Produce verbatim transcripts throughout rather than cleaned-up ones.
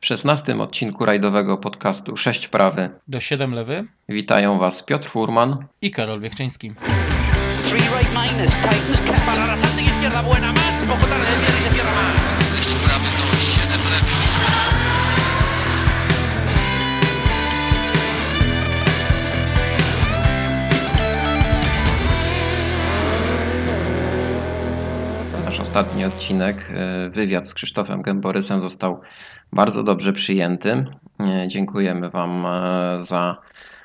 W szesnastym odcinku rajdowego podcastu sześć prawy do siedem lewy witają Was Piotr Furman i Karol Wiechczyński. Nasz ostatni odcinek, wywiad z Krzysztofem Gęborysem, został bardzo dobrze przyjęty. Dziękujemy Wam za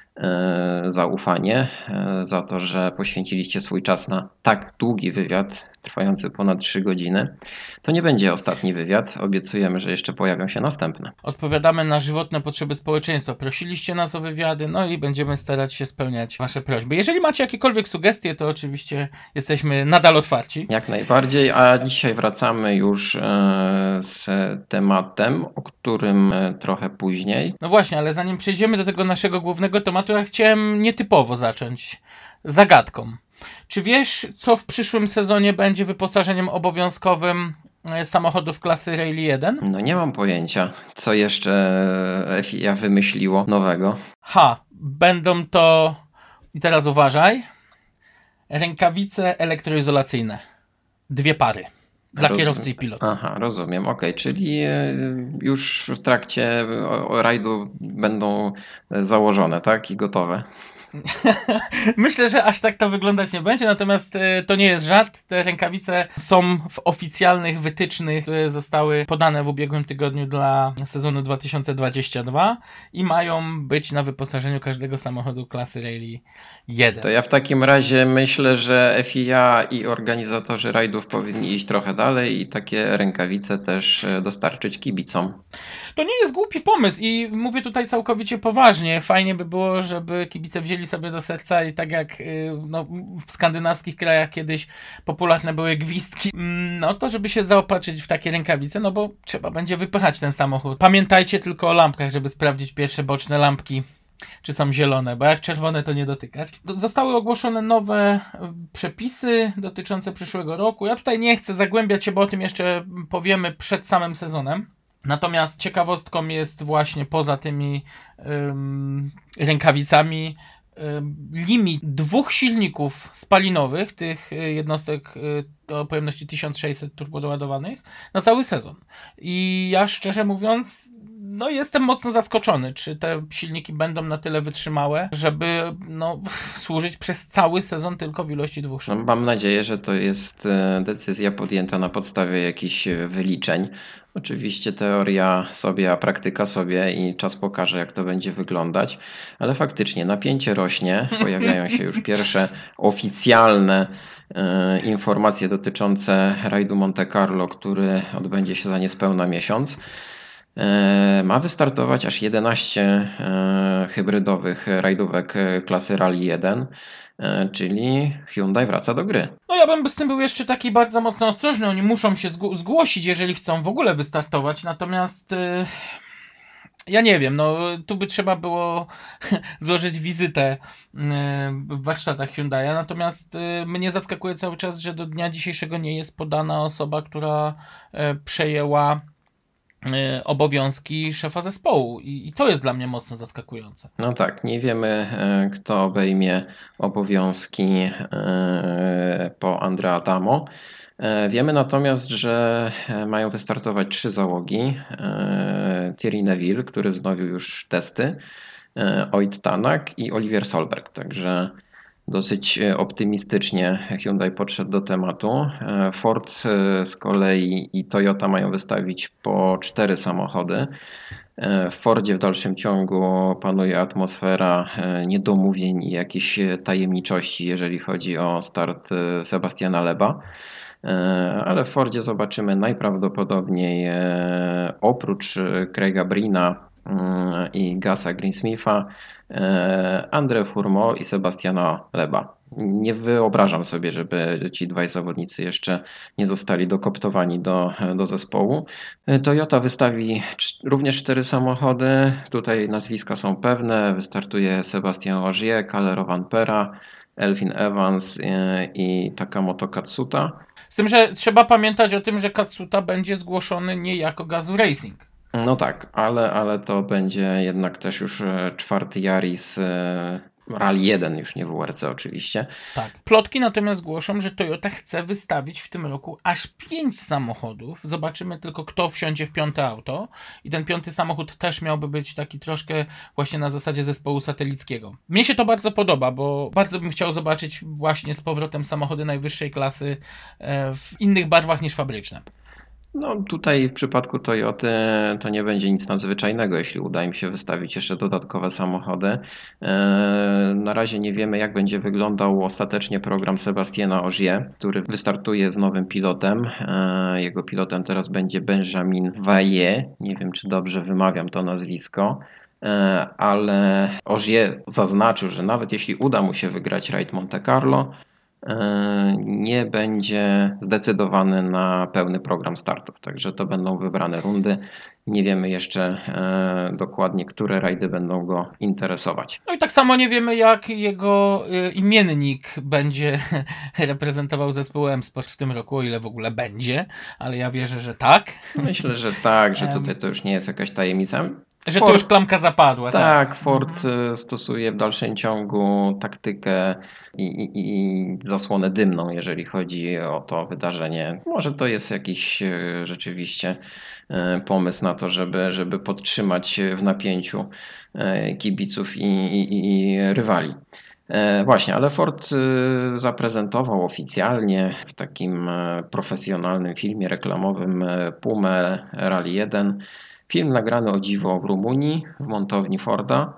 zaufanie, za to, że poświęciliście swój czas na tak długi wywiad, trwający ponad trzy godziny. To nie będzie ostatni wywiad. Obiecujemy, że jeszcze pojawią się następne. Odpowiadamy na żywotne potrzeby społeczeństwa. Prosiliście nas o wywiady, no i będziemy starać się spełniać Wasze prośby. Jeżeli macie jakiekolwiek sugestie, to oczywiście jesteśmy nadal otwarci. Jak najbardziej, a dzisiaj wracamy już z tematem, o którym trochę później. No właśnie, ale zanim przejdziemy do tego naszego głównego tematu, ja chciałem nietypowo zacząć zagadką. Czy wiesz, co w przyszłym sezonie będzie wyposażeniem obowiązkowym samochodów klasy Rally jeden? No nie mam pojęcia, co jeszcze F I A wymyśliło nowego. Ha, będą to, i teraz uważaj, rękawice elektroizolacyjne. Dwie pary. Dla Roz... kierowcy i pilota. Aha, rozumiem. Okej, okay. Czyli już w trakcie rajdu będą założone, tak? I gotowe. Myślę, że aż tak to wyglądać nie będzie, natomiast to nie jest żart. Te rękawice są w oficjalnych wytycznych, które zostały podane w ubiegłym tygodniu dla sezonu dwa tysiące dwudziestego drugiego i mają być na wyposażeniu każdego samochodu klasy Rally jeden. To ja w takim razie myślę, że F I A i organizatorzy rajdów powinni iść trochę dalej i takie rękawice też dostarczyć kibicom. To nie jest głupi pomysł i mówię tutaj całkowicie poważnie. Fajnie by było, żeby kibice wzięli sobie do serca i tak jak no, w skandynawskich krajach kiedyś popularne były gwizdki, no to żeby się zaopatrzyć w takie rękawice, no bo trzeba będzie wypychać ten samochód. Pamiętajcie tylko o lampkach, żeby sprawdzić pierwsze boczne lampki, czy są zielone, bo jak czerwone to nie dotykać. Zostały ogłoszone nowe przepisy dotyczące przyszłego roku. Ja tutaj nie chcę zagłębiać się, bo o tym jeszcze powiemy przed samym sezonem. Natomiast ciekawostką jest właśnie poza tymi ym, rękawicami ym, limit dwóch silników spalinowych, tych jednostek y, o pojemności tysiąc sześćset turbodoładowanych na cały sezon. I ja szczerze mówiąc, no jestem mocno zaskoczony, czy te silniki będą na tyle wytrzymałe, żeby no, służyć przez cały sezon tylko w ilości dwóch sztuk. No, mam nadzieję, że to jest decyzja podjęta na podstawie jakichś wyliczeń. Oczywiście teoria sobie, a praktyka sobie i czas pokaże, jak to będzie wyglądać, ale faktycznie napięcie rośnie, pojawiają się już pierwsze oficjalne e, informacje dotyczące rajdu Monte Carlo, który odbędzie się za niespełna miesiąc. E, ma wystartować aż jedenaście e, hybrydowych rajdówek klasy Rally jeden. Czyli Hyundai wraca do gry. No ja bym z tym był jeszcze taki bardzo mocno ostrożny. Oni muszą się zg- zgłosić, jeżeli chcą w ogóle wystartować. Natomiast yy, ja nie wiem, no tu by trzeba było złożyć wizytę yy, w warsztatach Hyundai'a. Natomiast yy, mnie zaskakuje cały czas, że do dnia dzisiejszego nie jest podana osoba, która yy, przejęła obowiązki szefa zespołu i, i to jest dla mnie mocno zaskakujące. No tak, nie wiemy, kto obejmie obowiązki po Andrea Adamo. Wiemy natomiast, że mają wystartować trzy załogi. Thierry Neuville, który wznowił już testy, Ott Tanak i Olivier Solberg, także dosyć optymistycznie Hyundai podszedł do tematu. Ford z kolei i Toyota mają wystawić po cztery samochody. W Fordzie w dalszym ciągu panuje atmosfera niedomówień i jakiejś tajemniczości, jeżeli chodzi o start Sebastiana Loeba. Ale w Fordzie zobaczymy najprawdopodobniej oprócz Craiga Brina i Gasa Greensmitha André Fourmaux i Sebastiana Loeba. Nie wyobrażam sobie, żeby ci dwaj zawodnicy jeszcze nie zostali dokoptowani do, do zespołu. Toyota wystawi również cztery samochody. Tutaj nazwiska są pewne. Wystartuje Sébastien Ogier, Kalle Rovanpera, Elfyn Evans i Takamoto Katsuta. Z tym, że trzeba pamiętać o tym, że Katsuta będzie zgłoszony nie jako Gazoo Racing. No tak, ale, ale to będzie jednak też już e, czwarty Yaris e, Rally jeden, już nie W R C oczywiście. Tak. Plotki natomiast głoszą, że Toyota chce wystawić w tym roku aż pięć samochodów. Zobaczymy tylko, kto wsiądzie w piąte auto. I ten piąty samochód też miałby być taki troszkę właśnie na zasadzie zespołu satelickiego. Mnie się to bardzo podoba, bo bardzo bym chciał zobaczyć właśnie z powrotem samochody najwyższej klasy w innych barwach niż fabryczne. No tutaj w przypadku Toyoty to nie będzie nic nadzwyczajnego, jeśli uda im się wystawić jeszcze dodatkowe samochody. Na razie nie wiemy, jak będzie wyglądał ostatecznie program Sebastiana Ogier, który wystartuje z nowym pilotem. Jego pilotem teraz będzie Benjamin Vaillet. Nie wiem, czy dobrze wymawiam to nazwisko, ale Ogier zaznaczył, że nawet jeśli uda mu się wygrać rajd Monte Carlo, nie będzie zdecydowany na pełny program startów. Także to będą wybrane rundy. Nie wiemy jeszcze dokładnie, które rajdy będą go interesować. No i tak samo nie wiemy, jak jego imiennik będzie reprezentował zespół M-Sport w tym roku, o ile w ogóle będzie, ale ja wierzę, że tak. Myślę, że tak, że tutaj to już nie jest jakaś tajemnica. Że Ford, to już klamka zapadła. Tak, tak. Ford mhm. stosuje w dalszym ciągu taktykę i, i, i zasłonę dymną, jeżeli chodzi o to wydarzenie. Może to jest jakiś rzeczywiście pomysł na to, żeby, żeby podtrzymać w napięciu kibiców i, i, i rywali. Właśnie, ale Ford zaprezentował oficjalnie w takim profesjonalnym filmie reklamowym Pumę Rally jeden. Film nagrany o dziwo w Rumunii, w montowni Forda,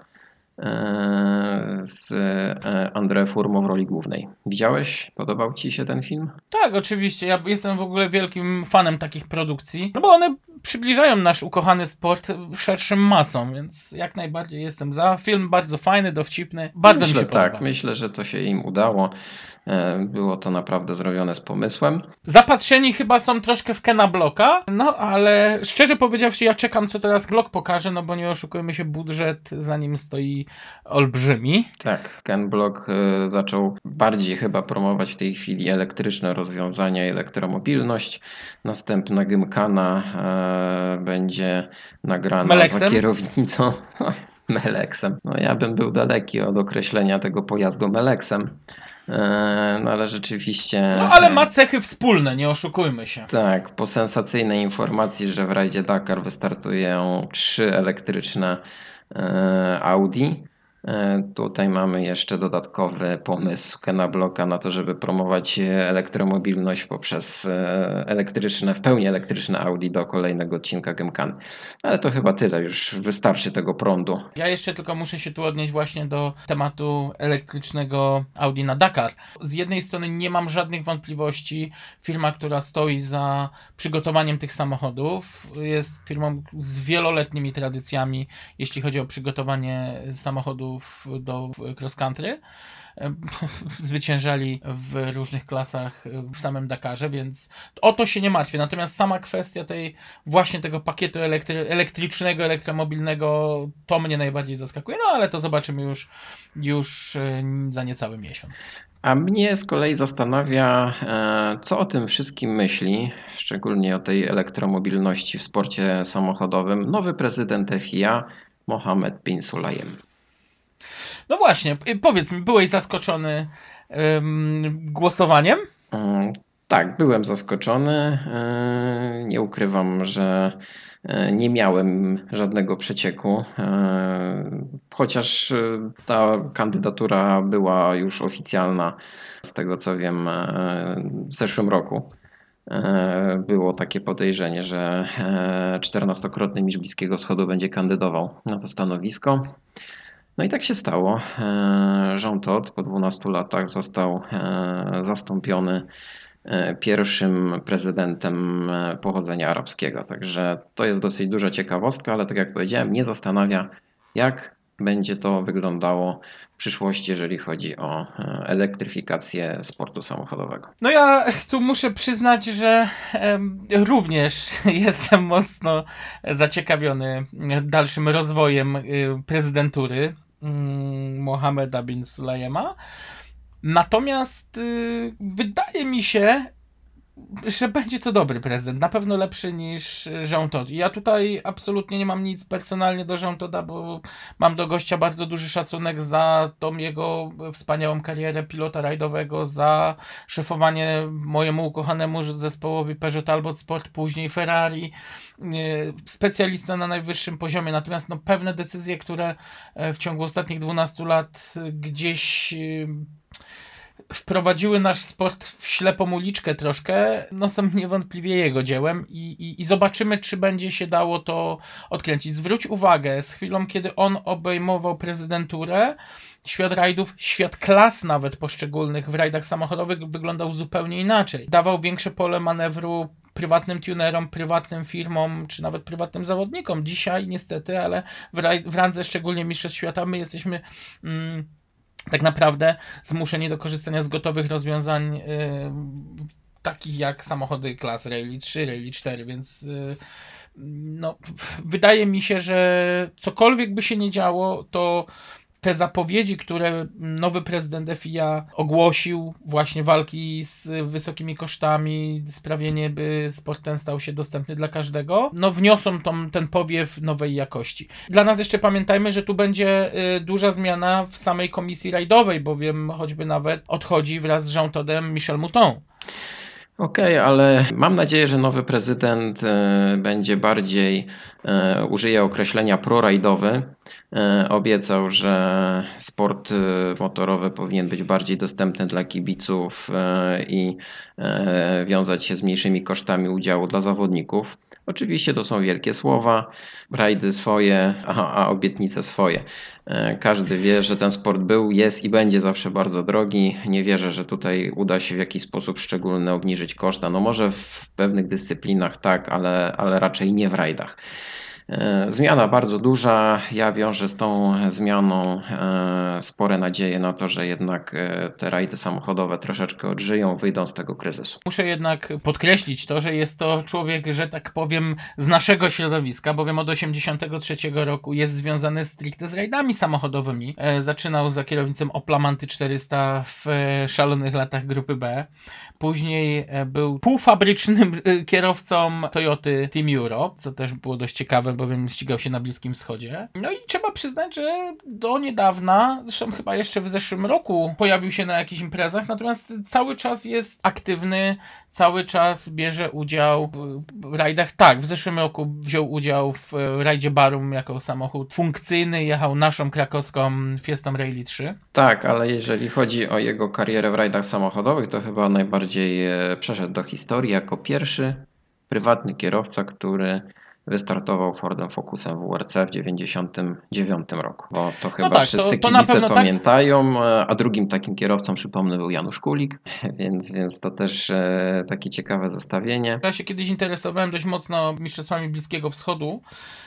z André Fourmont w roli głównej. Widziałeś? Podobał Ci się ten film? Tak, oczywiście. Ja jestem w ogóle wielkim fanem takich produkcji, no bo one przybliżają nasz ukochany sport szerszym masom, więc jak najbardziej jestem za. Film bardzo fajny, dowcipny, bardzo myślę, mi się podoba. Tak, myślę, że to się im udało. Było to naprawdę zrobione z pomysłem. Zapatrzeni chyba są troszkę w Kena Blocka, no ale szczerze powiedziawszy, ja czekam, co teraz Glock pokaże, no bo nie oszukujmy się, budżet za nim stoi olbrzymi. Tak, Ken Block zaczął bardziej chyba promować w tej chwili elektryczne rozwiązania i elektromobilność. Następna Gymkhana będzie nagrana Meleksem? za kierownicą. Meleksem. No ja bym był daleki od określenia tego pojazdu Meleksem. No ale rzeczywiście... No ale ma cechy wspólne, nie oszukujmy się. Tak, po sensacyjnej informacji, że w rajdzie Dakar wystartują trzy elektryczne Audi. Tutaj mamy jeszcze dodatkowy pomysł Kena Blocka na to, żeby promować elektromobilność poprzez elektryczne, w pełni elektryczne Audi do kolejnego odcinka Gymkhany. Ale to chyba tyle, już wystarczy tego prądu. Ja jeszcze tylko muszę się tu odnieść właśnie do tematu elektrycznego Audi na Dakar. Z jednej strony nie mam żadnych wątpliwości, firma, która stoi za przygotowaniem tych samochodów, jest firmą z wieloletnimi tradycjami, jeśli chodzi o przygotowanie samochodów do cross country. Zwyciężali w różnych klasach w samym Dakarze, więc o to się nie martwię. Natomiast sama kwestia tej właśnie tego pakietu elektry- elektrycznego, elektromobilnego, to mnie najbardziej zaskakuje. No ale to zobaczymy już, już za niecały miesiąc. A mnie z kolei zastanawia, co o tym wszystkim myśli, szczególnie o tej elektromobilności w sporcie samochodowym, nowy prezydent F I A, Mohammed bin Sulayem. No właśnie, powiedz mi, byłeś zaskoczony ym, głosowaniem? Mm, tak, byłem zaskoczony. Yy, nie ukrywam, że nie miałem żadnego przecieku, yy, chociaż ta kandydatura była już oficjalna, z tego co wiem, yy, w zeszłym roku. Było takie podejrzenie, że czternastokrotny mistrz Bliskiego Wschodu będzie kandydował na to stanowisko. No i tak się stało. Jean Todt po dwunastu latach został zastąpiony pierwszym prezydentem pochodzenia arabskiego. Także to jest dosyć duża ciekawostka, ale tak jak powiedziałem, mnie zastanawia, jak będzie to wyglądało w przyszłości, jeżeli chodzi o elektryfikację sportu samochodowego. No ja tu muszę przyznać, że również jestem mocno zaciekawiony dalszym rozwojem prezydentury Mohammeda bin Sulayema. Natomiast wydaje mi się, że będzie to dobry prezydent, na pewno lepszy niż Jean Todt. Ja tutaj absolutnie nie mam nic personalnie do Jean Todta, bo mam do gościa bardzo duży szacunek za tą jego wspaniałą karierę pilota rajdowego, za szefowanie mojemu ukochanemu zespołowi Peugeot Talbot Sport, później Ferrari. Specjalista na najwyższym poziomie, natomiast no, pewne decyzje, które w ciągu ostatnich dwunastu lat gdzieś wprowadziły nasz sport w ślepą uliczkę troszkę, no są niewątpliwie jego dziełem i, i, i zobaczymy, czy będzie się dało to odkręcić. Zwróć uwagę, z chwilą, kiedy on obejmował prezydenturę, świat rajdów, świat klas nawet poszczególnych w rajdach samochodowych wyglądał zupełnie inaczej. Dawał większe pole manewru prywatnym tunerom, prywatnym firmom, czy nawet prywatnym zawodnikom. Dzisiaj niestety, ale w, raj, w randze szczególnie mistrzostw świata my jesteśmy mm, tak naprawdę zmuszeni do korzystania z gotowych rozwiązań yy, takich jak samochody klas Rally trzy, Rally cztery, więc yy, no, wydaje mi się, że cokolwiek by się nie działo, to te zapowiedzi, które nowy prezydent F I A ogłosił, właśnie walki z wysokimi kosztami, sprawienie, by sport ten stał się dostępny dla każdego, no wniosą tą, ten powiew nowej jakości. Dla nas jeszcze pamiętajmy, że tu będzie y, duża zmiana w samej komisji rajdowej, bowiem choćby nawet odchodzi wraz z Jean Todtem Michel Mouton. Okej, okay, ale mam nadzieję, że nowy prezydent y, będzie bardziej, y, użyje określenia prorajdowy. Y, obiecał, że sport y, motorowy powinien być bardziej dostępny dla kibiców y, i y, wiązać się z mniejszymi kosztami udziału dla zawodników. Oczywiście to są wielkie słowa, rajdy swoje, a, a obietnice swoje. Każdy wie, że ten sport był, jest i będzie zawsze bardzo drogi. Nie wierzę, że tutaj uda się w jakiś sposób szczególny obniżyć koszta. No może w pewnych dyscyplinach tak, ale, ale raczej nie w rajdach. Zmiana bardzo duża. Ja wiążę z tą zmianą spore nadzieje na to, że jednak te rajdy samochodowe troszeczkę odżyją, wyjdą z tego kryzysu. Muszę jednak podkreślić to, że jest to człowiek, że tak powiem, z naszego środowiska, bowiem od osiemdziesiątego trzeciego roku jest związany stricte z rajdami samochodowymi. Zaczynał za kierownicą Opla Manty czterysta w szalonych latach grupy B. Później był półfabrycznym kierowcą Toyoty Team Europe, co też było dość ciekawe, bowiem ścigał się na Bliskim Wschodzie. No i trzeba przyznać, że do niedawna, zresztą chyba jeszcze w zeszłym roku pojawił się na jakichś imprezach, natomiast cały czas jest aktywny, cały czas bierze udział w rajdach. Tak, w zeszłym roku wziął udział w rajdzie Barum jako samochód funkcyjny, jechał naszą krakowską Fiestą Rally trzy. Tak, ale jeżeli chodzi o jego karierę w rajdach samochodowych, to chyba najbardziej przeszedł do historii jako pierwszy prywatny kierowca, który wystartował Fordem Focusem W R C w dziewięćdziesiątym dziewiątym roku, bo to chyba no tak, wszyscy to, to kibice pamiętają, tak. A drugim takim kierowcą, przypomnę, był Janusz Kulik, więc, więc to też e, takie ciekawe zestawienie. Ja się kiedyś interesowałem dość mocno mistrzostwami Bliskiego Wschodu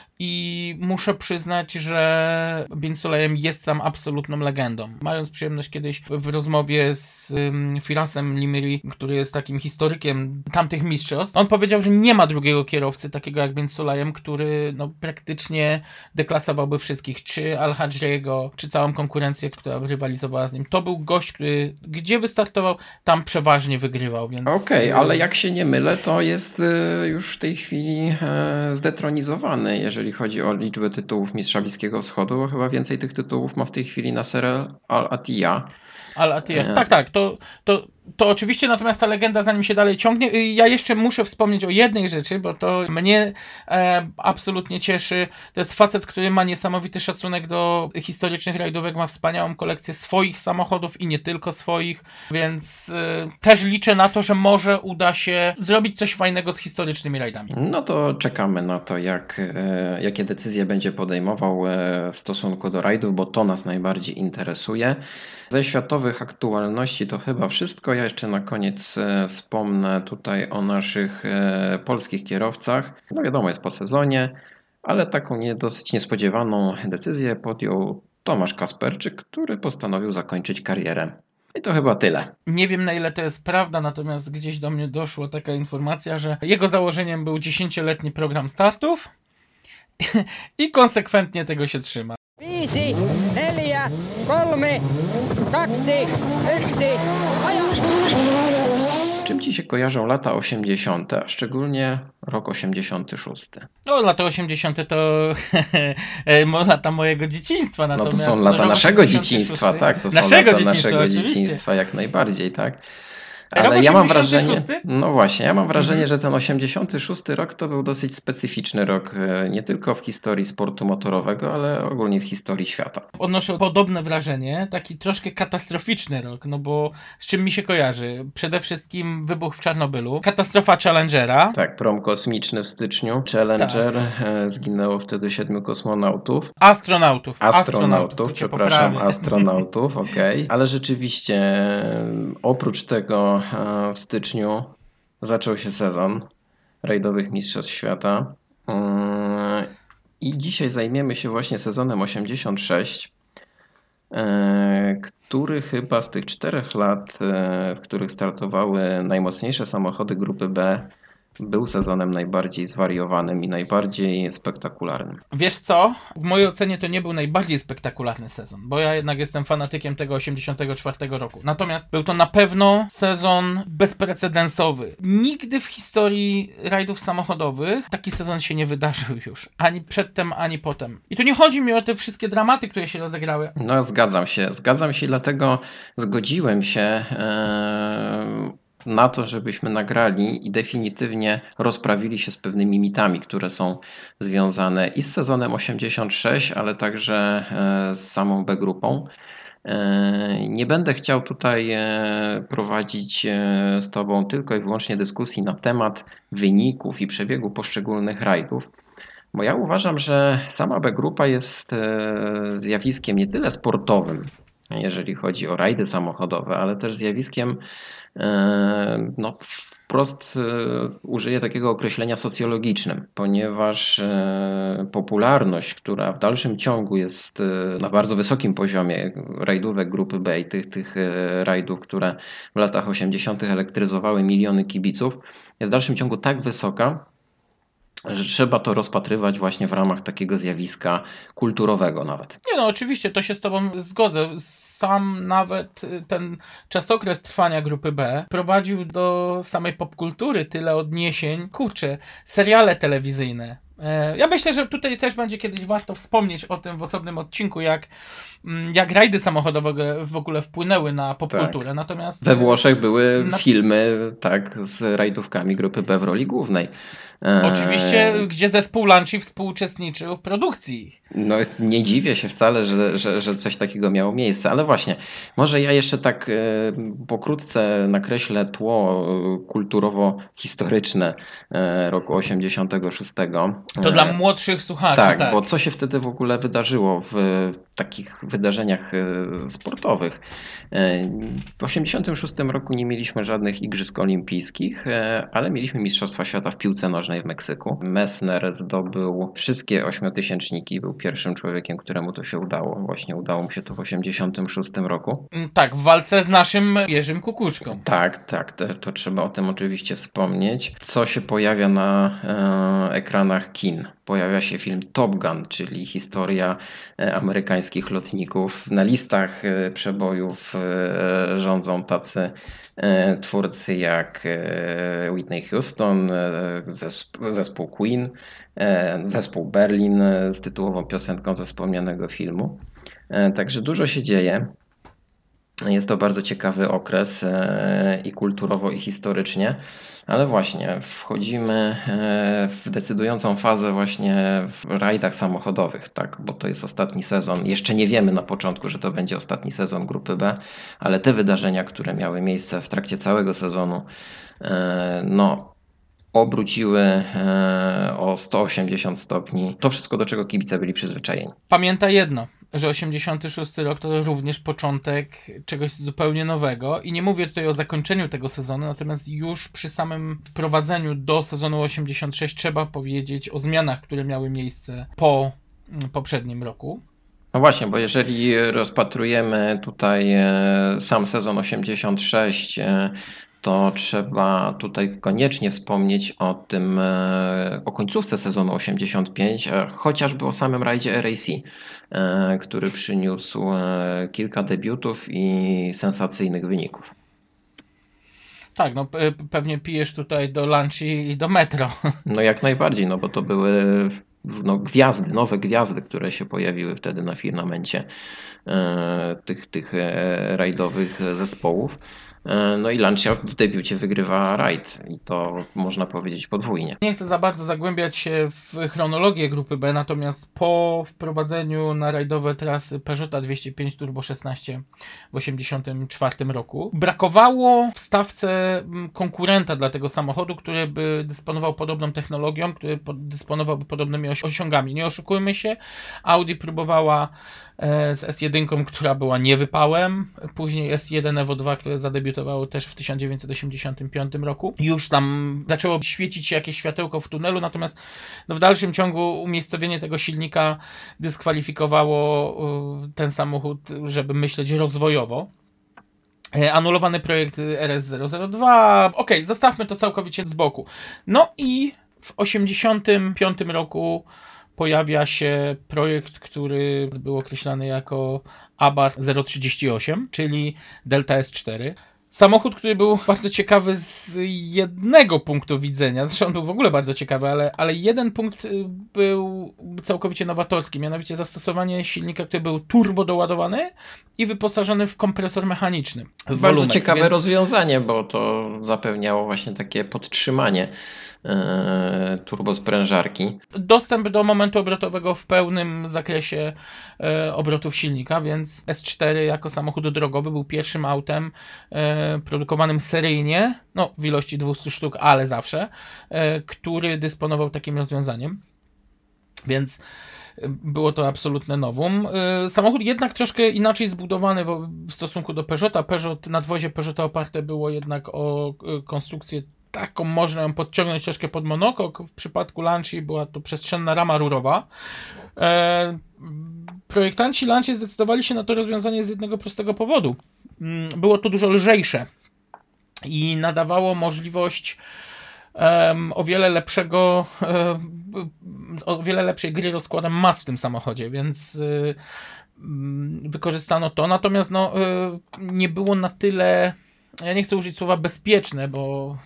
i muszę przyznać, że Bin Sulayem jest tam absolutną legendą. Mając przyjemność kiedyś w rozmowie z um, Firasem Limiri, który jest takim historykiem tamtych mistrzostw, on powiedział, że nie ma drugiego kierowcy takiego jak Bin Sulayem, który no, praktycznie deklasowałby wszystkich, czy Al-Hadriego, czy całą konkurencję, która rywalizowała z nim. To był gość, który gdzie wystartował, tam przeważnie wygrywał. Więc... Okej, okay, ale jak się nie mylę, to jest y, już w tej chwili y, zdetronizowany, jeżeli Jeżeli chodzi o liczbę tytułów Mistrza Bliskiego Wschodu, bo chyba więcej tych tytułów ma w tej chwili Nasser Al-Attiyah. Al-Attiyah, tak, tak, to, to, to oczywiście, natomiast ta legenda za nim się dalej ciągnie. Ja jeszcze muszę wspomnieć o jednej rzeczy, bo to mnie e, absolutnie cieszy. To jest facet, który ma niesamowity szacunek do historycznych rajdówek, ma wspaniałą kolekcję swoich samochodów i nie tylko swoich, więc e, też liczę na to, że może uda się zrobić coś fajnego z historycznymi rajdami. No to czekamy na to, jak, e, jakie decyzje będzie podejmował e, w stosunku do rajdów, bo to nas najbardziej interesuje. Ze światowych aktualności to chyba wszystko. Ja jeszcze na koniec wspomnę tutaj o naszych polskich kierowcach. No wiadomo, jest po sezonie, ale taką nie, dosyć niespodziewaną decyzję podjął Tomasz Kasperczyk, który postanowił zakończyć karierę. I to chyba tyle. Nie wiem, na ile to jest prawda, natomiast gdzieś do mnie doszła taka informacja, że jego założeniem był dziesięcioletni program startów i konsekwentnie tego się trzyma. Viisi, neljä, kolme, kaksi, yksi, aja! czym ci się kojarzą lata osiemdziesiąte, a szczególnie rok osiemdziesiąty szósty? No, lata osiemdziesiąte to lata mojego dzieciństwa. No to Natomiast są lata rok naszego osiemdziesiąty dzieciństwa, szósty tak? To są naszego lata dzieciństwa, naszego oczywiście. dzieciństwa jak najbardziej, tak? Rok Ale ja mam osiemdziesiąty wrażenie, szósty? no właśnie, ja mam wrażenie, Mhm. że ten osiemdziesiąty szósty rok to był dosyć specyficzny rok, e, nie tylko w historii sportu motorowego, ale ogólnie w historii świata. Odnoszę podobne wrażenie, taki troszkę katastroficzny rok, no bo z czym mi się kojarzy? Przede wszystkim wybuch w Czarnobylu, katastrofa Challengera. Tak, prom kosmiczny w styczniu, Challenger, Tak. e, zginęło wtedy siedmiu kosmonautów. Astronautów. Astronautów, tu cię przepraszam, poprawię. astronautów, okej. Ale rzeczywiście e, oprócz tego e, w styczniu zaczął się sezon rajdowych Mistrzostw Świata. E, I dzisiaj zajmiemy się właśnie sezonem osiemdziesiąt sześć, e, który chyba z tych czterech lat, e, w których startowały najmocniejsze samochody grupy B, był sezonem najbardziej zwariowanym i najbardziej spektakularnym. Wiesz co? W mojej ocenie to nie był najbardziej spektakularny sezon, bo ja jednak jestem fanatykiem tego osiemdziesiątego czwartego roku. Natomiast był to na pewno sezon bezprecedensowy. Nigdy w historii rajdów samochodowych taki sezon się nie wydarzył już. Ani przedtem, ani potem. I tu nie chodzi mi o te wszystkie dramaty, które się rozegrały. No zgadzam się, zgadzam się, dlatego zgodziłem się e, na to, żebyśmy nagrali i definitywnie rozprawili się z pewnymi mitami, które są związane i z sezonem osiemdziesiąt sześć, ale także e, z samą B-grupą. E, Nie będę chciał tutaj e, prowadzić e, z Tobą tylko i wyłącznie dyskusji na temat wyników i przebiegu poszczególnych rajdów, bo ja uważam, że sama B-grupa jest e, zjawiskiem nie tyle sportowym, jeżeli chodzi o rajdy samochodowe, ale też zjawiskiem, e, no wprost e, użyję takiego określenia socjologicznym, ponieważ e, popularność, która w dalszym ciągu jest e, na bardzo wysokim poziomie rajdówek grupy B i tych, tych e, rajdów, które w latach osiemdziesiątych elektryzowały miliony kibiców, jest w dalszym ciągu tak wysoka, że trzeba to rozpatrywać właśnie w ramach takiego zjawiska kulturowego nawet. Nie no, oczywiście, to się z tobą zgodzę. Sam nawet ten czasokres trwania grupy B prowadził do samej popkultury tyle odniesień. Kurczę, seriale telewizyjne. Ja myślę, że tutaj też będzie kiedyś warto wspomnieć o tym w osobnym odcinku, jak, jak rajdy samochodowe w ogóle wpłynęły na popkulturę. Tak. Natomiast We Włoszech były na... filmy tak z rajdówkami grupy B w roli głównej. Oczywiście, gdzie zespół Lancia współuczestniczył w produkcji. No nie dziwię się wcale, że, że, że coś takiego miało miejsce, ale właśnie, może ja jeszcze tak pokrótce nakreślę tło kulturowo-historyczne roku osiemdziesiątego szóstego. To dla młodszych słuchaczy. Tak, tak, bo co się wtedy w ogóle wydarzyło w takich wydarzeniach sportowych? W osiemdziesiątym szóstym roku nie mieliśmy żadnych igrzysk olimpijskich, ale mieliśmy Mistrzostwa Świata w piłce nożnej w Meksyku. Messner zdobył wszystkie ośmiotysięczniki, był pierwszym człowiekiem, któremu to się udało. Właśnie udało mu się to w osiemdziesiątym szóstym roku. Tak, w walce z naszym Jerzym Kukuczką. Tak, tak, to, to trzeba o tym oczywiście wspomnieć. Co się pojawia na e, ekranach kin? Pojawia się film Top Gun, czyli historia amerykańskich lotników. Na listach przebojów rządzą tacy twórcy jak Whitney Houston, zespół Queen, zespół Berlin z tytułową piosenką ze wspomnianego filmu. Także dużo się dzieje. Jest to bardzo ciekawy okres i kulturowo, i historycznie, ale właśnie wchodzimy w decydującą fazę właśnie w rajdach samochodowych, tak, bo to jest ostatni sezon. Jeszcze nie wiemy na początku, że to będzie ostatni sezon grupy B, ale te wydarzenia, które miały miejsce w trakcie całego sezonu, no obróciły o sto osiemdziesiąt stopni to wszystko, do czego kibice byli przyzwyczajeni. Pamiętaj jedno, że osiemdziesiąty szósty rok to również początek czegoś zupełnie nowego i nie mówię tutaj o zakończeniu tego sezonu, natomiast już przy samym wprowadzeniu do sezonu osiemdziesiąt sześć trzeba powiedzieć o zmianach, które miały miejsce po poprzednim roku. No właśnie, bo jeżeli rozpatrujemy tutaj sam sezon osiemdziesiąt sześć, to trzeba tutaj koniecznie wspomnieć o tym, o końcówce sezonu osiemdziesiąt pięć, chociażby o samym rajdzie R A C, który przyniósł kilka debiutów i sensacyjnych wyników. Tak, no pe- pewnie pijesz tutaj do lunchi i do metro. No jak najbardziej, no bo to były no, gwiazdy, nowe gwiazdy, które się pojawiły wtedy na firmamencie e, tych, tych e, rajdowych zespołów. E, no i Lancia w debiucie wygrywa rajd i to można powiedzieć podwójnie. Nie chcę za bardzo zagłębiać się w chronologię grupy B, natomiast po wprowadzeniu na rajdowe trasy Peugeota dwieście pięć Turbo szesnaście w osiemdziesiątym czwartym roku brakowało w stawce konkurenta dla tego samochodu, który by dysponował podobną technologią, który dysponowałby podobnymi osiągami. Nie oszukujmy się, Audi próbowała z S jeden, która była niewypałem, później S jeden Evo dwa, które zadebiutowało też w tysiąc dziewięćset osiemdziesiątym piątym roku. Już tam zaczęło świecić się jakieś światełko w tunelu, natomiast no w dalszym ciągu umiejscowienie tego silnika dyskwalifikowało ten samochód, żeby myśleć rozwojowo. Anulowany projekt R S zero zero dwa. Okej, okay, zostawmy to całkowicie z boku. No i w osiemdziesiątym piątym roku pojawia się projekt, który był określany jako Abarth zero trzydzieści osiem, czyli Delta S cztery. Samochód, który był bardzo ciekawy z jednego punktu widzenia, zresztą on był w ogóle bardzo ciekawy, ale, ale jeden punkt był całkowicie nowatorski, mianowicie zastosowanie silnika, który był turbo doładowany i wyposażony w kompresor mechaniczny. Bardzo Volumex, ciekawe więc... rozwiązanie, bo to zapewniało właśnie takie podtrzymanie e, turbosprężarki. Dostęp do momentu obrotowego w pełnym zakresie e, obrotów silnika, więc S cztery jako samochód drogowy był pierwszym autem e, produkowanym seryjnie, no w ilości dwieście sztuk, ale zawsze, e, który dysponował takim rozwiązaniem. Więc było to absolutne novum. Samochód jednak troszkę inaczej zbudowany w stosunku do Peugeota. Peugeot, nadwozie Peugeota oparte było jednak o konstrukcję taką, można ją podciągnąć troszkę pod monokok. W przypadku Lancia była to przestrzenna rama rurowa. Projektanci Lancia zdecydowali się na to rozwiązanie z jednego prostego powodu. Było to dużo lżejsze i nadawało możliwość Um, o wiele lepszego, um, o wiele lepszej gry rozkładem mas w tym samochodzie, więc um, wykorzystano to. Natomiast no, um, nie było na tyle, ja nie chcę użyć słowa bezpieczne, bo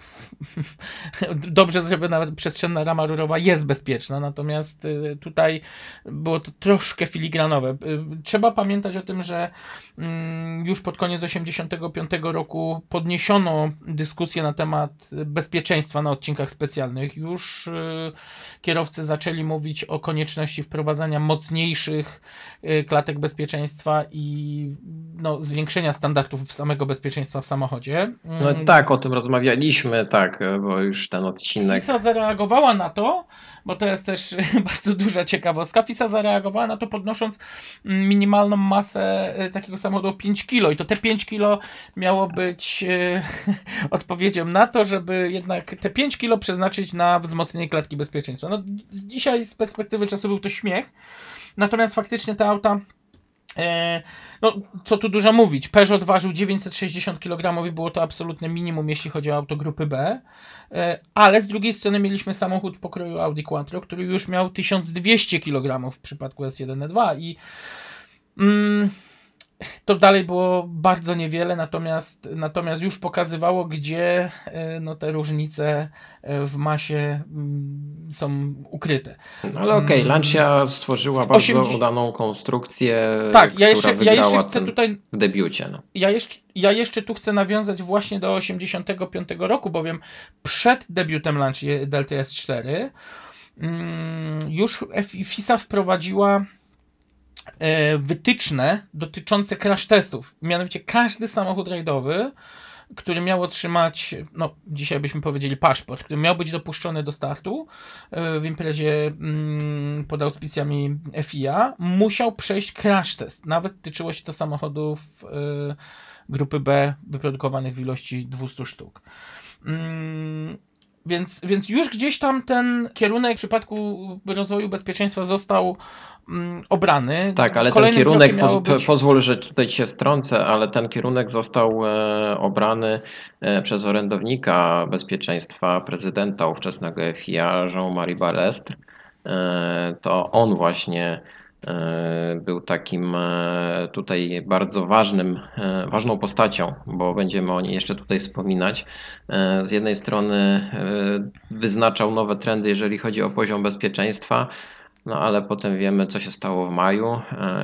dobrze, żeby nawet przestrzenna rama rurowa jest bezpieczna, natomiast tutaj było to troszkę filigranowe. Trzeba pamiętać o tym, że już pod koniec osiemdziesiątego piątego roku podniesiono dyskusję na temat bezpieczeństwa na odcinkach specjalnych. Już kierowcy zaczęli mówić o konieczności wprowadzania mocniejszych klatek bezpieczeństwa i no, zwiększenia standardów samego bezpieczeństwa w samochodzie. No tak, o tym rozmawialiśmy, tak, bo już ten odcinek... FISA zareagowała na to, bo to jest też bardzo duża ciekawostka. FISA zareagowała na to, podnosząc minimalną masę takiego samochodu o pięć kilo i to te pięć kilo miało być e, odpowiedzią na to, żeby jednak te pięć kilo przeznaczyć na wzmocnienie klatki bezpieczeństwa. No dzisiaj z perspektywy czasu był to śmiech, natomiast faktycznie te auta no, co tu dużo mówić, Peugeot ważył dziewięćset sześćdziesiąt kilogramów i było to absolutne minimum, jeśli chodzi o auto grupy B, ale z drugiej strony mieliśmy samochód pokroju Audi Quattro, który już miał tysiąc dwieście kilogramów w przypadku S jeden E dwa i mm, to dalej było bardzo niewiele, natomiast, natomiast już pokazywało, gdzie no, te różnice w masie są ukryte. No, ale okej, okay, Lancia stworzyła bardzo osiemdziesiąt udaną konstrukcję, tak, która ja jeszcze, wygrała ja jeszcze chcę tutaj w debiucie. No. Ja, jeszcze, ja jeszcze tu chcę nawiązać właśnie do osiemdziesiątego piątego roku, bowiem przed debiutem Lancia Delta S cztery już FISA wprowadziła wytyczne dotyczące crash testów. Mianowicie każdy samochód rajdowy, który miał otrzymać, no dzisiaj byśmy powiedzieli paszport, który miał być dopuszczony do startu w imprezie pod auspicjami F I A, musiał przejść crash test. Nawet tyczyło się to samochodów grupy B wyprodukowanych w ilości dwieście sztuk. Więc, więc już gdzieś tam ten kierunek w przypadku rozwoju bezpieczeństwa został mm, obrany. Tak, ale Kolejnym ten kierunek, poz, być... pozwól, że tutaj się wtrącę, ale ten kierunek został e, obrany e, przez orędownika bezpieczeństwa prezydenta ówczesnego F I A, Jean-Marie Balestre. E, to on właśnie Był takim tutaj bardzo ważnym, ważną postacią, bo będziemy o niej jeszcze tutaj wspominać. Z jednej strony wyznaczał nowe trendy, jeżeli chodzi o poziom bezpieczeństwa, no ale potem wiemy, co się stało w maju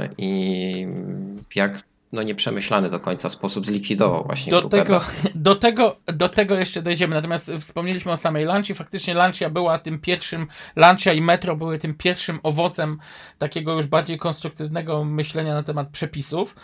i jak no nieprzemyślany do końca sposób zlikwidował właśnie do grupę tego, B. do tego, do tego jeszcze dojdziemy. Natomiast wspomnieliśmy o samej Lancia. Faktycznie Lancia była tym pierwszym, Lancia i Metro były tym pierwszym owocem takiego już bardziej konstruktywnego myślenia na temat przepisów,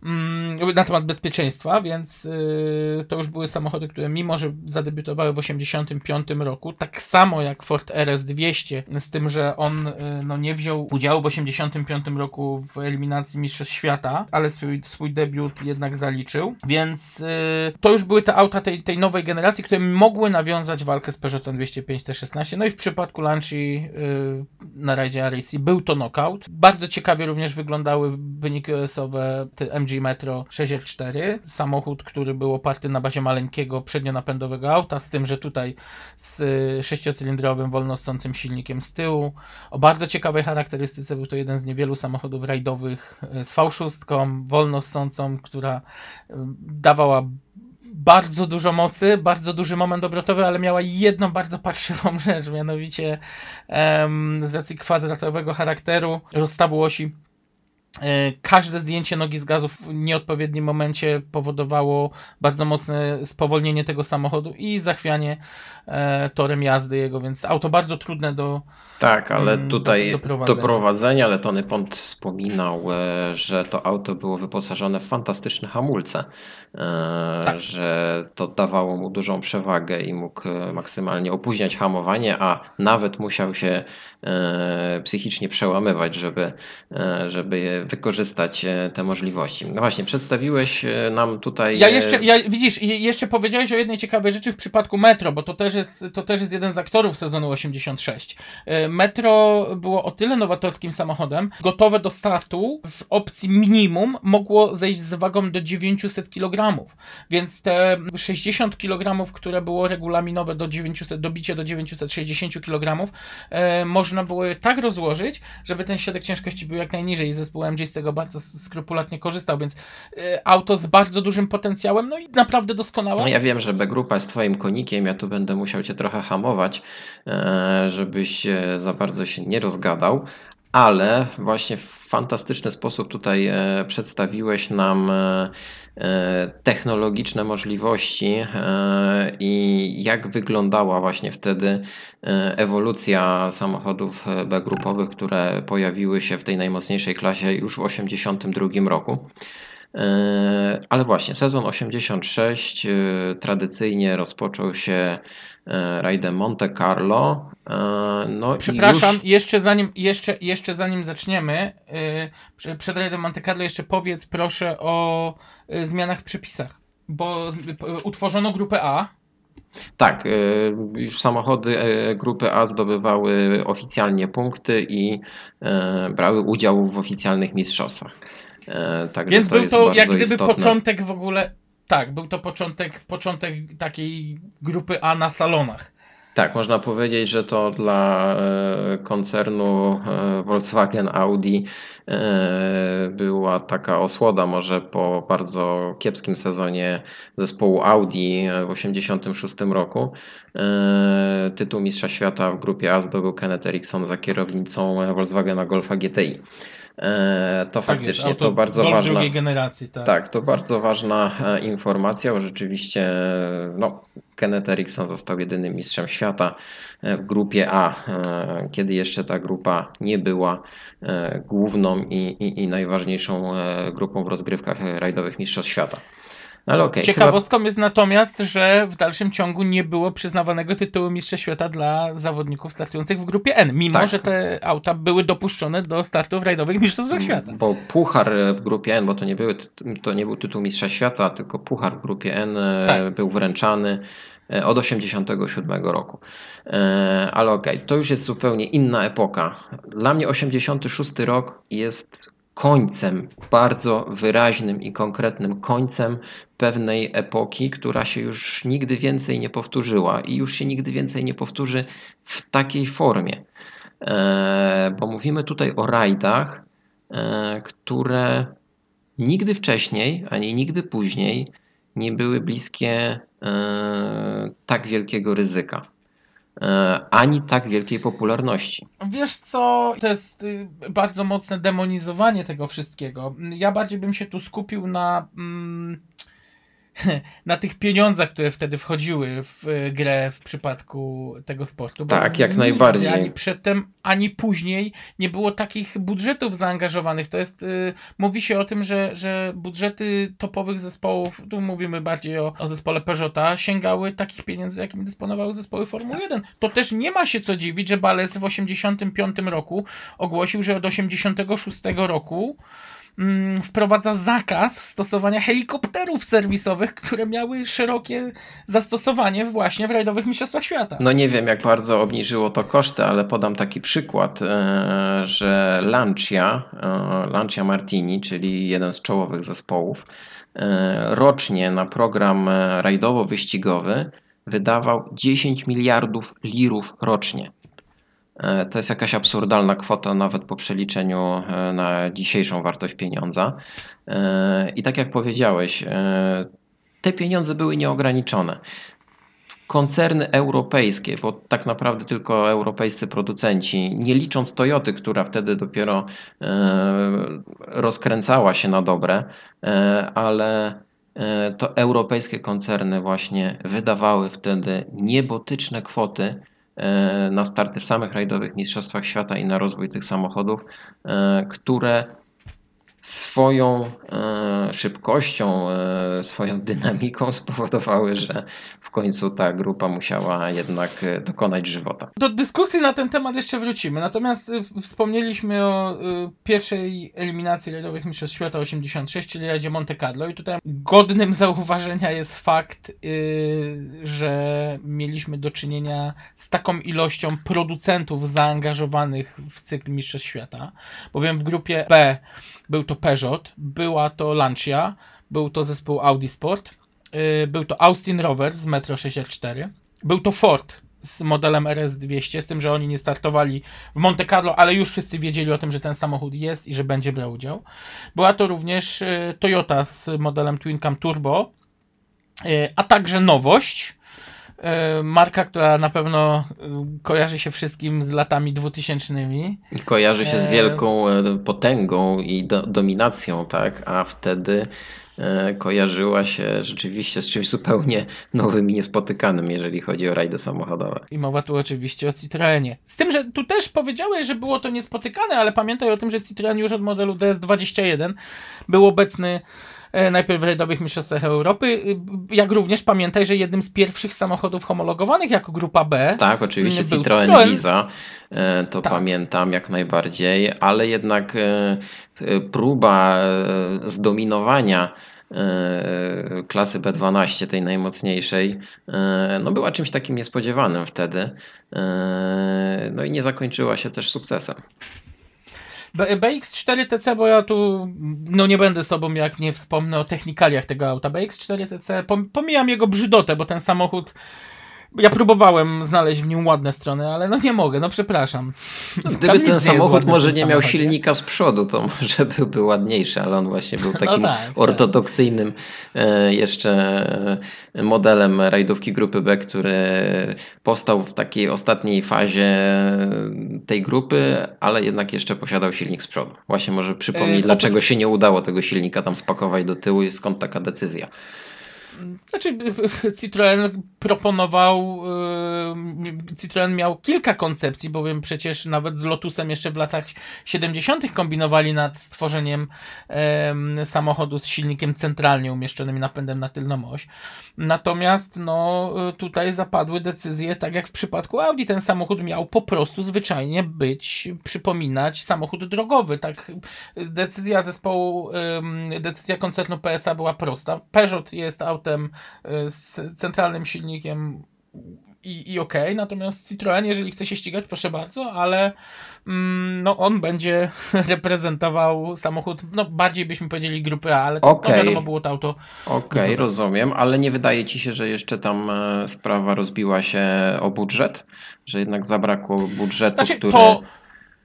na temat bezpieczeństwa, więc to już były samochody, które mimo, że zadebiutowały w osiemdziesiątym piątym roku, tak samo jak Ford R S dwieście, z tym, że on no, nie wziął udziału w osiemdziesiątym piątym roku w eliminacji Mistrzostw Świata, ale swój, swój debiut jednak zaliczył, więc yy, to już były te auta tej, tej nowej generacji, które mogły nawiązać walkę z Peugeotem dwieście pięć T szesnaście, no i w przypadku Lancii yy, na rajdzie R A C był to knockout. Bardzo ciekawie również wyglądały wyniki O S-owe M G Metro sześć R cztery, samochód, który był oparty na bazie maleńkiego przednionapędowego auta, z tym, że tutaj z sześciocylindrowym, wolnossącym silnikiem z tyłu. O bardzo ciekawej charakterystyce, był to jeden z niewielu samochodów rajdowych z V sześć, wolnossącą, która dawała bardzo dużo mocy, bardzo duży moment obrotowy, ale miała jedną bardzo parszywą rzecz, mianowicie em, z racji kwadratowego charakteru, rozstawu osi. Każde zdjęcie nogi z gazu w nieodpowiednim momencie powodowało bardzo mocne spowolnienie tego samochodu i zachwianie e, torem jazdy jego, więc auto bardzo trudne do Tak, ale tutaj do, do, prowadzenia. do prowadzenia, ale Tony Pont wspominał, że to auto było wyposażone w fantastyczne hamulce, tak. Że to dawało mu dużą przewagę i mógł maksymalnie opóźniać hamowanie, a nawet musiał się psychicznie przełamywać, żeby, żeby wykorzystać te możliwości. No właśnie, przedstawiłeś nam tutaj... Ja jeszcze, ja, widzisz, jeszcze powiedziałeś o jednej ciekawej rzeczy w przypadku Metro, bo to też jest, to też jest jeden z aktorów sezonu osiemdziesiąt sześć. Metro było o tyle nowatorskim samochodem, gotowe do startu w opcji minimum mogło zejść z wagą do dziewięćset kilogramów, więc te sześćdziesiąt kilogramów, które było regulaminowe do dziewięćset, dobicie do dziewięćset sześćdziesiąt kilogramów, e, można było je tak rozłożyć, żeby ten środek ciężkości był jak najniżej i zespół M G z tego bardzo skrupulatnie korzystał, więc e, auto z bardzo dużym potencjałem, no i naprawdę doskonałe. No ja wiem, że B-grupa jest twoim konikiem, ja tu będę musiał cię trochę hamować, e, żebyś za bardzo się nie rozgadał, ale właśnie w fantastyczny sposób tutaj e, przedstawiłeś nam e, technologiczne możliwości e, i jak wyglądała właśnie wtedy e, ewolucja samochodów B-grupowych, które pojawiły się w tej najmocniejszej klasie już w osiemdziesiątym drugim roku. Ale właśnie, sezon osiemdziesiąt sześć tradycyjnie rozpoczął się rajdem Monte Carlo. No Przepraszam, już... jeszcze, zanim, jeszcze, jeszcze zanim zaczniemy, przed rajdem Monte Carlo jeszcze powiedz proszę o zmianach w przepisach, bo utworzono grupę A. Tak, już samochody grupy A zdobywały oficjalnie punkty i brały udział w oficjalnych mistrzostwach. Także Więc to był jest to bardzo jak gdyby istotne. początek w ogóle, tak, był to początek, początek takiej grupy A na salonach. Tak, można powiedzieć, że to dla koncernu Volkswagen Audi była taka osłoda może po bardzo kiepskim sezonie zespołu Audi w osiemdziesiątym szóstym roku. Tytuł mistrza świata w grupie A zdobył Kenneth Eriksson za kierownicą Volkswagena Golfa G T I. To tak faktycznie jest, to bardzo Golf ważna drugiej generacji, tak. tak, to bardzo ważna informacja, bo rzeczywiście no, Kenneth Eriksson został jedynym mistrzem świata w grupie A, kiedy jeszcze ta grupa nie była główną i, i, i najważniejszą grupą w rozgrywkach rajdowych mistrzostw świata. Ale okay, Ciekawostką chyba... jest natomiast, że w dalszym ciągu nie było przyznawanego tytułu mistrza świata dla zawodników startujących w grupie N, mimo tak. że te auta były dopuszczone do startów rajdowych mistrzostw świata. Bo puchar w grupie N, bo to nie, były, to nie był tytuł mistrza świata, tylko puchar w grupie N tak. był wręczany od osiemdziesiątego siódmego roku. Ale okej, okay, to już jest zupełnie inna epoka. Dla mnie osiemdziesiąty szósty rok jest końcem, bardzo wyraźnym i konkretnym końcem pewnej epoki, która się już nigdy więcej nie powtórzyła i już się nigdy więcej nie powtórzy w takiej formie. Bo mówimy tutaj o rajdach, które nigdy wcześniej, ani nigdy później nie były bliskie tak wielkiego ryzyka, ani tak wielkiej popularności. Wiesz co, to jest bardzo mocne demonizowanie tego wszystkiego. Ja bardziej bym się tu skupił na... Mm, na tych pieniądzach, które wtedy wchodziły w grę w przypadku tego sportu. Tak, jak najbardziej. Ani przedtem, ani później nie było takich budżetów zaangażowanych. To jest, y, mówi się o tym, że, że budżety topowych zespołów, tu mówimy bardziej o, o zespole Peugeota, sięgały takich pieniędzy, jakimi dysponowały zespoły Formuły jeden. To też nie ma się co dziwić, że Balestre w osiemdziesiątym piątym roku ogłosił, że od osiemdziesiątego szóstego roku wprowadza zakaz stosowania helikopterów serwisowych, które miały szerokie zastosowanie właśnie w rajdowych mistrzostwach świata. No nie wiem, jak bardzo obniżyło to koszty, ale podam taki przykład, że Lancia, Lancia Martini, czyli jeden z czołowych zespołów, rocznie na program rajdowo-wyścigowy wydawał dziesięć miliardów lirów rocznie. To jest jakaś absurdalna kwota nawet po przeliczeniu na dzisiejszą wartość pieniądza. I tak jak powiedziałeś, te pieniądze były nieograniczone. Koncerny europejskie, bo tak naprawdę tylko europejscy producenci, nie licząc Toyoty, która wtedy dopiero rozkręcała się na dobre, ale to europejskie koncerny właśnie wydawały wtedy niebotyczne kwoty na starty w samych rajdowych mistrzostwach świata i na rozwój tych samochodów, które swoją szybkością, swoją dynamiką spowodowały, że w końcu ta grupa musiała jednak dokonać żywota. Do dyskusji na ten temat jeszcze wrócimy, natomiast wspomnieliśmy o pierwszej eliminacji rajdowych mistrzostw świata osiemdziesiąt sześć, czyli rajdzie Monte Carlo, i tutaj godnym zauważenia jest fakt, że mieliśmy do czynienia z taką ilością producentów zaangażowanych w cykl mistrzostw świata, bowiem w grupie B był to Peugeot, była to Lancia, był to zespół Audi Sport, yy, był to Austin Rover z Metro sześćdziesiąt cztery, był to Ford z modelem R S dwieście, z tym, że oni nie startowali w Monte Carlo, ale już wszyscy wiedzieli o tym, że ten samochód jest i że będzie brał udział. Była to również yy, Toyota z modelem Twin Cam Turbo, yy, a także nowość, marka, która na pewno kojarzy się wszystkim z latami dwutysięcznymi. I kojarzy się z wielką potęgą i do, dominacją, tak? A wtedy kojarzyła się rzeczywiście z czymś zupełnie nowym i niespotykanym, jeżeli chodzi o rajdy samochodowe. I mowa tu oczywiście o Citroenie. Z tym, że tu też powiedziałeś, że było to niespotykane, ale pamiętaj o tym, że Citroen już od modelu D S dwadzieścia jeden był obecny najpierw w rajdowych mistrzostwach Europy, jak również pamiętaj, że jednym z pierwszych samochodów homologowanych jako grupa B. Tak, oczywiście Citroen, Citroen Visa, to tak. Pamiętam jak najbardziej, ale jednak próba zdominowania klasy B dwanaście, tej najmocniejszej, no była czymś takim niespodziewanym wtedy, no i nie zakończyła się też sukcesem. B X cztery T C, bo ja tu no nie będę sobą, jak nie wspomnę o technikaliach tego auta. B X cztery T C, pomijam jego brzydotę, bo ten samochód, ja próbowałem znaleźć w nim ładne strony, ale no nie mogę, no przepraszam. Gdyby ten samochód może nie miał silnika z przodu, to może byłby ładniejszy, ale on właśnie był takim no tak, ortodoksyjnym tak. jeszcze modelem rajdówki grupy B, który powstał w takiej ostatniej fazie tej grupy, ale jednak jeszcze posiadał silnik z przodu. Właśnie może przypomnieć, yy, dlaczego się nie udało tego silnika tam spakować do tyłu i skąd taka decyzja. Znaczy, Citroen proponował, Citroen miał kilka koncepcji, bowiem przecież nawet z Lotusem jeszcze w latach siedemdziesiątych kombinowali nad stworzeniem samochodu z silnikiem centralnie umieszczonym i napędem na tylną oś. Natomiast no, tutaj zapadły decyzje, tak jak w przypadku Audi, ten samochód miał po prostu zwyczajnie być, przypominać samochód drogowy. Tak, decyzja zespołu, decyzja koncernu P S A była prosta. Peugeot jest autem z centralnym silnikiem i, i okej, okay. Natomiast Citroen, jeżeli chce się ścigać, proszę bardzo, ale mm, no on będzie reprezentował samochód, no bardziej byśmy powiedzieli grupy A, ale okay. to wiadomo było to auto. Okej, okay, rozumiem, ale nie wydaje ci się, że jeszcze tam sprawa rozbiła się o budżet? Że jednak zabrakło budżetu, znaczy, który... To...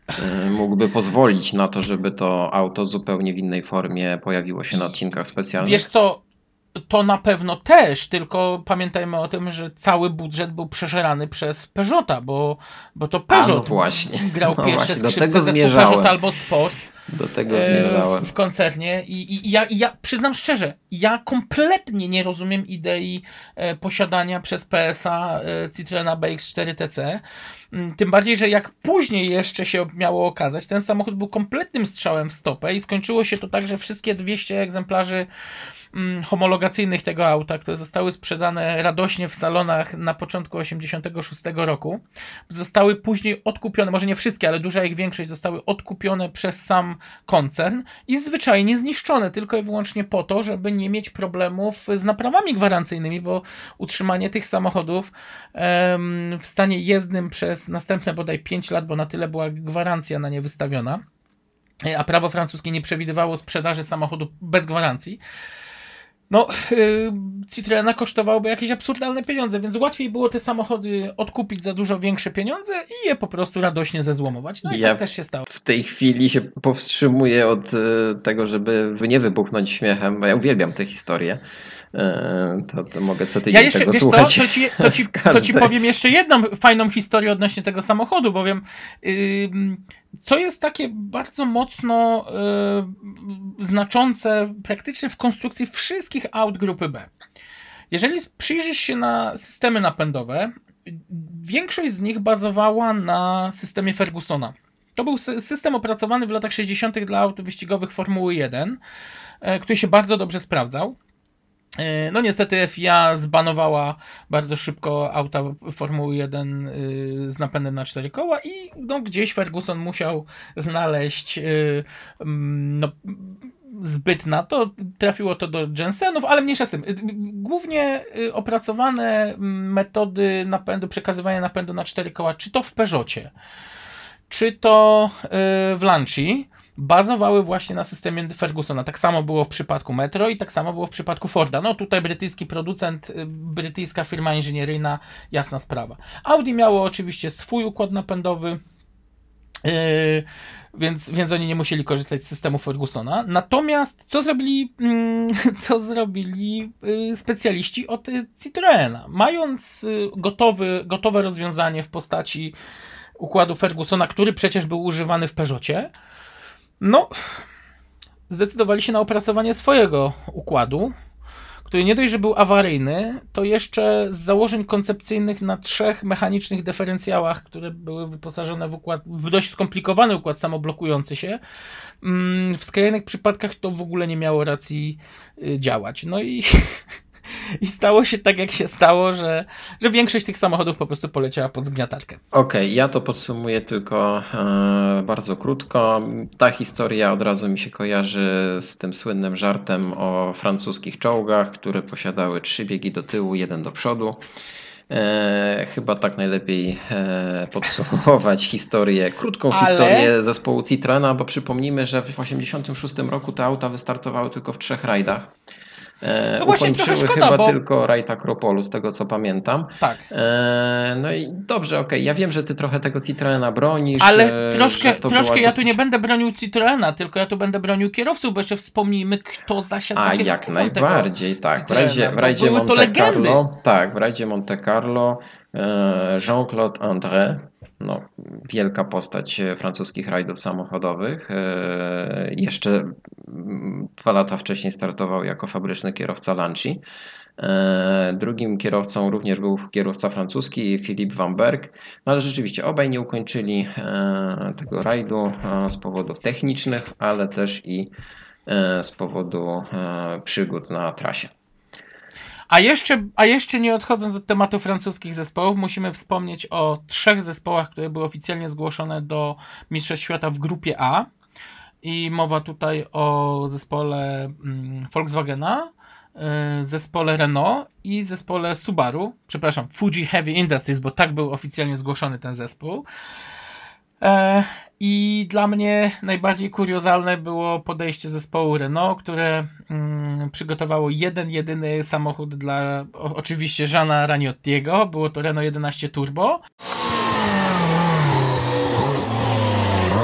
mógłby pozwolić na to, żeby to auto zupełnie w innej formie pojawiło się na odcinkach specjalnych. Wiesz co, to na pewno też, tylko pamiętajmy o tym, że cały budżet był przeżerany przez Peugeota, bo, bo to Peugeot A, no właśnie. grał No pierwsze właśnie, do skrzypce tego zespół zmierzałem. Peugeot Talbot Sport. Do tego zmierzałem. W koncernie i, i, i, ja, i ja przyznam szczerze, ja kompletnie nie rozumiem idei e, posiadania przez P S A e, Citroena B X cztery T C. Tym bardziej, że jak później jeszcze się miało okazać, ten samochód był kompletnym strzałem w stopę i skończyło się to tak, że wszystkie dwieście egzemplarzy mm, homologacyjnych tego auta, które zostały sprzedane radośnie w salonach na początku osiemdziesiątego szóstego roku, zostały później odkupione, może nie wszystkie, ale duża ich większość zostały odkupione przez sam koncern i zwyczajnie zniszczone, tylko i wyłącznie po to, żeby nie mieć problemów z naprawami gwarancyjnymi, bo utrzymanie tych samochodów em, w stanie jezdnym przez następne bodaj pięć lat, bo na tyle była gwarancja na nie wystawiona, a prawo francuskie nie przewidywało sprzedaży samochodu bez gwarancji, no, yy, Citroena kosztowałoby jakieś absurdalne pieniądze, więc łatwiej było te samochody odkupić za dużo większe pieniądze i je po prostu radośnie zezłomować. No i ja tak też się stało. W tej chwili się powstrzymuję od y, tego, żeby nie wybuchnąć śmiechem, bo ja uwielbiam tę historię. Y, to, to mogę co tydzień Ja jeszcze, tego wiesz słuchać. co, to ci, to, ci, to ci powiem jeszcze jedną fajną historię odnośnie tego samochodu, bowiem yy, co jest takie bardzo mocno yy, znaczące praktycznie w konstrukcji wszystkich aut grupy B. Jeżeli przyjrzysz się na systemy napędowe, większość z nich bazowała na systemie Fergusona. To był system opracowany w latach sześćdziesiątych dla aut wyścigowych Formuły jeden, który się bardzo dobrze sprawdzał. No niestety F I A zbanowała bardzo szybko auta Formuły jeden z napędem na cztery koła i no, gdzieś Ferguson musiał znaleźć no, zbyt na to. Trafiło to do Jensenów, ale mniejsza z tym. Głównie opracowane metody napędu, przekazywania napędu na cztery koła, czy to w Peugeocie, czy to w Lancia, bazowały właśnie na systemie Fergusona. Tak samo było w przypadku Metro i tak samo było w przypadku Forda. No tutaj brytyjski producent, brytyjska firma inżynieryjna, jasna sprawa. Audi miało oczywiście swój układ napędowy, yy, więc, więc oni nie musieli korzystać z systemu Fergusona. Natomiast co zrobili, yy, co zrobili yy, specjaliści od Citroena? Mając yy, gotowy, gotowe rozwiązanie w postaci układu Fergusona, który przecież był używany w Peugeocie, no, zdecydowali się na opracowanie swojego układu, który nie dość, że był awaryjny, to jeszcze z założeń koncepcyjnych na trzech mechanicznych dyferencjałach, które były wyposażone w układ, w dość skomplikowany układ samoblokujący się, w skrajnych przypadkach to w ogóle nie miało racji działać. No i... I stało się tak, jak się stało, że, że większość tych samochodów po prostu poleciała pod zgniatarkę. Okej, okay, ja to podsumuję tylko e, bardzo krótko. Ta historia od razu mi się kojarzy z tym słynnym żartem o francuskich czołgach, które posiadały trzy biegi do tyłu, jeden do przodu. E, chyba tak najlepiej e, podsumować historię, krótką Ale... historię zespołu Citroena, bo przypomnijmy, że w tysiąc dziewięćset osiemdziesiątym szóstym roku te auta wystartowały tylko w trzech rajdach. E, no właśnie, ukończyły trochę szkoda, chyba bo... tylko rajd Akropolu, z tego co pamiętam. Tak. E, no i dobrze, okej, okay. Ja wiem, że ty trochę tego Citroena bronisz. Ale troszkę, troszkę ja dosyć... tu nie będę bronił Citroena, tylko ja tu będę bronił kierowców, bo jeszcze wspomnijmy, kto zasiadł A za jak najbardziej, tak. W rajdzie, w bo rajdzie były to Monte legendy. Carlo, tak, w rajdzie Monte Carlo e, Jean-Claude André, no, wielka postać francuskich rajdów samochodowych. E, jeszcze dwa lata wcześniej startował jako fabryczny kierowca Lancia. E, drugim kierowcą również był kierowca francuski Philippe Van Berg, no ale rzeczywiście obaj nie ukończyli e, tego rajdu e, z powodów technicznych, ale też i e, z powodu e, przygód na trasie. A jeszcze, a jeszcze nie odchodząc od tematu francuskich zespołów, musimy wspomnieć o trzech zespołach, które były oficjalnie zgłoszone do Mistrzostw Świata w grupie A. I mowa tutaj o zespole mm, Volkswagena, y, zespole Renault i zespole Subaru. Przepraszam, Fuji Heavy Industries, bo tak był oficjalnie zgłoszony ten zespół. E, I dla mnie najbardziej kuriozalne było podejście zespołu Renault, które mm, przygotowało jeden, jedyny samochód dla o, oczywiście Jeana Raniottiego. Było to Renault jedenaście Turbo.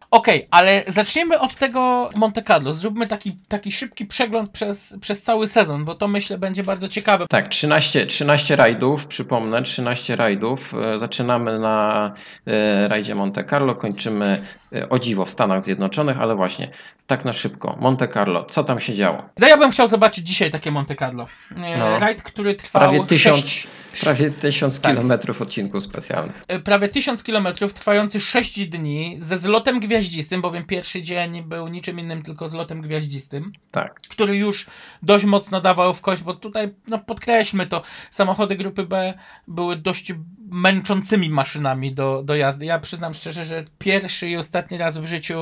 Okej, okay, ale zacznijmy od tego Monte Carlo. Zróbmy taki, taki szybki przegląd przez, przez cały sezon, bo to myślę będzie bardzo ciekawe. Tak, trzynaście, trzynaście rajdów, przypomnę, trzynaście rajdów. Zaczynamy na rajdzie Monte Carlo, kończymy o dziwo w Stanach Zjednoczonych, ale właśnie tak na szybko. Monte Carlo, co tam się działo? No ja bym chciał zobaczyć dzisiaj takie Monte Carlo. No, rajd, który trwał prawie tysiąc, sześć... prawie tysiąc tak. kilometrów odcinków specjalnych. Prawie tysiąc kilometrów, trwający sześć dni, ze zlotem gwiaździstym, bowiem pierwszy dzień był niczym innym, tylko zlotem gwiaździstym. Tak. Który już dość mocno dawał w kość, bo tutaj, no podkreślmy to, samochody grupy B były dość męczącymi maszynami do, do jazdy. Ja przyznam szczerze, że pierwszy i ostatni raz w życiu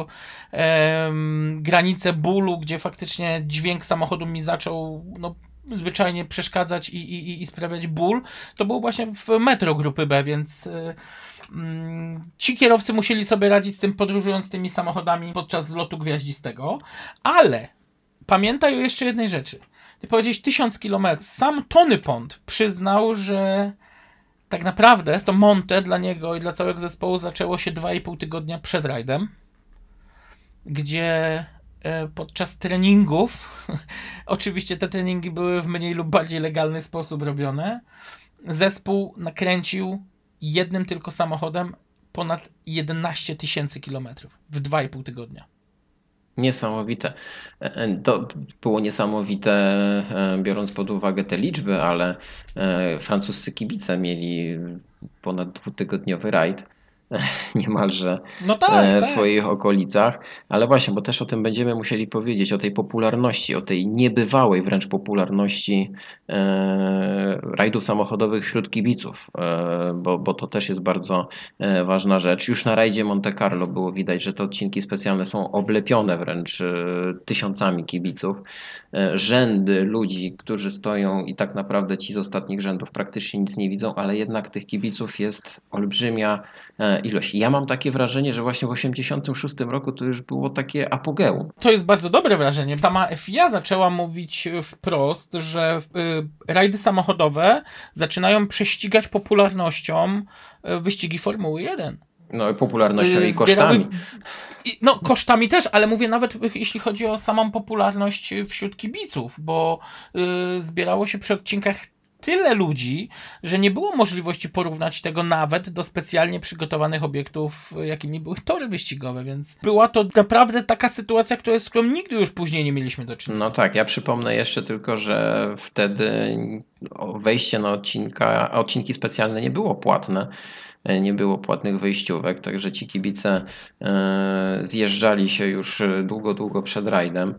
em, granicę bólu, gdzie faktycznie dźwięk samochodu mi zaczął no, zwyczajnie przeszkadzać i, i, i sprawiać ból, to było właśnie w metro grupy B, więc y, y, ci kierowcy musieli sobie radzić z tym, podróżując tymi samochodami podczas zlotu gwiaździstego, ale pamiętaj o jeszcze jednej rzeczy. Ty powiedziałeś tysiąc kilometrów. Sam Tony Pond przyznał, że tak naprawdę to Monte dla niego i dla całego zespołu zaczęło się dwa i pół tygodnia przed rajdem, gdzie podczas treningów, oczywiście te treningi były w mniej lub bardziej legalny sposób robione, zespół nakręcił jednym tylko samochodem ponad jedenaście tysięcy kilometrów w dwa i pół tygodnia. Niesamowite. To było niesamowite, biorąc pod uwagę te liczby, ale francuscy kibice mieli ponad dwutygodniowy rajd. Niemalże no tak, w tak. swoich okolicach, ale właśnie, bo też o tym będziemy musieli powiedzieć, o tej popularności, o tej niebywałej wręcz popularności e, rajdów samochodowych wśród kibiców, e, bo, bo to też jest bardzo e, ważna rzecz. Już na rajdzie Monte Carlo było widać, że te odcinki specjalne są oblepione wręcz e, tysiącami kibiców. E, rzędy ludzi, którzy stoją i tak naprawdę ci z ostatnich rzędów praktycznie nic nie widzą, ale jednak tych kibiców jest olbrzymia ilość. Ja mam takie wrażenie, że właśnie w osiemdziesiątym szóstym roku to już było takie apogeum. To jest bardzo dobre wrażenie. Sama F I A zaczęła mówić wprost, że y, rajdy samochodowe zaczynają prześcigać popularnością y, wyścigi Formuły jeden. No popularnością y, i kosztami. I, no kosztami też, ale mówię nawet jeśli chodzi o samą popularność wśród kibiców, bo y, zbierało się przy odcinkach tyle ludzi, że nie było możliwości porównać tego nawet do specjalnie przygotowanych obiektów, jakimi były tory wyścigowe, więc była to naprawdę taka sytuacja, która, z którą nigdy już później nie mieliśmy do czynienia. No tak, ja przypomnę jeszcze tylko, że wtedy wejście na odcinka, odcinki specjalne nie było płatne. Nie było płatnych wejściówek, także ci kibice e, zjeżdżali się już długo, długo przed rajdem.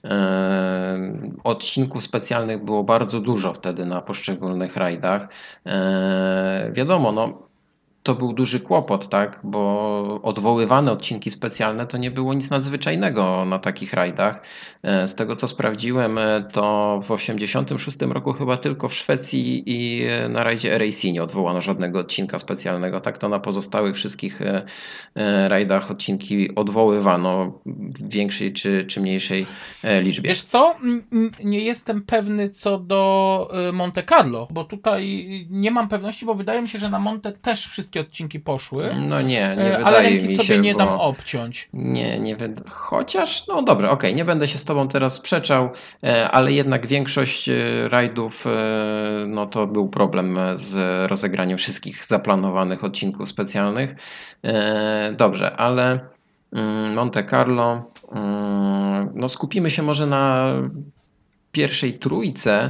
E, odcinków specjalnych było bardzo dużo wtedy na poszczególnych rajdach. E, wiadomo, no to był duży kłopot, tak, bo odwoływane odcinki specjalne to nie było nic nadzwyczajnego na takich rajdach. Z tego co sprawdziłem, to w osiemdziesiątym szóstym roku chyba tylko w Szwecji i na rajdzie R A C nie odwołano żadnego odcinka specjalnego. Tak to na pozostałych wszystkich rajdach odcinki odwoływano w większej czy, czy mniejszej liczbie. Wiesz co? Nie jestem pewny co do Monte Carlo, bo tutaj nie mam pewności, bo wydaje mi się, że na Monte też wszystkie odcinki poszły. No nie, nie ale wydaje ręki mi sobie się, nie bo... dam obciąć. Nie, nie wydaje. Chociaż, no dobra, okej, okay, nie będę się z tobą teraz sprzeczał, ale jednak większość rajdów, no to był problem z rozegraniem wszystkich zaplanowanych odcinków specjalnych. Dobrze, ale Monte Carlo, no skupimy się może na pierwszej trójce,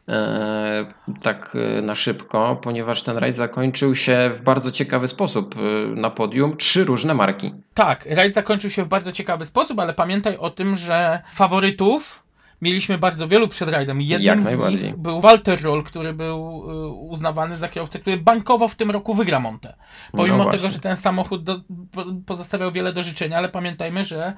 tak na szybko, ponieważ ten rajd zakończył się w bardzo ciekawy sposób. Na podium trzy różne marki. Tak, rajd zakończył się w bardzo ciekawy sposób, ale pamiętaj o tym, że faworytów mieliśmy bardzo wielu przed rajdem. Jednym z nich był Walter Roll, który był uznawany za kierowcę, który bankowo w tym roku wygra Monte. Pomimo no tego, że ten samochód do, pozostawiał wiele do życzenia, ale pamiętajmy, że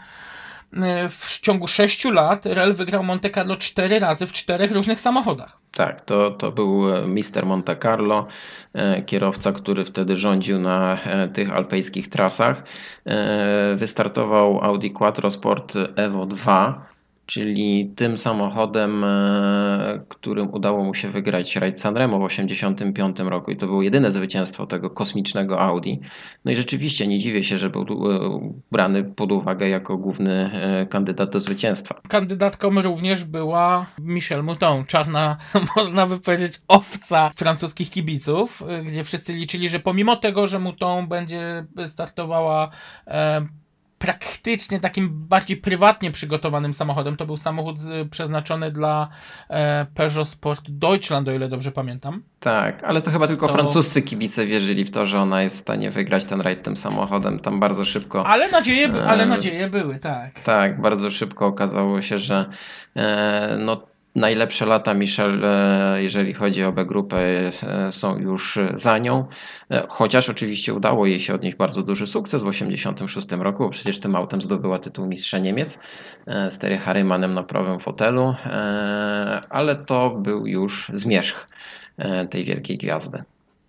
w ciągu sześciu lat Rell wygrał Monte Carlo cztery razy w czterech różnych samochodach. Tak, to, to był mister Monte Carlo, kierowca, który wtedy rządził na tych alpejskich trasach. Wystartował Audi Quattro Sport Evo dwa. czyli tym samochodem, którym udało mu się wygrać rajd Sanremo w osiemdziesiątym piątym roku i to było jedyne zwycięstwo tego kosmicznego Audi. No i rzeczywiście nie dziwię się, że był brany pod uwagę jako główny kandydat do zwycięstwa. Kandydatką również była Michèle Mouton, czarna, można by powiedzieć, owca francuskich kibiców, gdzie wszyscy liczyli, że pomimo tego, że Mouton będzie startowała e, praktycznie takim bardziej prywatnie przygotowanym samochodem. To był samochód przeznaczony dla e, Peugeot Sport Deutschland, o ile dobrze pamiętam. Tak, ale to chyba tylko to... francuscy kibice wierzyli w to, że ona jest w stanie wygrać ten rajd tym samochodem. Tam bardzo szybko... Ale nadzieje, by, ale nadzieje były, tak. Tak, bardzo szybko okazało się, że e, no najlepsze lata Michèle, jeżeli chodzi o B grupę, są już za nią, chociaż oczywiście udało jej się odnieść bardzo duży sukces w osiemdziesiątym szóstym roku, bo przecież tym autem zdobyła tytuł mistrza Niemiec z Terry Harrimanem na prawym fotelu, ale to był już zmierzch tej wielkiej gwiazdy.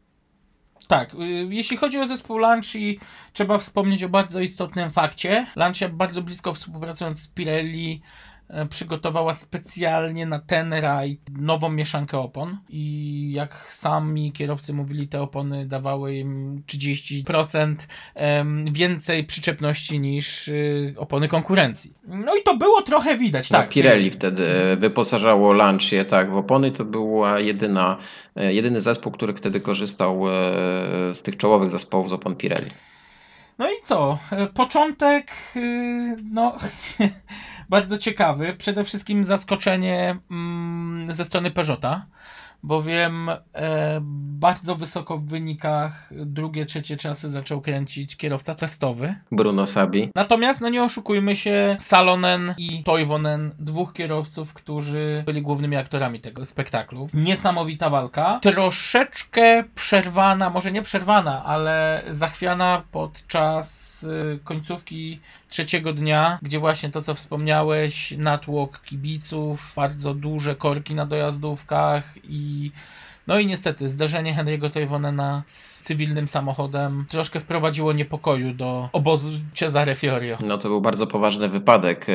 Tak, jeśli chodzi o zespół Lancia, trzeba wspomnieć o bardzo istotnym fakcie. Lancia bardzo blisko współpracując z Pirelli przygotowała specjalnie na ten rajd nową mieszankę opon i jak sami kierowcy mówili, te opony dawały im trzydzieści procent więcej przyczepności niż opony konkurencji. No i to było trochę widać. No, tak. Pirelli wtedy wyposażało Lancię tak, w opony, to była jedyna, jedyny zespół, który wtedy korzystał z tych czołowych zespołów z opon Pirelli. No i co? Początek, no... bardzo ciekawy. Przede wszystkim zaskoczenie mm, ze strony Peugeota, bowiem e, bardzo wysoko w wynikach drugie, trzecie czasy zaczął kręcić kierowca testowy. Bruno Sabi. Natomiast, no nie oszukujmy się, Salonen i Toivonen, dwóch kierowców, którzy byli głównymi aktorami tego spektaklu. Niesamowita walka. Troszeczkę przerwana, może nie przerwana, ale zachwiana podczas y, końcówki trzeciego dnia, gdzie właśnie to, co wspomniałeś, natłok kibiców, bardzo duże korki na dojazdówkach i no i niestety zdarzenie Henry'ego Toivonena z cywilnym samochodem troszkę wprowadziło niepokoju do obozu Cesare Fiorio. No to był bardzo poważny wypadek.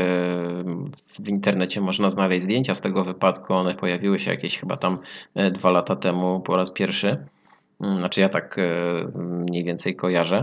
W internecie można znaleźć zdjęcia z tego wypadku. One pojawiły się jakieś chyba tam dwa lata temu po raz pierwszy. Znaczy ja tak mniej więcej kojarzę.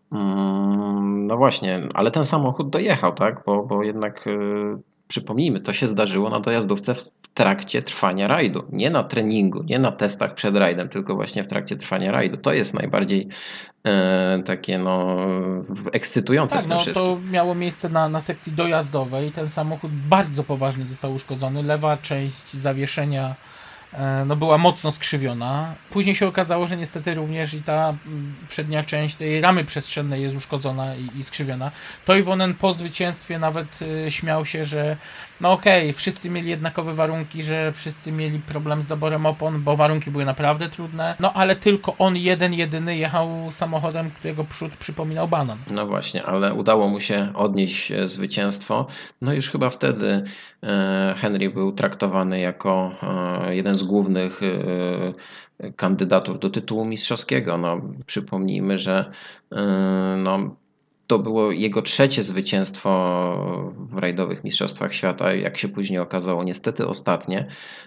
No właśnie, ale ten samochód dojechał, tak? Bo, bo jednak przypomnijmy, to się zdarzyło na dojazdówce w trakcie trwania rajdu. Nie na treningu, nie na testach przed rajdem, tylko właśnie w trakcie trwania rajdu. To jest najbardziej e, takie no ekscytujące tak, w tym no, wszystkim. To miało miejsce na, na sekcji dojazdowej. Ten samochód bardzo poważnie został uszkodzony. Lewa część zawieszenia no była mocno skrzywiona. Później się okazało, że niestety również i ta przednia część tej ramy przestrzennej jest uszkodzona i, i skrzywiona. Toivonen po zwycięstwie nawet y, śmiał się, że no okej, okay, wszyscy mieli jednakowe warunki, że wszyscy mieli problem z doborem opon, bo warunki były naprawdę trudne, no ale tylko on jeden, jedyny jechał samochodem, którego przód przypominał banan. No właśnie, ale udało mu się odnieść zwycięstwo. No już chyba wtedy e, Henry był traktowany jako e, jeden z głównych e, kandydatów do tytułu mistrzowskiego. No, przypomnijmy, że e, no, to było jego trzecie zwycięstwo w rajdowych mistrzostwach świata, jak się później okazało, niestety ostatnie,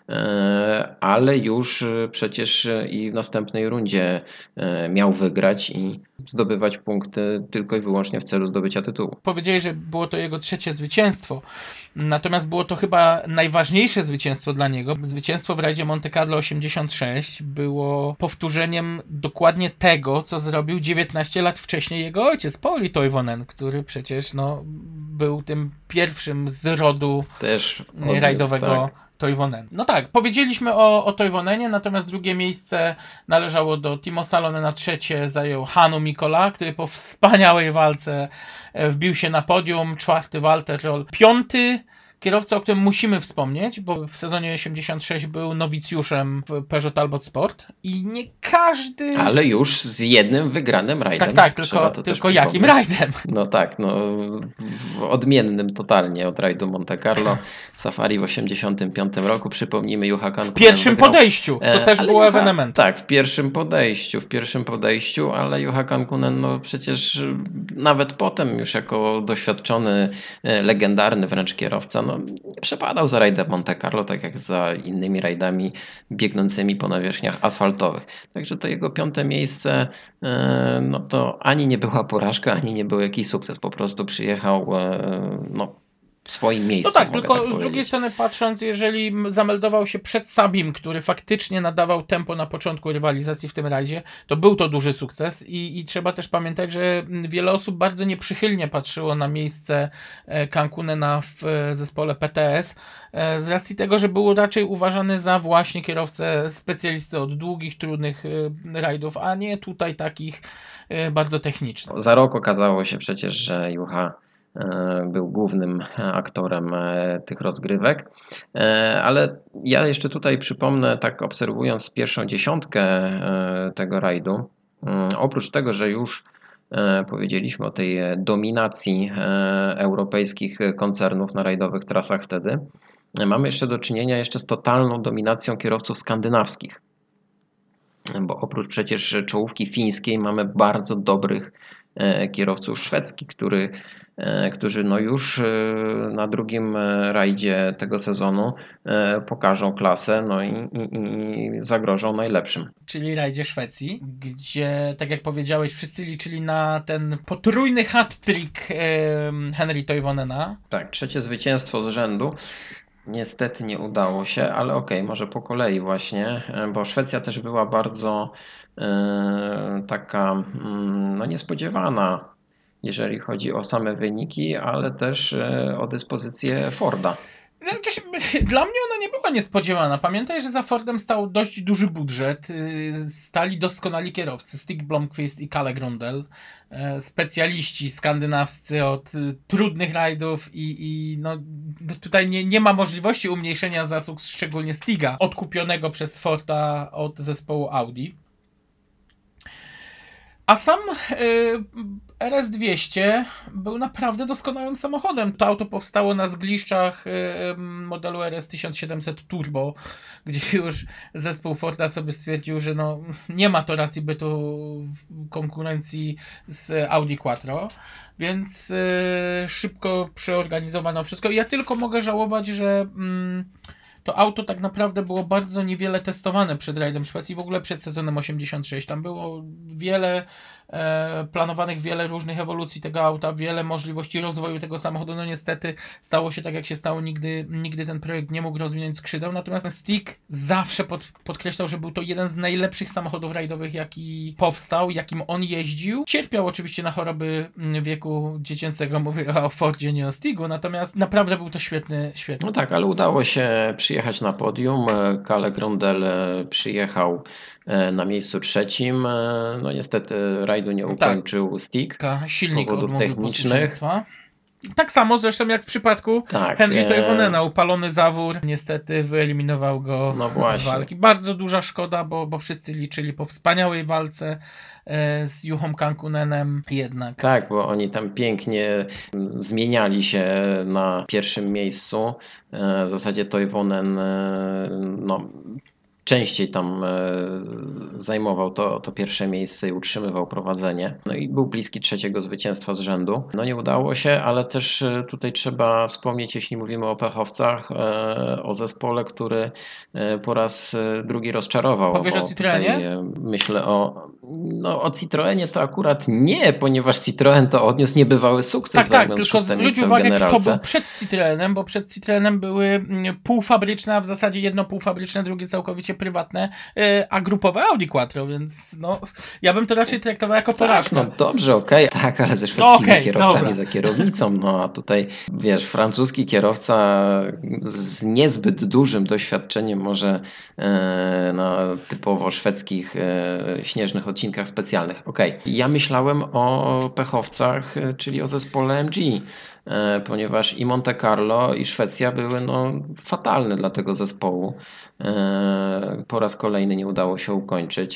ale już przecież i w następnej rundzie miał wygrać i zdobywać punkty tylko i wyłącznie w celu zdobycia tytułu. Powiedzieli, że było to jego trzecie zwycięstwo, natomiast było to chyba najważniejsze zwycięstwo dla niego. Zwycięstwo w rajdzie Monte Carlo osiemdziesiąt sześć było powtórzeniem dokładnie tego, co zrobił dziewiętnaście lat wcześniej jego ojciec, Pauli Toivonen, który przecież no, był tym pierwszym z rodu Też rajdowego tak. Toivonen. No tak, powiedzieliśmy o, o Toivonenie, natomiast drugie miejsce należało do Timo Salonena, trzecie zajął Hannu Mikkola, który po wspaniałej walce wbił się na podium, czwarty Walter Roll, piąty kierowca, o którym musimy wspomnieć, bo w sezonie osiemdziesiąt sześć był nowicjuszem w Peugeot Talbot Sport i nie każdy... Ale już z jednym wygranym rajdem. Tak, tak, tylko, tylko jakim rajdem? No tak, no odmiennym totalnie od rajdu Monte Carlo. Safari w osiemdziesiątym piątym roku, przypomnijmy, Juha Kankkunen W pierwszym wygrał. podejściu, co też ale było Juha, ewenementem. Tak, w pierwszym podejściu, w pierwszym podejściu, ale Juha Kankkunen no przecież nawet potem już jako doświadczony, legendarny wręcz kierowca, no no, nie przepadał za rajdem Monte Carlo, tak jak za innymi rajdami biegnącymi po nawierzchniach asfaltowych. Także to jego piąte miejsce, no to ani nie była porażka, ani nie był jakiś sukces. Po prostu przyjechał no, w swoim miejscu. No tak, tylko tak z drugiej strony patrząc, jeżeli zameldował się przed Sabim, który faktycznie nadawał tempo na początku rywalizacji w tym rajdzie, to był to duży sukces i, i trzeba też pamiętać, że wiele osób bardzo nieprzychylnie patrzyło na miejsce Cankunena w zespole P T S z racji tego, że był raczej uważany za właśnie kierowcę specjalistę od długich, trudnych rajdów, a nie tutaj takich bardzo technicznych. Za rok okazało się przecież, że Jucha był głównym aktorem tych rozgrywek, ale ja jeszcze tutaj przypomnę, tak obserwując pierwszą dziesiątkę tego rajdu, oprócz tego, że już powiedzieliśmy o tej dominacji europejskich koncernów na rajdowych trasach wtedy, mamy jeszcze do czynienia jeszcze z totalną dominacją kierowców skandynawskich, bo oprócz przecież czołówki fińskiej mamy bardzo dobrych kierowców szwedzkich, który, którzy no już na drugim rajdzie tego sezonu pokażą klasę no i, i, i zagrożą najlepszym. Czyli rajdzie Szwecji, gdzie, tak jak powiedziałeś, wszyscy liczyli na ten potrójny hat-trick Henry Toivonena. Tak, trzecie zwycięstwo z rzędu. Niestety nie udało się, ale okej, okay, może po kolei właśnie, bo Szwecja też była bardzo e, taka no niespodziewana, jeżeli chodzi o same wyniki, ale też e, o dyspozycję Forda. Dla mnie ona nie była niespodziewana. Pamiętaj, że za Fordem stał dość duży budżet. Stali doskonali kierowcy. Stig Blomqvist i Kalle Grundel. Specjaliści skandynawscy od trudnych rajdów i, i no, tutaj nie, nie ma możliwości umniejszenia zasług, szczególnie Stiga, odkupionego przez Forda od zespołu Audi. A sam y, R S dwieście był naprawdę doskonałym samochodem. To auto powstało na zgliszczach y, modelu R S tysiąc siedemset Turbo, gdzie już zespół Forda sobie stwierdził, że no, nie ma to racji bytu konkurencji z Audi Quattro, więc y, szybko przeorganizowano wszystko. I ja tylko mogę żałować, że mm, to auto tak naprawdę było bardzo niewiele testowane przed rajdem Szwecji, w ogóle przed sezonem osiemdziesiąt sześć. Tam było wiele e, planowanych, wiele różnych ewolucji tego auta, wiele możliwości rozwoju tego samochodu. No niestety stało się tak, jak się stało. Nigdy, nigdy ten projekt nie mógł rozwinąć skrzydeł. Natomiast Stig zawsze pod, podkreślał, że był to jeden z najlepszych samochodów rajdowych, jaki powstał, jakim on jeździł. Cierpiał oczywiście na choroby wieku dziecięcego, mówię o Fordzie, nie o Stigu, natomiast naprawdę był to świetny, świetny. No tak, ale udało się przyjechać na podium. Kalle Grundel przyjechał na miejscu trzecim. No niestety rajdu nie ukończył tak. Stig Silnik z powodów technicznych. Tak samo zresztą jak w przypadku tak, Henry Toivonena. Upalony zawór niestety wyeliminował go no z walki. Bardzo duża szkoda, bo, bo wszyscy liczyli po wspaniałej walce z Juhą Cankunenem jednak. Tak, bo oni tam pięknie zmieniali się na pierwszym miejscu. W zasadzie Toivonen no, częściej tam zajmował to, to pierwsze miejsce i utrzymywał prowadzenie. No i był bliski trzeciego zwycięstwa z rzędu. No nie udało się, ale też tutaj trzeba wspomnieć, jeśli mówimy o pechowcach, o zespole, który po raz drugi rozczarował. Powiesz o Citroenie? Myślę o, no, o Citroenie to akurat nie, ponieważ Citroen to odniósł niebywały sukces, tak, zajmując tak, tylko szóste zwróć miejsce w uwagę, generalce. kto był przed Citroenem, bo przed Citroenem były półfabryczne, a w zasadzie jedno półfabryczne, drugie całkowicie prywatne, a grupowe Audi Quattro, więc no, ja bym to raczej traktował jako porażkę. Tak, no dobrze, okej, okay. tak, ale ze szwedzkimi okay, kierowcami dobra. za kierownicą, no a tutaj, wiesz, francuski kierowca z niezbyt dużym doświadczeniem może e, na typowo szwedzkich e, śnieżnych odcinkach specjalnych. Okej, okay. Ja myślałem o pechowcach, czyli o zespole M G, e, ponieważ i Monte Carlo, i Szwecja były no, fatalne dla tego zespołu. E, po raz kolejny nie udało się ukończyć.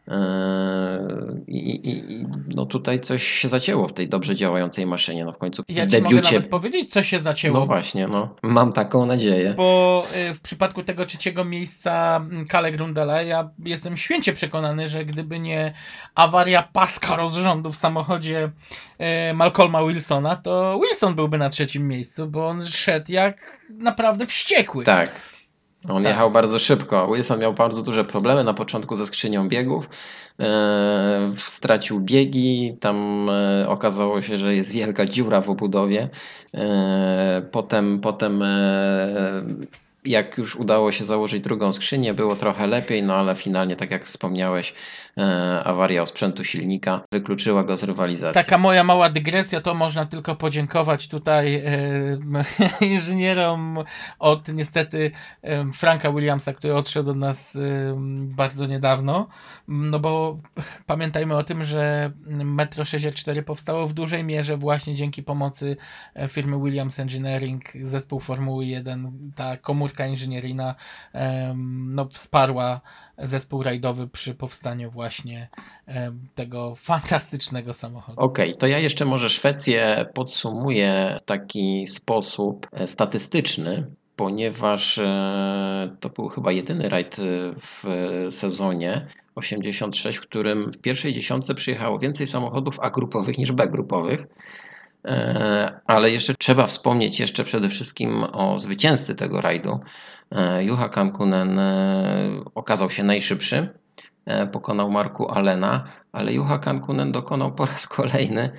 I, i, i no tutaj coś się zacięło w tej dobrze działającej maszynie. No w końcu Ja w ci mogę debiucie. nawet powiedzieć, co się zacięło. No właśnie, no mam taką nadzieję. Bo w przypadku tego trzeciego miejsca Kalle Grundela ja jestem święcie przekonany, że gdyby nie awaria paska rozrządu w samochodzie Malcolma Wilsona, to Wilson byłby na trzecim miejscu, bo on szedł jak naprawdę wściekły. Tak. On tak. jechał bardzo szybko. Wilson miał bardzo duże problemy na początku ze skrzynią biegów. E, stracił biegi. Tam e, okazało się, że jest wielka dziura w obudowie. E, potem potem e, jak już udało się założyć drugą skrzynię, było trochę lepiej, no ale finalnie, tak jak wspomniałeś, e, awaria osprzętu silnika wykluczyła go z rywalizacji. Taka moja mała dygresja, to można tylko podziękować tutaj e, inżynierom od niestety e, Franka Williamsa, który odszedł od nas e, bardzo niedawno, no bo pamiętajmy o tym, że Metro sześćdziesiąt cztery powstało w dużej mierze właśnie dzięki pomocy firmy Williams Engineering, zespół Formuły jeden, ta komórka inżynieryjna e, no, wsparła zespół rajdowy przy powstaniu właśnie e, tego fantastycznego samochodu. Okej, okay, to ja jeszcze może Szwecję podsumuję w taki sposób statystyczny, ponieważ to był chyba jedyny rajd w sezonie osiemdziesiąt sześć, w którym w pierwszej dziesiątce przyjechało więcej samochodów A-grupowych niż B-grupowych. Ale jeszcze trzeba wspomnieć jeszcze przede wszystkim o zwycięzcy tego rajdu. Juha Kankkunen okazał się najszybszy, pokonał Marku Allena, ale Juha Kankkunen dokonał po raz kolejny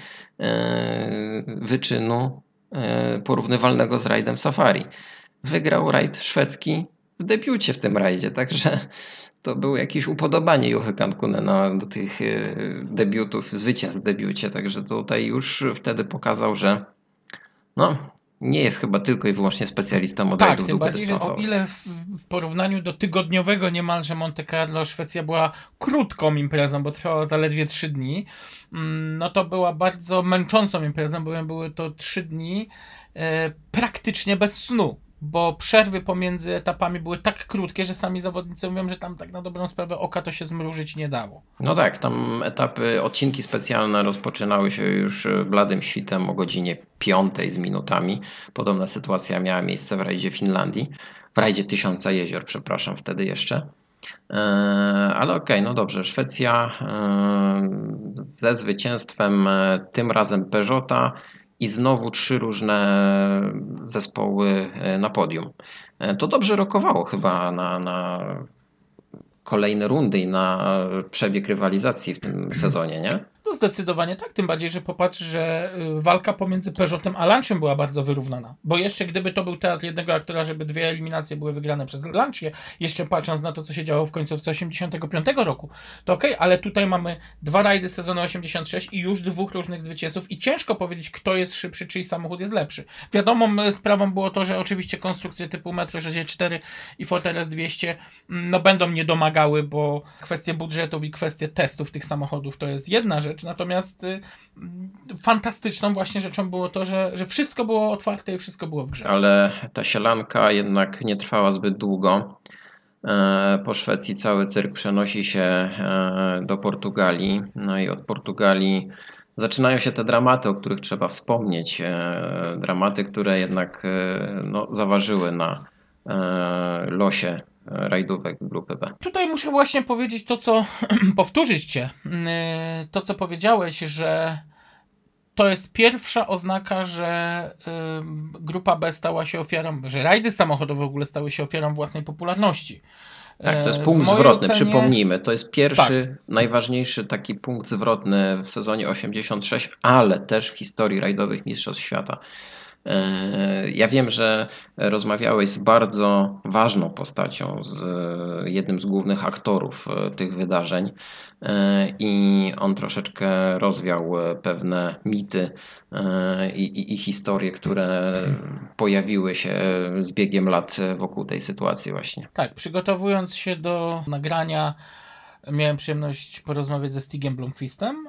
wyczynu porównywalnego z rajdem Safari. Wygrał rajd szwedzki w debiucie w tym rajdzie, także to było jakieś upodobanie Juhy Kankkunena do tych debiutów, zwycięstw w debiucie, także tutaj już wtedy pokazał, że no, nie jest chyba tylko i wyłącznie specjalistą od tak, rajdów tym bardziej, że o ile w, w porównaniu do tygodniowego niemalże Monte Carlo Szwecja była krótką imprezą, bo trwała zaledwie trzy dni, no to była bardzo męczącą imprezą, bowiem były to trzy dni e, praktycznie bez snu. Bo przerwy pomiędzy etapami były tak krótkie, że sami zawodnicy mówią, że tam tak na dobrą sprawę oka to się zmrużyć nie dało. No tak, tam etapy, odcinki specjalne rozpoczynały się już bladym świtem o godzinie piątej z minutami. Podobna sytuacja miała miejsce w rajdzie Finlandii, w rajdzie Tysiąca Jezior, przepraszam, wtedy jeszcze. Ale okej, okay, no dobrze, Szwecja ze zwycięstwem tym razem Peugeota i znowu trzy różne zespoły na podium. To dobrze rokowało chyba na, na kolejne rundy i na przebieg rywalizacji w tym sezonie, nie? No zdecydowanie tak, tym bardziej, że popatrz, że walka pomiędzy Peugeotem a Lanciem była bardzo wyrównana. Bo jeszcze gdyby to był teatr jednego aktora, żeby dwie eliminacje były wygrane przez Lancia, jeszcze patrząc na to, co się działo w końcówce osiemdziesiątego piątego roku, to okej, okay, ale tutaj mamy dwa rajdy sezonu osiemdziesiąt sześć i już dwóch różnych zwycięzców i ciężko powiedzieć, kto jest szybszy, czyj samochód jest lepszy. Wiadomą sprawą było to, że oczywiście konstrukcje typu Metro sześćdziesiąt cztery i Forteret dwieście no będą nie domagały, bo kwestie budżetów i kwestie testów tych samochodów to jest jedna rzecz. Natomiast y, fantastyczną właśnie rzeczą było to, że, że wszystko było otwarte i wszystko było w grze. Ale ta sielanka jednak nie trwała zbyt długo. E, po Szwecji cały cyrk przenosi się e, do Portugalii. No i od Portugalii zaczynają się te dramaty, o których trzeba wspomnieć. E, dramaty, które jednak e, no, zaważyły na e, losie rajdówek grupy B. Tutaj muszę właśnie powiedzieć to, co powtórzyć cię, to co powiedziałeś, że to jest pierwsza oznaka, że y, grupa B stała się ofiarą, że rajdy samochodowe w ogóle stały się ofiarą własnej popularności. Tak, to jest punkt zwrotny, ocenie... przypomnijmy, to jest pierwszy, tak. najważniejszy taki punkt zwrotny w sezonie osiemdziesiąt sześć, ale też w historii rajdowych mistrzostw świata. Ja wiem, że rozmawiałeś z bardzo ważną postacią, z jednym z głównych aktorów tych wydarzeń i on troszeczkę rozwiał pewne mity i, i, i historie, które pojawiły się z biegiem lat wokół tej sytuacji właśnie. Tak, przygotowując się do nagrania miałem przyjemność porozmawiać ze Stigiem Blomqvistem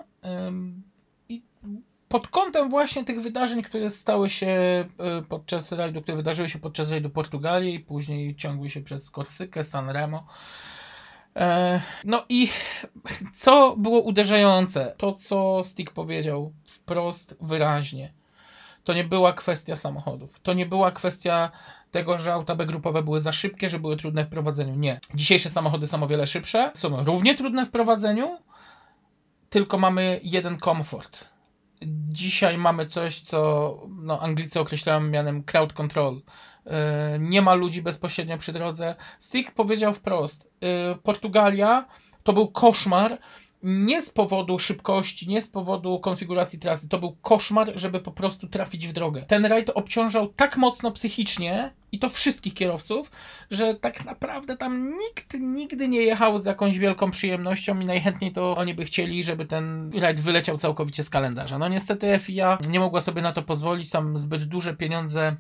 i pod kątem właśnie tych wydarzeń, które stały się podczas rajdu, które wydarzyły się podczas rajdu Portugalii i później ciągły się przez Korsykę, Sanremo. E, no i co było uderzające? To, co Stick powiedział wprost, wyraźnie. To nie była kwestia samochodów. To nie była kwestia tego, że auta B grupowe były za szybkie, że były trudne w prowadzeniu. Nie. Dzisiejsze samochody są o wiele szybsze, są równie trudne w prowadzeniu, tylko mamy jeden komfort. Dzisiaj mamy coś, co no, Anglicy określają mianem crowd control. Yy, nie ma ludzi bezpośrednio przy drodze. Stick powiedział wprost, yy, Portugalia to był koszmar, nie z powodu szybkości, nie z powodu konfiguracji trasy, to był koszmar, żeby po prostu trafić w drogę. Ten rajd obciążał tak mocno psychicznie, i to wszystkich kierowców, że tak naprawdę tam nikt nigdy nie jechał z jakąś wielką przyjemnością i najchętniej to oni by chcieli, żeby ten rajd wyleciał całkowicie z kalendarza. No niestety F I A nie mogła sobie na to pozwolić, tam zbyt duże pieniądze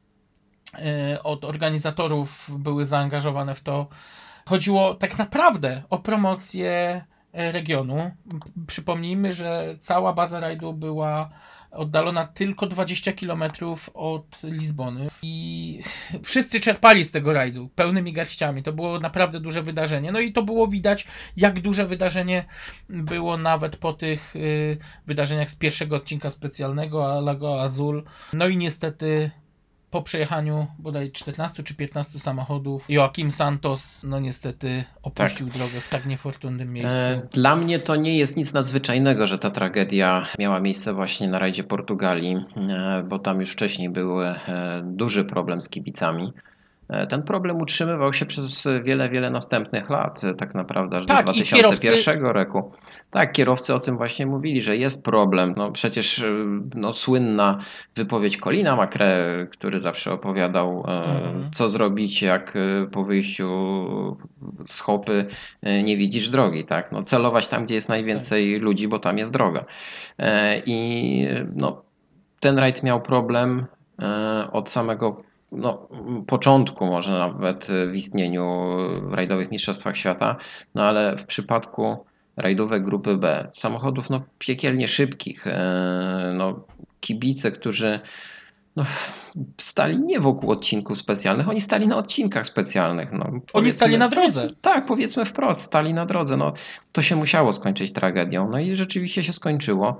yy, od organizatorów były zaangażowane w to. Chodziło tak naprawdę o promocję regionu. Przypomnijmy, że cała baza rajdu była oddalona tylko dwadzieścia kilometrów od Lizbony i wszyscy czerpali z tego rajdu pełnymi garściami. To było naprawdę duże wydarzenie. No i to było widać, jak duże wydarzenie było nawet po tych y, wydarzeniach z pierwszego odcinka specjalnego Lagoa Azul. No i niestety po przejechaniu bodaj czternastu czy piętnastu samochodów Joaquim Santos no niestety opuścił tak. drogę w tak niefortunnym miejscu. Dla mnie to nie jest nic nadzwyczajnego, że ta tragedia miała miejsce właśnie na rajdzie Portugalii, bo tam już wcześniej był duży problem z kibicami. Ten problem utrzymywał się przez wiele, wiele następnych lat, tak naprawdę aż tak, do dwa tysiące pierwszego kierowcy... roku. Tak, kierowcy o tym właśnie mówili, że jest problem. No przecież no, słynna wypowiedź Colina Macrae, który zawsze opowiadał, mhm. co zrobić, jak po wyjściu z Hopy nie widzisz drogi. Tak? No, celować tam, gdzie jest najwięcej tak. ludzi, bo tam jest droga. I no, ten rajd miał problem od samego No, początku może nawet w istnieniu w rajdowych mistrzostwach świata, no ale w przypadku rajdówek grupy B, samochodów no, piekielnie szybkich, no, kibice, którzy no, stali nie wokół odcinków specjalnych, oni stali na odcinkach specjalnych. No, oni stali na drodze. Tak, powiedzmy wprost, stali na drodze. No, to się musiało skończyć tragedią, no i rzeczywiście się skończyło.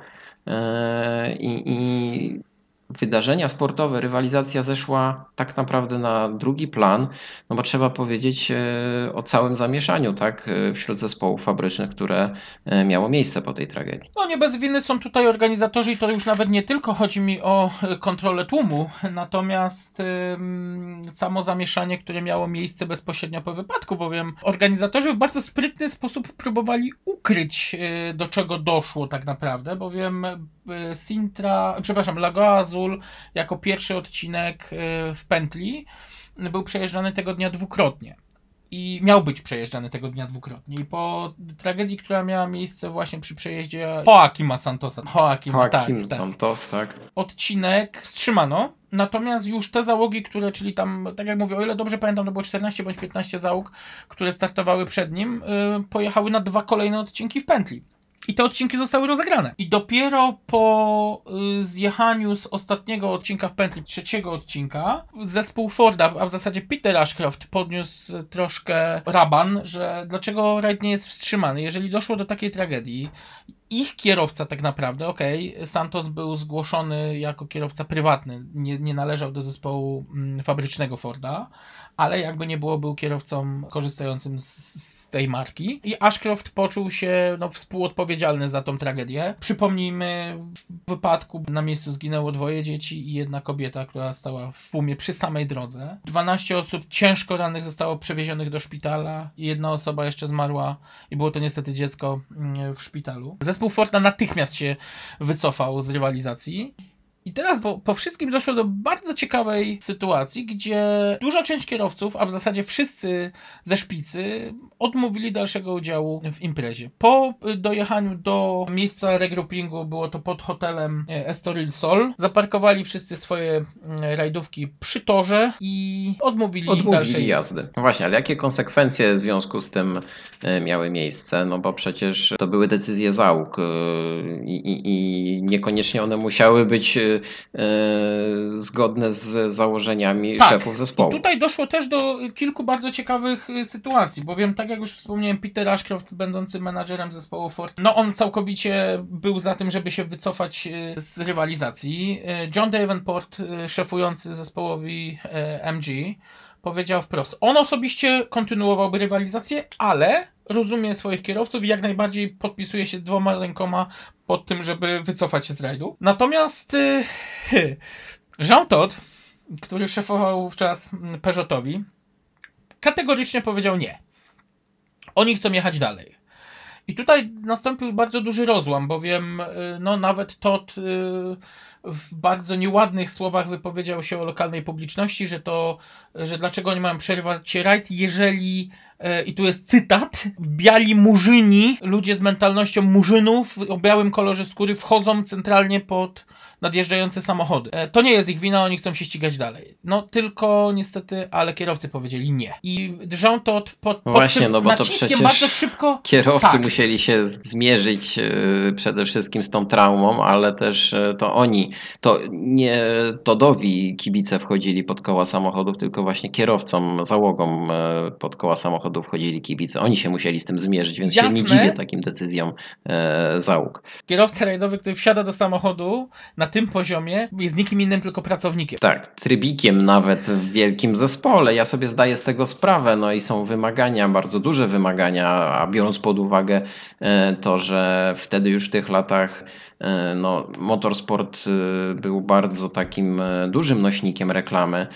I, i wydarzenia sportowe, rywalizacja zeszła tak naprawdę na drugi plan, no bo trzeba powiedzieć o całym zamieszaniu, tak, wśród zespołów fabrycznych, które miało miejsce po tej tragedii. No nie bez winy są tutaj organizatorzy i to już nawet nie tylko chodzi mi o kontrolę tłumu, natomiast ym, samo zamieszanie, które miało miejsce bezpośrednio po wypadku, bowiem organizatorzy w bardzo sprytny sposób próbowali ukryć, yy, do czego doszło tak naprawdę, bowiem yy, Sintra, przepraszam, Lagoa Azul jako pierwszy odcinek yy, w pętli był przejeżdżany tego dnia dwukrotnie. I miał być przejeżdżany tego dnia dwukrotnie. I po tragedii, która miała miejsce właśnie przy przejeździe Joaquima Santosa. Joaquim, Joaquim tak, Santos, tak. Odcinek wstrzymano. Natomiast już te załogi, które, czyli tam, tak jak mówię, o ile dobrze pamiętam, to było czternaście bądź piętnaście załóg, które startowały przed nim, yy, pojechały na dwa kolejne odcinki w pętli. I te odcinki zostały rozegrane. I dopiero po y, zjechaniu z ostatniego odcinka w pętli, trzeciego odcinka, zespół Forda, a w zasadzie Peter Ashcroft podniósł troszkę raban, że dlaczego rajd nie jest wstrzymany. Jeżeli doszło do takiej tragedii, ich kierowca tak naprawdę, okej, okay, Santos był zgłoszony jako kierowca prywatny, nie, nie należał do zespołu mm, fabrycznego Forda, ale jakby nie było, był kierowcą korzystającym z, z tej marki i Ashcroft poczuł się no, współodpowiedzialny za tą tragedię. Przypomnijmy, w wypadku na miejscu zginęło dwoje dzieci i jedna kobieta, która stała w tłumie przy samej drodze. dwanaście osób ciężko rannych zostało przewiezionych do szpitala i jedna osoba jeszcze zmarła i było to niestety dziecko w szpitalu. Zespół Forda natychmiast się wycofał z rywalizacji. I teraz po, po wszystkim doszło do bardzo ciekawej sytuacji, gdzie duża część kierowców, a w zasadzie wszyscy ze szpicy, odmówili dalszego udziału w imprezie. Po dojechaniu do miejsca regroupingu, było to pod hotelem Estoril Sol, zaparkowali wszyscy swoje rajdówki przy torze i odmówili, odmówili dalszej jazdy. No właśnie, ale jakie konsekwencje w związku z tym miały miejsce? No bo przecież to były decyzje załóg i, i, i niekoniecznie one musiały być e, zgodne z założeniami tak, szefów zespołu. I tutaj doszło też do kilku bardzo ciekawych sytuacji, bowiem tak jak już wspomniałem, Peter Ashcroft, będący menadżerem zespołu Ford, no on całkowicie był za tym, żeby się wycofać z rywalizacji. John Davenport, szefujący zespołowi M G, powiedział wprost, on osobiście kontynuowałby rywalizację, ale rozumie swoich kierowców i jak najbardziej podpisuje się dwoma rękoma pod tym, żeby wycofać się z rajdu. Natomiast yy, Jean Todt, który szefował wówczas Peugeotowi, kategorycznie powiedział nie. Oni chcą jechać dalej. I tutaj nastąpił bardzo duży rozłam, bowiem no, nawet Todt w bardzo nieładnych słowach wypowiedział się o lokalnej publiczności, że to, że dlaczego oni mają przerywać rajd, jeżeli, i tu jest cytat, biali murzyni, ludzie z mentalnością murzynów o białym kolorze skóry wchodzą centralnie pod nadjeżdżające samochody. To nie jest ich wina, oni chcą się ścigać dalej. No tylko niestety, ale kierowcy powiedzieli nie. I Jean Todt pod, pod Właśnie, tym no bo to naciskiem przecież bardzo szybko... kierowcy tak. musieli się zmierzyć przede wszystkim z tą traumą, ale też to oni, to nie Toddowi kibice wchodzili pod koła samochodów, tylko właśnie kierowcom, załogom pod koła samochodów wchodzili kibice. Oni się musieli z tym zmierzyć, więc Jasne. się nie dziwię takim decyzjom załóg. Kierowca rajdowy, który wsiada do samochodu na tym poziomie, jest nikim innym, tylko pracownikiem. Tak, trybikiem nawet w wielkim zespole. Ja sobie zdaję z tego sprawę, no i są wymagania, bardzo duże wymagania, a biorąc pod uwagę to, że wtedy już w tych latach no, motorsport był bardzo takim dużym nośnikiem reklamy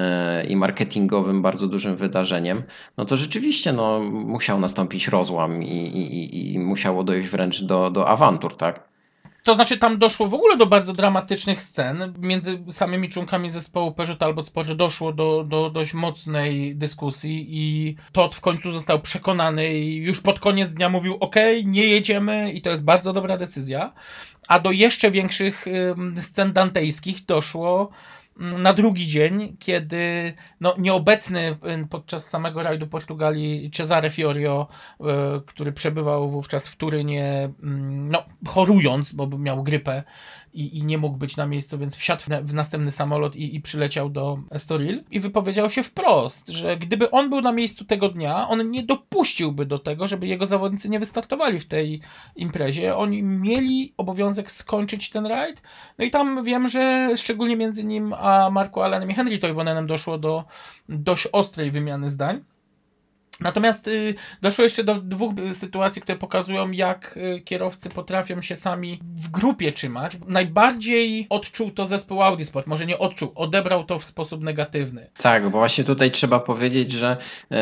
i marketingowym, bardzo dużym wydarzeniem, no to rzeczywiście no, musiał nastąpić rozłam i, i, i musiało dojść wręcz do, do awantur, tak? To znaczy tam doszło w ogóle do bardzo dramatycznych scen. Między samymi członkami zespołu Peugeot Talbot Sport doszło do, do dość mocnej dyskusji i Todt w końcu został przekonany i już pod koniec dnia mówił okej, nie jedziemy i to jest bardzo dobra decyzja. A do jeszcze większych scen dantejskich doszło na drugi dzień, kiedy no, nieobecny podczas samego rajdu Portugalii Cesare Fiorio, który przebywał wówczas w Turynie, no, chorując, bo miał grypę i, i nie mógł być na miejscu, więc wsiadł w następny samolot i, i przyleciał do Estoril i wypowiedział się wprost, że gdyby on był na miejscu tego dnia, on nie dopuściłby do tego, żeby jego zawodnicy nie wystartowali w tej imprezie. Oni mieli obowiązek skończyć ten rajd. No i tam wiem, że szczególnie między nim a Marku Allenem i Henry Toivonenem doszło do dość ostrej wymiany zdań. Natomiast y, doszło jeszcze do dwóch sytuacji, które pokazują, jak y, kierowcy potrafią się sami w grupie trzymać. Najbardziej odczuł to zespół Audi Sport, może nie odczuł, odebrał to w sposób negatywny. Tak, bo właśnie tutaj trzeba powiedzieć, że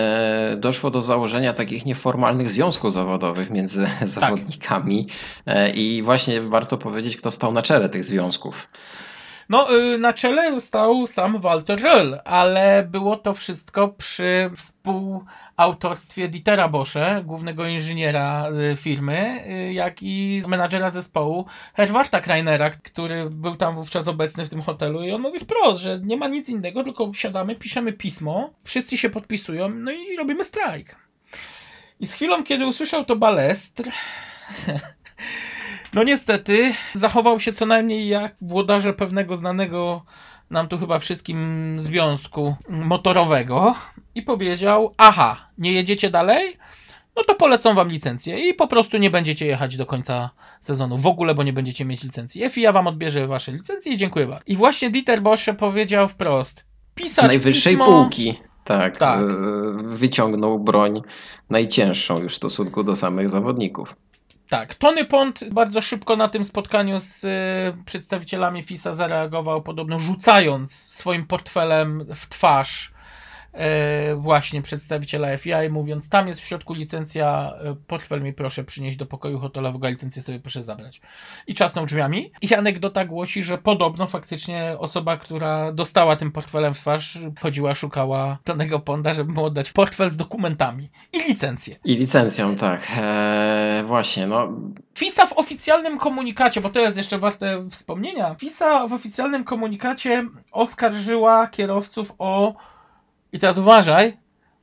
e, doszło do założenia takich nieformalnych związków zawodowych między tak. zawodnikami e, i właśnie warto powiedzieć, kto stał na czele tych związków. No, na czele stał sam Walter Röhrl, ale było to wszystko przy współautorstwie Dietera Bosche, głównego inżyniera firmy, jak i menadżera zespołu Herwarta Kreinera, który był tam wówczas obecny w tym hotelu i on mówi wprost, że nie ma nic innego, tylko siadamy, piszemy pismo, wszyscy się podpisują, no i robimy strajk. I z chwilą, kiedy usłyszał to Balestre... No niestety, zachował się co najmniej jak włodarze pewnego znanego nam tu chyba wszystkim związku motorowego i powiedział, aha, nie jedziecie dalej? No to polecą wam licencję i po prostu nie będziecie jechać do końca sezonu w ogóle, bo nie będziecie mieć licencji. F I A wam odbierze wasze licencje i dziękuję bardzo. I właśnie Dieter Bosche powiedział wprost, pisać z najwyższej pismo... półki. Tak, tak, wyciągnął broń najcięższą już w stosunku do samych zawodników. Tak, Tony Pond bardzo szybko na tym spotkaniu z y, przedstawicielami F I S A zareagował, podobno rzucając swoim portfelem w twarz y, właśnie przedstawiciela F I A i mówiąc, tam jest w środku licencja, y, portfel mi proszę przynieść do pokoju hotelowego, a licencję sobie proszę zabrać. I trzasnął drzwiami. I anegdota głosi, że podobno faktycznie osoba, która dostała tym portfelem w twarz, chodziła, szukała Tonego Ponda, żeby mu oddać portfel z dokumentami i licencję. I licencją, tak. Eee, właśnie, no. F I S A w oficjalnym komunikacie, bo to jest jeszcze warte wspomnienia, F I S A w oficjalnym komunikacie oskarżyła kierowców o, i teraz uważaj,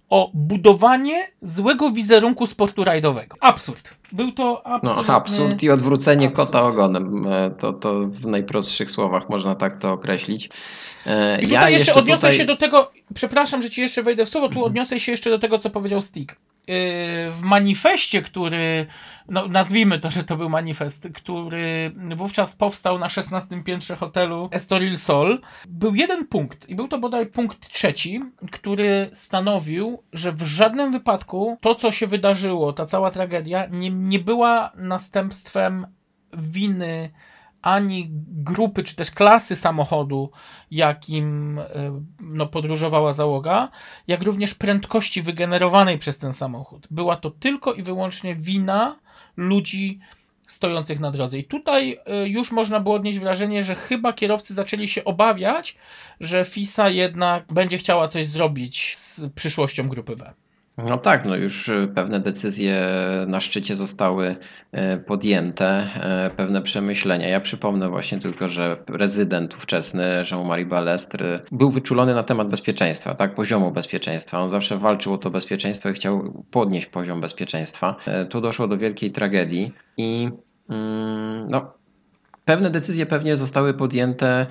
o budowanie złego wizerunku sportu rajdowego. Absurd. Był to absolutny... No, absurd i odwrócenie absurd. kota ogonem. To, to w najprostszych słowach można tak to określić. I tutaj ja jeszcze, jeszcze odniosę tutaj... się do tego, przepraszam, że ci jeszcze wejdę w słowo, tu Mhm. odniosę się jeszcze do tego, co powiedział Stick. W manifestie, który, no nazwijmy to, że to był manifest, który wówczas powstał na szesnastym piętrze hotelu Estoril Sol, był jeden punkt i był to bodaj punkt trzeci, który stanowił, że w żadnym wypadku to, co się wydarzyło, ta cała tragedia nie, nie była następstwem winy ani grupy, czy też klasy samochodu, jakim no, podróżowała załoga, jak również prędkości wygenerowanej przez ten samochód. Była to tylko i wyłącznie wina ludzi stojących na drodze. I tutaj już można było odnieść wrażenie, że chyba kierowcy zaczęli się obawiać, że FISA jednak będzie chciała coś zrobić z przyszłością grupy B. No tak, no już pewne decyzje na szczycie zostały podjęte, pewne przemyślenia. Ja przypomnę właśnie tylko, że prezydent ówczesny Jean-Marie Balestre był wyczulony na temat bezpieczeństwa, tak, poziomu bezpieczeństwa. On zawsze walczył o to bezpieczeństwo i chciał podnieść poziom bezpieczeństwa. Tu doszło do wielkiej tragedii i no, pewne decyzje pewnie zostały podjęte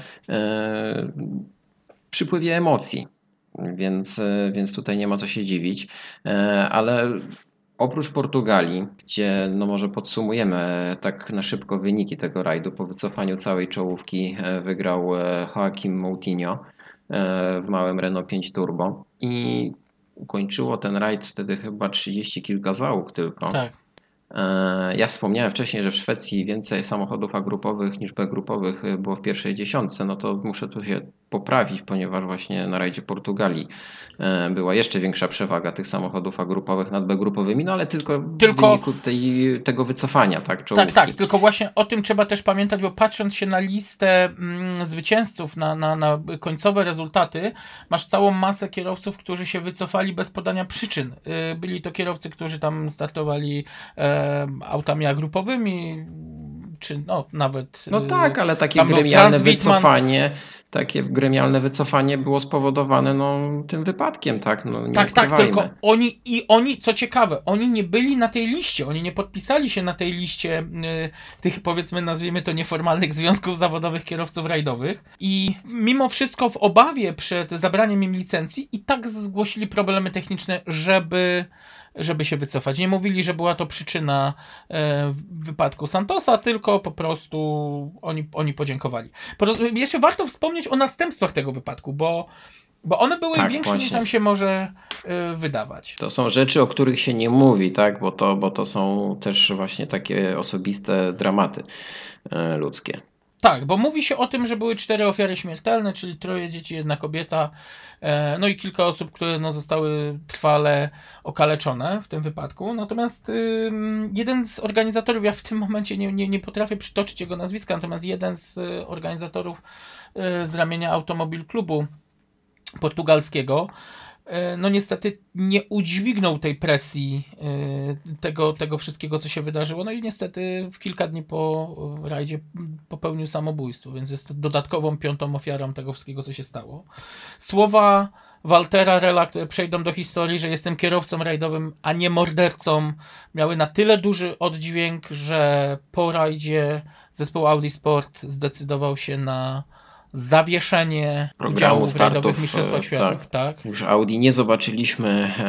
w przypływie emocji. Więc, więc tutaj nie ma co się dziwić, ale oprócz Portugalii, gdzie no może podsumujemy tak na szybko wyniki tego rajdu, po wycofaniu całej czołówki wygrał Joaquim Moutinho w małym Renault pięć Turbo i ukończyło ten rajd wtedy chyba trzydzieści kilka załóg tylko. Tak. Ja wspomniałem wcześniej, że w Szwecji więcej samochodów A-grupowych niż B-grupowych było w pierwszej dziesiątce, no to muszę tu się poprawić, ponieważ właśnie na rajdzie Portugalii była jeszcze większa przewaga tych samochodów A-grupowych nad B-grupowymi, no ale tylko, tylko... w wyniku tej, tego wycofania, tak, czołówki. Tak, tak, tylko właśnie o tym trzeba też pamiętać, bo patrząc się na listę mm, zwycięzców, na, na, na końcowe rezultaty, masz całą masę kierowców, którzy się wycofali bez podania przyczyn. Yy, byli to kierowcy, którzy tam startowali e, autami A-grupowymi, czy no nawet... No tak, ale takie gremialne wycofanie... Takie gremialne wycofanie było spowodowane no, tym wypadkiem, tak? No, nie tak, ukrywajmy. tak, tylko oni i oni, co ciekawe, oni nie byli na tej liście, oni nie podpisali się na tej liście y, tych, powiedzmy, nazwijmy to nieformalnych związków zawodowych kierowców rajdowych i mimo wszystko w obawie przed zabraniem im licencji i tak zgłosili problemy techniczne, żeby żeby się wycofać. Nie mówili, że była to przyczyna e, wypadku Santosa, tylko po prostu oni, oni podziękowali. Po, jeszcze warto wspomnieć o następstwach tego wypadku, bo, bo one były tak, większe właśnie. niż nam się może e, wydawać. To są rzeczy, o których się nie mówi, tak? Bo to, bo to są też właśnie takie osobiste dramaty e, ludzkie. Tak, bo mówi się o tym, że były cztery ofiary śmiertelne, czyli troje dzieci, jedna kobieta, no i kilka osób, które no, zostały trwale okaleczone w tym wypadku. Natomiast jeden z organizatorów, ja w tym momencie nie, nie, nie potrafię przytoczyć jego nazwiska, natomiast jeden z organizatorów z ramienia Automobil Klubu portugalskiego, no niestety nie udźwignął tej presji tego, tego wszystkiego, co się wydarzyło. No i niestety w kilka dni po rajdzie popełnił samobójstwo, więc jest dodatkową piątą ofiarą tego wszystkiego, co się stało. Słowa Waltera Rella, które przejdą do historii, że jestem kierowcą rajdowym, a nie mordercą, miały na tyle duży oddźwięk, że po rajdzie zespół Audi Sport zdecydował się na zawieszenie programu w rajdowych mistrzostwach świata. Tak. Tak. Już Audi nie zobaczyliśmy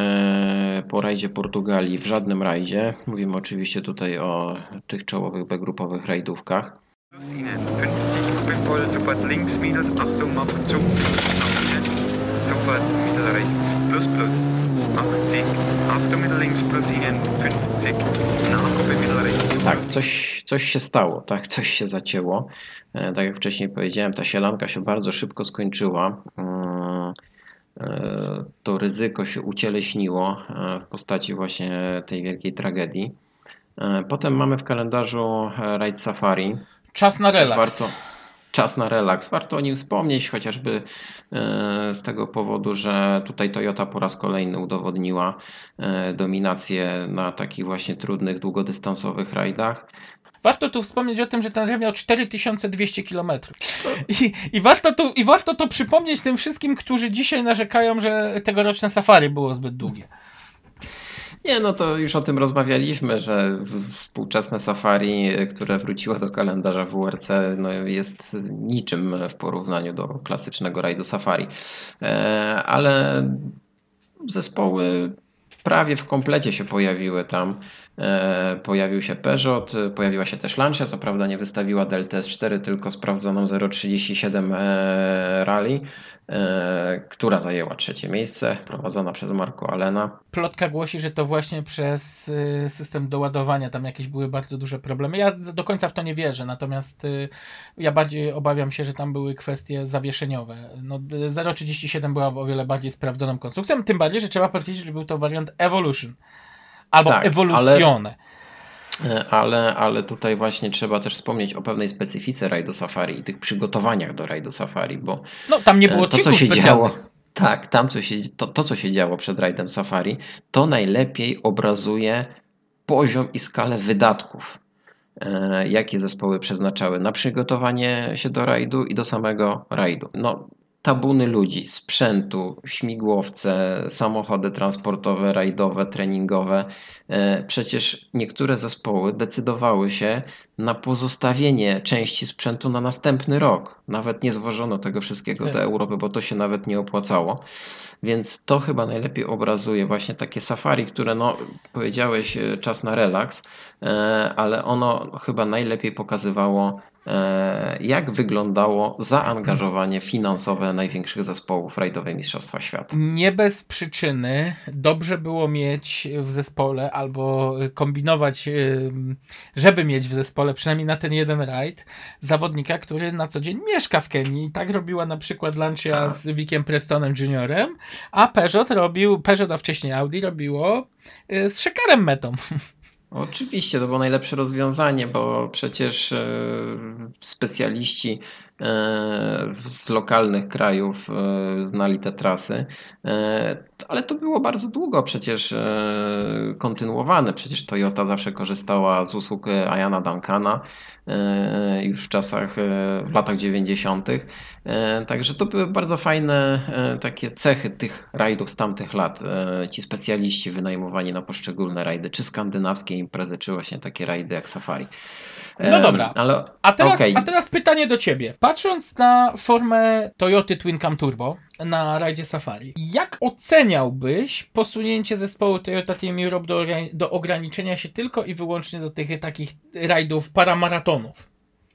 e, po rajdzie Portugalii w żadnym rajdzie. Mówimy oczywiście tutaj o tych czołowych B-grupowych rajdówkach. pięćdziesiąt voll, sofort links minus, Achtung, macht zu, sofort mittelrechts, plus plus, achtzig, Achtung, mittellinks, plus Ihnen, pięćdziesiąt, Nachgruppe mittelrechts. Tak, coś, coś się stało, tak, coś się zacięło. Tak jak wcześniej powiedziałem, ta sielanka się bardzo szybko skończyła. To ryzyko się ucieleśniło w postaci właśnie tej wielkiej tragedii. Potem mamy w kalendarzu Rajd Safari. Czas na relaks. Warto, czas na relaks. Warto o nim wspomnieć, chociażby z tego powodu, że tutaj Toyota po raz kolejny udowodniła dominację na takich właśnie trudnych, długodystansowych rajdach. warto tu wspomnieć o tym, że ten raj miał cztery tysiące dwieście kilometrów. I, i, warto tu, I warto to przypomnieć tym wszystkim, którzy dzisiaj narzekają, że tegoroczne safari było zbyt długie. Nie, no to już o tym rozmawialiśmy, że współczesne safari, które wróciło do kalendarza W R C, no jest niczym w porównaniu do klasycznego rajdu safari. Ale zespoły prawie w komplecie się pojawiły tam. Pojawił się Peugeot, pojawiła się też Lancia, co prawda nie wystawiła Delta S cztery, tylko sprawdzoną zero trzydzieści siedem Rally, która zajęła trzecie miejsce, prowadzona przez Marco Allena. Plotka głosi, że to właśnie przez system doładowania tam jakieś były bardzo duże problemy. Ja do końca w to nie wierzę, natomiast ja bardziej obawiam się, że tam były kwestie zawieszeniowe. No, zero trzydzieści siedem była o wiele bardziej sprawdzoną konstrukcją, tym bardziej, że trzeba podkreślić, że był to wariant Evolution. Albo tak, ewolucjone. Ale, ale, ale tutaj właśnie trzeba też wspomnieć o pewnej specyfice rajdu safari i tych przygotowaniach do rajdu safari, bo no, tam nie było to, co się działo, tak, tam co się, to, to, co się działo przed rajdem safari, to najlepiej obrazuje poziom i skalę wydatków, e, jakie zespoły przeznaczały na przygotowanie się do rajdu i do samego rajdu. No, tabuny ludzi, sprzętu, śmigłowce, samochody transportowe, rajdowe, treningowe. Przecież niektóre zespoły decydowały się na pozostawienie części sprzętu na następny rok. Nawet nie zwożono tego wszystkiego do Europy, bo to się nawet nie opłacało. Więc to chyba najlepiej obrazuje właśnie takie safari, które no powiedziałeś czas na relaks, ale ono chyba najlepiej pokazywało, jak wyglądało zaangażowanie finansowe największych zespołów rajdowej Mistrzostwa Świata. Nie bez przyczyny dobrze było mieć w zespole albo kombinować, żeby mieć w zespole przynajmniej na ten jeden rajd zawodnika, który na co dzień mieszka w Kenii. Tak robiła na przykład Lancia a. z Vickiem Prestonem juniorem, a Peugeot robił, Peugeot, a wcześniej Audi robiło z Shekarem Metą. Oczywiście, to było najlepsze rozwiązanie, bo przecież specjaliści z lokalnych krajów znali te trasy, ale to było bardzo długo przecież kontynuowane. Przecież Toyota zawsze korzystała z usług Iana Duncana już w czasach, w latach dziewięćdziesiątych. Także to były bardzo fajne takie cechy tych rajdów z tamtych lat. Ci specjaliści wynajmowani na poszczególne rajdy, czy skandynawskie imprezy, czy właśnie takie rajdy jak safari. No dobra, ale, a, teraz, okay. a teraz pytanie do Ciebie. Patrząc na formę Toyoty Twin Cam Turbo na rajdzie Safari, jak oceniałbyś posunięcie zespołu Toyota Team Europe do, do ograniczenia się tylko i wyłącznie do tych takich rajdów paramaratonów?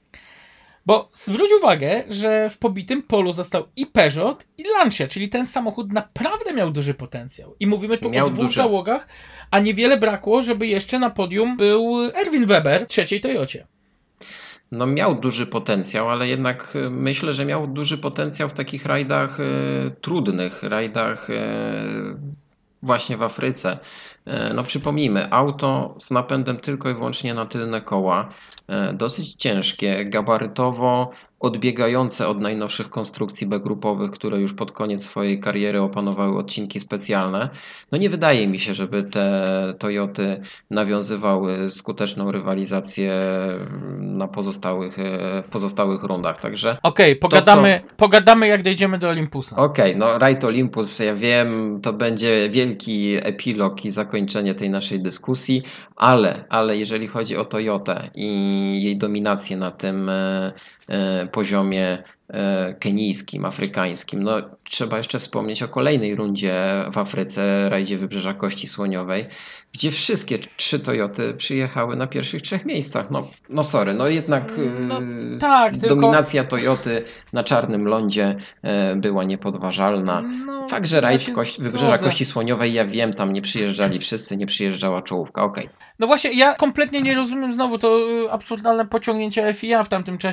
Bo zwróć uwagę, że w pobitym polu został i Peugeot, i Lancia, czyli ten samochód naprawdę miał duży potencjał. I mówimy tu miał o dwóch duży. załogach, a niewiele brakło, żeby jeszcze na podium był Erwin Weber w trzeciej Toyocie. No miał duży potencjał, ale jednak myślę, że miał duży potencjał w takich rajdach e, trudnych, rajdach e, właśnie w Afryce. E, no przypomnijmy, auto z napędem tylko i wyłącznie na tylne koła, e, dosyć ciężkie, gabarytowo odbiegające od najnowszych konstrukcji B-grupowych, które już pod koniec swojej kariery opanowały odcinki specjalne. No nie wydaje mi się, żeby te Toyoty nawiązywały skuteczną rywalizację na pozostałych, w pozostałych rundach. Także Okej, okay, pogadamy, co... pogadamy jak dojdziemy do Olympusa. Okej, okay, no Rajd Olympus, ja wiem, to będzie wielki epilog i zakończenie tej naszej dyskusji, ale, ale jeżeli chodzi o Toyotę i jej dominację na tym poziomie kenijskim, afrykańskim. No, trzeba jeszcze wspomnieć o kolejnej rundzie w Afryce, rajdzie Wybrzeża Kości Słoniowej, gdzie wszystkie trzy Toyoty przyjechały na pierwszych trzech miejscach. No, no sorry, no jednak no, tak, dominacja tylko... Toyoty na czarnym lądzie była niepodważalna. No, Także rajd ja Kości, Wybrzeża Kości Słoniowej, ja wiem, tam nie przyjeżdżali wszyscy, nie przyjeżdżała czołówka, okej. Okay. No właśnie, ja kompletnie nie rozumiem znowu to absurdalne pociągnięcie F I A w tamtym czasie wynika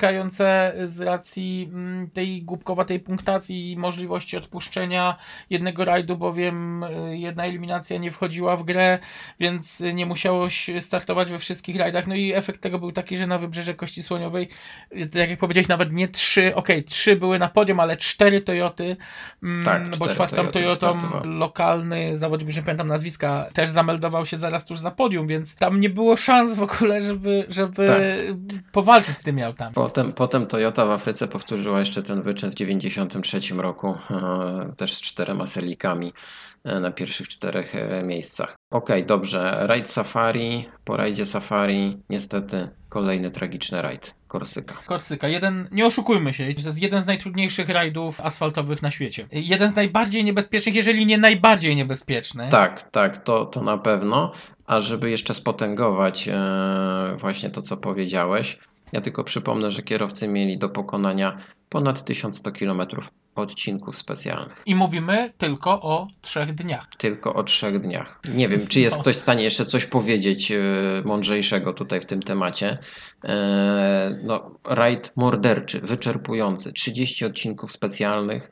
uciekające z racji tej głupkowatej punktacji i możliwości odpuszczenia jednego rajdu, bowiem jedna eliminacja nie wchodziła w grę, więc nie musiałoś startować we wszystkich rajdach. No i efekt tego był taki, że na Wybrzeże Kości Słoniowej, tak jak powiedziałeś, nawet nie trzy, okej, okay, trzy były na podium, ale cztery Toyoty, tak, no bo czwartą Toyotą lokalny zawodnik, już nie pamiętam nazwiska, też zameldował się zaraz tuż za podium, więc tam nie było szans w ogóle, żeby, żeby tak. powalczyć z tymi autami. Potem, potem Toyota w Afryce powtórzyła jeszcze ten wyczyn w dziewięćdziesiątym trzecim roku, też z czterema selikami na pierwszych czterech miejscach. Okej, okay, dobrze. Rajd Safari, po rajdzie Safari niestety kolejny tragiczny rajd. Korsyka. Korsyka. Jeden, nie oszukujmy się, to jest jeden z najtrudniejszych rajdów asfaltowych na świecie. Jeden z najbardziej niebezpiecznych, jeżeli nie najbardziej niebezpieczny. Tak, tak, to, to na pewno. A żeby jeszcze spotęgować e, właśnie to, co powiedziałeś, ja tylko przypomnę, że kierowcy mieli do pokonania ponad tysiąc sto kilometrów odcinków specjalnych. I mówimy tylko o trzech dniach. Tylko o trzech dniach. Nie wiem, czy jest no. ktoś w stanie jeszcze coś powiedzieć e, mądrzejszego tutaj w tym temacie. E, no, rajd morderczy, wyczerpujący, trzydzieści odcinków specjalnych,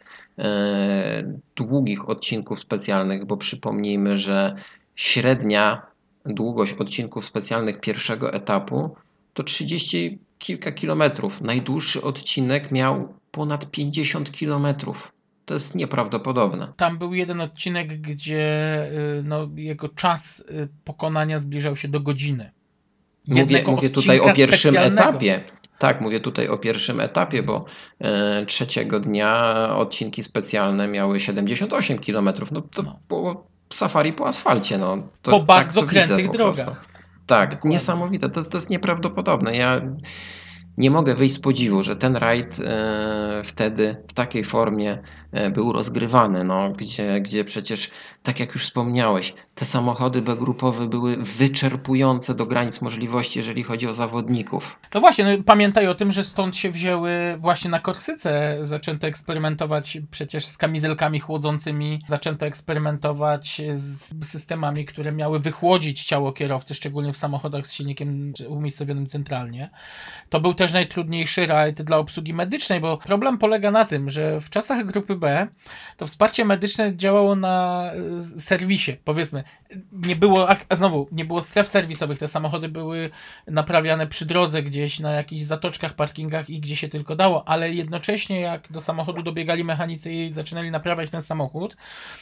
e, długich odcinków specjalnych, bo przypomnijmy, że średnia długość odcinków specjalnych pierwszego etapu to trzydzieści kilka kilometrów. Najdłuższy odcinek miał ponad pięćdziesiąt kilometrów. To jest nieprawdopodobne. Tam był jeden odcinek, gdzie no, jego czas pokonania zbliżał się do godziny. Mówię, mówię tutaj o pierwszym etapie. Tak, mówię tutaj o pierwszym etapie, bo e, trzeciego dnia odcinki specjalne miały siedemdziesiąt osiem kilometrów. No to no. było safari po asfalcie. No, to, po bardzo tak krętych drogach. Tak, dokładnie. Niesamowite. To, to jest nieprawdopodobne. Ja nie mogę wyjść z podziwu, że ten rajd e, wtedy w takiej formie e, był rozgrywany, no, gdzie, gdzie przecież, tak jak już wspomniałeś, te samochody B-grupowe były wyczerpujące do granic możliwości, jeżeli chodzi o zawodników. No właśnie, no, pamiętaj o tym, że stąd się wzięły właśnie na Korsyce, zaczęto eksperymentować przecież z kamizelkami chłodzącymi, zaczęto eksperymentować z systemami, które miały wychłodzić ciało kierowcy, szczególnie w samochodach z silnikiem umiejscowionym centralnie. To był też najtrudniejszy rajd dla obsługi medycznej, bo problem polega na tym, że w czasach grupy B to wsparcie medyczne działało na serwisie, powiedzmy. Nie było, a znowu, nie było stref serwisowych, te samochody były naprawiane przy drodze gdzieś na jakichś zatoczkach, parkingach i gdzie się tylko dało, ale jednocześnie jak do samochodu dobiegali mechanicy i zaczynali naprawiać ten samochód,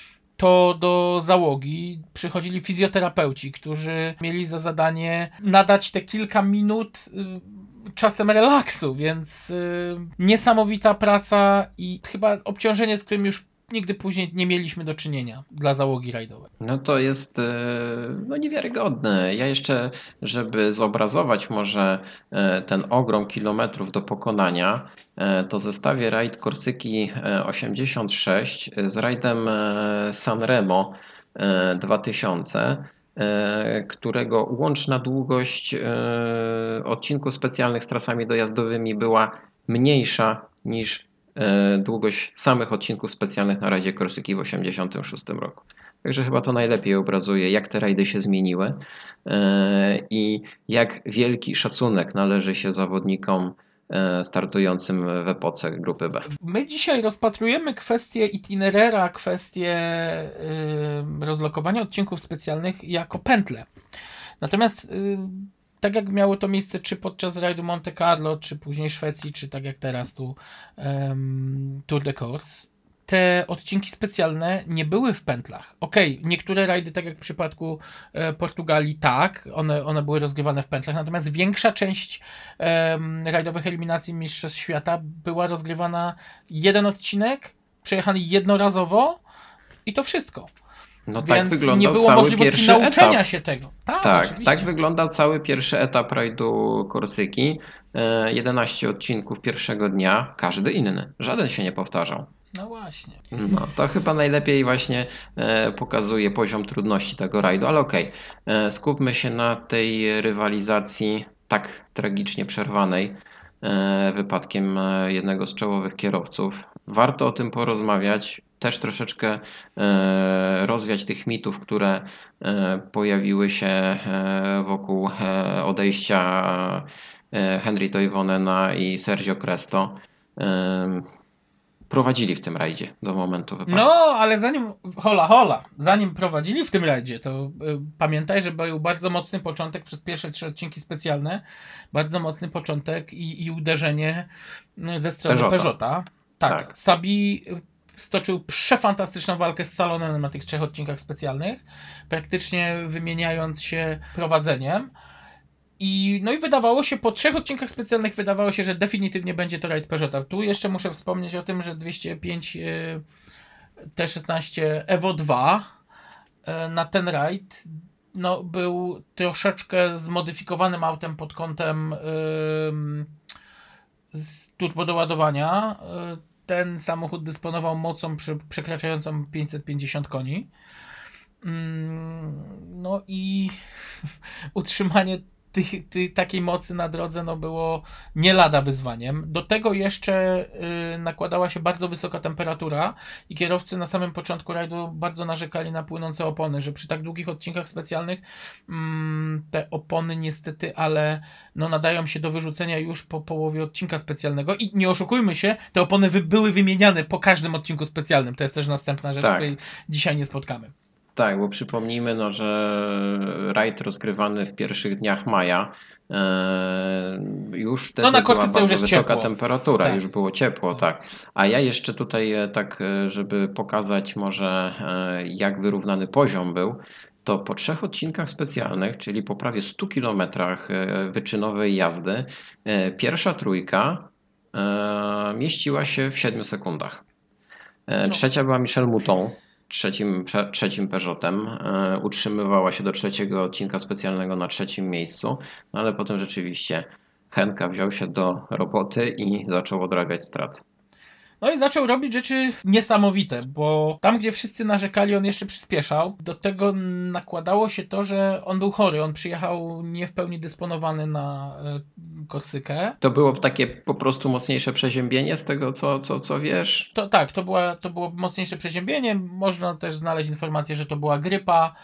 to do załogi przychodzili fizjoterapeuci, którzy mieli za zadanie nadać te kilka minut czasem relaksu, więc y, niesamowita praca i chyba obciążenie, z którym już nigdy później nie mieliśmy do czynienia dla załogi rajdowej. No to jest no, niewiarygodne. Ja jeszcze, żeby zobrazować może ten ogrom kilometrów do pokonania, to zestawię rajd Korsyki osiemdziesiąt sześć z rajdem Sanremo dwa tysiące, którego łączna długość odcinków specjalnych z trasami dojazdowymi była mniejsza niż długość samych odcinków specjalnych na rajdzie Korsyki w osiemdziesiątym szóstym roku. Także chyba to najlepiej obrazuje, jak te rajdy się zmieniły i jak wielki szacunek należy się zawodnikom startującym w epoce grupy B. My dzisiaj rozpatrujemy kwestię itinerera, kwestię rozlokowania odcinków specjalnych jako pętle. Natomiast tak jak miało to miejsce czy podczas rajdu Monte Carlo, czy później Szwecji, czy tak jak teraz tu um, Tour de Corse, te odcinki specjalne nie były w pętlach. Okej, okay, niektóre rajdy, tak jak w przypadku e, Portugalii, tak, one, one były rozgrywane w pętlach, natomiast większa część e, rajdowych eliminacji Mistrzostw Świata była rozgrywana jeden odcinek, przejechany jednorazowo i i to wszystko. No tak Więc wyglądał nie było cały możliwości pierwszy nauczenia etap. się tego. Tak, tak, tak wyglądał cały pierwszy etap rajdu Korsyki. jedenaście odcinków pierwszego dnia, każdy inny. Żaden się nie powtarzał. No właśnie. No, to chyba najlepiej właśnie pokazuje poziom trudności tego rajdu, ale okej. Okay. Skupmy się na tej rywalizacji tak tragicznie przerwanej wypadkiem jednego z czołowych kierowców. Warto o tym porozmawiać. Też troszeczkę rozwiać tych mitów, które pojawiły się wokół odejścia Henry Toivonena i Sergio Cresto prowadzili w tym rajdzie do momentu wypadku. No, ale zanim, hola, hola, zanim prowadzili w tym rajdzie, to y, pamiętaj, że był bardzo mocny początek przez pierwsze trzy odcinki specjalne, bardzo mocny początek i, i uderzenie ze strony Peugeota. Peugeota. Tak, Tak. Sabi stoczył przefantastyczną walkę z Salonem na tych trzech odcinkach specjalnych, praktycznie wymieniając się prowadzeniem. I, no i wydawało się, po trzech odcinkach specjalnych wydawało się, że definitywnie będzie to rajd Peugeota. Tu jeszcze muszę wspomnieć o tym, że dwieście pięć T szesnaście Evo dwa na ten rajd no, był troszeczkę zmodyfikowanym autem pod kątem yy, turbodoładowania. Ten samochód dysponował mocą przy, przekraczającą pięćset pięćdziesiąt koni. Yy, no i utrzymanie Tych, tych, takiej mocy na drodze no, było nie lada wyzwaniem. Do tego jeszcze y, nakładała się bardzo wysoka temperatura i kierowcy na samym początku rajdu bardzo narzekali na płynące opony, że przy tak długich odcinkach specjalnych mm, te opony niestety, ale no, nadają się do wyrzucenia już po połowie odcinka specjalnego i nie oszukujmy się, te opony wy, były wymieniane po każdym odcinku specjalnym. To jest też następna rzecz, Tak. której dzisiaj nie spotkamy. Tak, bo przypomnijmy, no, że rajd rozgrywany w pierwszych dniach maja e, już wtedy No na była Korsyce bardzo już jest wysoka ciepło. temperatura, Tak. już było ciepło, tak. A ja jeszcze tutaj e, tak, e, żeby pokazać może e, jak wyrównany poziom był, to po trzech odcinkach specjalnych, czyli po prawie stu kilometrach e, wyczynowej jazdy, e, pierwsza trójka e, mieściła się w siedmiu sekundach. E, No. Trzecia była Michelle Mouton. Trzecim, trzecim Peugeotem, e, utrzymywała się do trzeciego odcinka specjalnego na trzecim miejscu, no ale potem rzeczywiście Henka wziął się do roboty i zaczął odrabiać straty. No i zaczął robić rzeczy niesamowite, bo tam, gdzie wszyscy narzekali, on jeszcze przyspieszał. Do tego nakładało się to, że on był chory. On przyjechał nie w pełni dysponowany na y, Korsykę. To było takie po prostu mocniejsze przeziębienie z tego, co, co, co wiesz? To, tak, to, była, to było mocniejsze przeziębienie. Można też znaleźć informację, że to była grypa.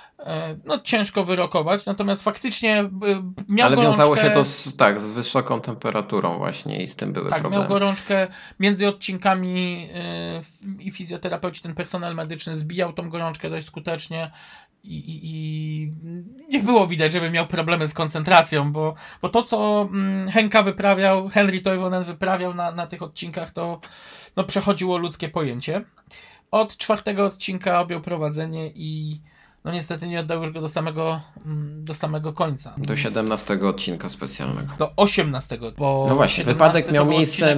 No ciężko wyrokować, natomiast faktycznie miał Ale gorączkę... wiązało się to z, tak, z wysoką temperaturą właśnie i z tym były tak, problemy. miał gorączkę między odcinkami yy, i fizjoterapeuci, ten personel medyczny zbijał tą gorączkę dość skutecznie i, i, i nie było widać, żeby miał problemy z koncentracją, bo, bo to, co mm, Henka wyprawiał, Henry Toivonen wyprawiał na, na tych odcinkach, to no, przechodziło ludzkie pojęcie. Od czwartego odcinka objął prowadzenie i no niestety nie oddał już go do samego, do samego końca. Do siedemnastego odcinka specjalnego. Do osiemnastego. Bo No właśnie, wypadek miał miejsce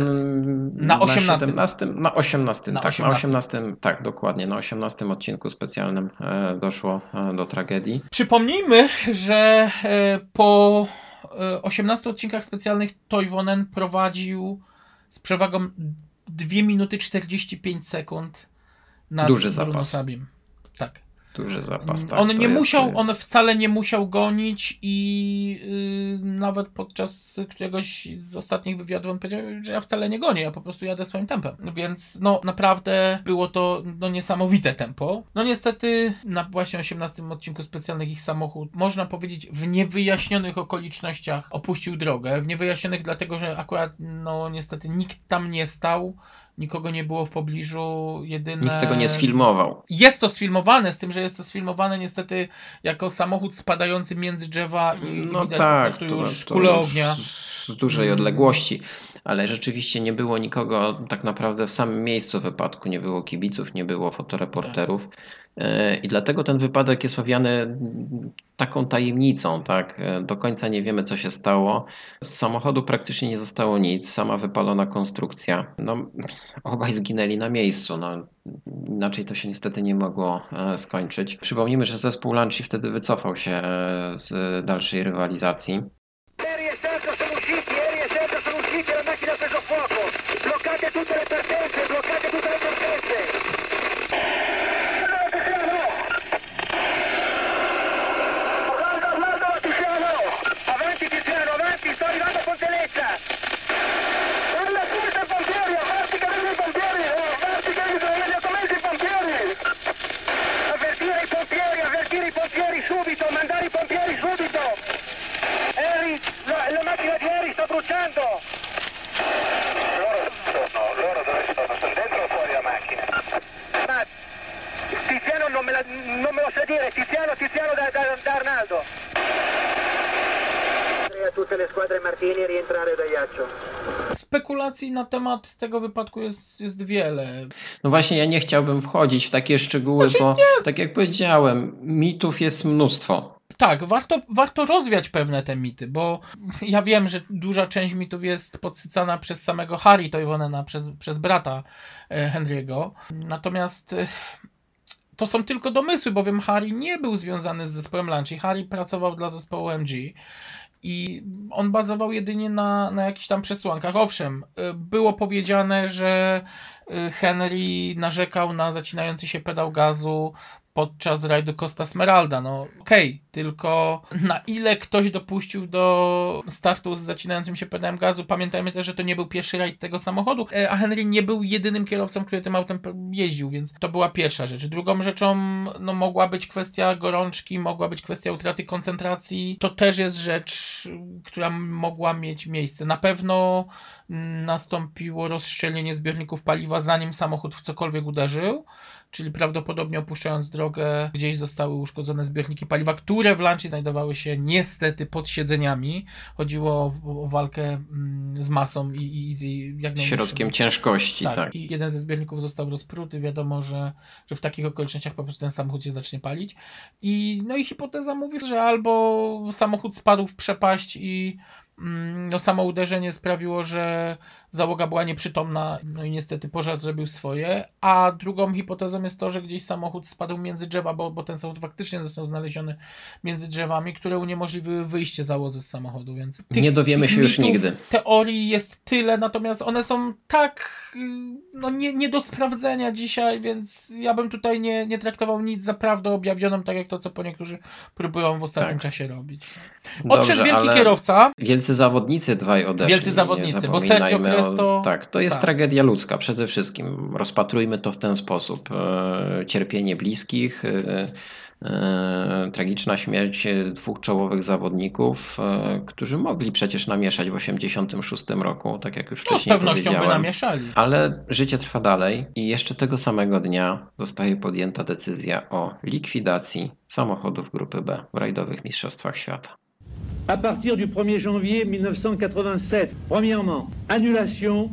na osiemnastym. Na siedemnastym, na osiemnastym, na tak, osiemnastym. na osiemnastym, tak, dokładnie, na osiemnastym odcinku specjalnym e, doszło e, do tragedii. Przypomnijmy, że e, po e, osiemnastu odcinkach specjalnych Toivonen prowadził z przewagą dwie minuty czterdzieści pięć sekund nad Duży Bruno zapas. Sabim. Tak. Duży zapas, tak. On to nie jest, musiał, jest... on wcale nie musiał gonić i yy, nawet podczas któregoś z ostatnich wywiadów on powiedział, że ja wcale nie gonię, ja po prostu jadę swoim tempem. Więc no naprawdę było to no, niesamowite tempo. No niestety na właśnie osiemnastym odcinku specjalnych ich samochód, można powiedzieć, w niewyjaśnionych okolicznościach opuścił drogę. W niewyjaśnionych dlatego, że akurat no niestety nikt tam nie stał. Nikogo nie było w pobliżu, jedyne... Nikt tego nie sfilmował. Jest to sfilmowane, z tym, że jest to sfilmowane niestety jako samochód spadający między drzewa i No widać tak, po prostu już to, to kulę już ognia. Z, z dużej odległości, ale rzeczywiście nie było nikogo tak naprawdę w samym miejscu wypadku, nie było kibiców, nie było fotoreporterów. I dlatego ten wypadek jest owiany taką tajemnicą, tak? Do końca nie wiemy, co się stało. Z samochodu praktycznie nie zostało nic, sama wypalona konstrukcja. No, obaj zginęli na miejscu. No, inaczej to się niestety nie mogło skończyć. Przypomnijmy, że zespół Lanci wtedy wycofał się z dalszej rywalizacji. Subito, mandare i pompieri subito! È spekulacji na temat tego wypadku jest, jest wiele. No właśnie, ja nie chciałbym wchodzić w takie szczegóły, Znaczy, bo nie. tak jak powiedziałem, mitów jest mnóstwo. Tak, warto, warto rozwiać pewne te mity, bo ja wiem, że duża część mitów jest podsycana przez samego Harry Toivonena, przez, przez brata e, Henry'ego. Natomiast e, to są tylko domysły, bowiem Harry nie był związany z zespołem Lancia. Harry pracował dla zespołu M G i on bazował jedynie na, na jakichś tam przesłankach. Owszem, e, było powiedziane, że e, Henry narzekał na zacinający się pedał gazu podczas rajdu Costa Smeralda. No okej, okay, tylko na ile ktoś dopuścił do startu z zacinającym się pedałem gazu? Pamiętajmy też, że to nie był pierwszy rajd tego samochodu, a Henry nie był jedynym kierowcą, który tym autem jeździł, więc to była pierwsza rzecz. Drugą rzeczą no, mogła być kwestia gorączki, mogła być kwestia utraty koncentracji. To też jest rzecz, która mogła mieć miejsce. Na pewno nastąpiło rozszczelnienie zbiorników paliwa, zanim samochód w cokolwiek uderzył, czyli prawdopodobnie opuszczając drogę gdzieś zostały uszkodzone zbiorniki paliwa, które w Lancia znajdowały się niestety pod siedzeniami. Chodziło o, o walkę z masą i, i z jak najniższym środkiem ciężkości. Tak, tak, i jeden ze zbiorników został rozpruty. Wiadomo, że, że w takich okolicznościach po prostu ten samochód się zacznie palić. I, no i hipoteza mówi, że albo samochód spadł w przepaść i no, samo uderzenie sprawiło, że załoga była nieprzytomna, no i niestety pożar zrobił swoje, a drugą hipotezą jest to, że gdzieś samochód spadł między drzewa, bo, bo ten samochód faktycznie został znaleziony między drzewami, które uniemożliwiły wyjście załodze z samochodu, więc tych, nie dowiemy tych się już mitów, nigdy. Teorii jest tyle, natomiast one są tak no, nie, nie do sprawdzenia dzisiaj, więc ja bym tutaj nie, nie traktował nic za prawdę objawioną, tak jak to, co po niektórzy próbują w ostatnim tak. czasie robić. Dobrze, Odszedł wielki ale kierowca. Wielcy zawodnicy dwaj odeszli. Wielcy zawodnicy, bo Sergio Cresto... O, tak, to jest tak. tragedia ludzka przede wszystkim. Rozpatrujmy to w ten sposób. E, cierpienie bliskich, e, e, tragiczna śmierć dwóch czołowych zawodników, e, którzy mogli przecież namieszać w osiemdziesiątym szóstym roku, tak jak już No, wcześniej z pewnością powiedziałem. by namieszali. Ale życie trwa dalej i jeszcze tego samego dnia zostaje podjęta decyzja o likwidacji samochodów grupy B w rajdowych mistrzostwach świata. À partir du premier janvier mille neuf cent quatre-vingt-sept, premièrement, annulation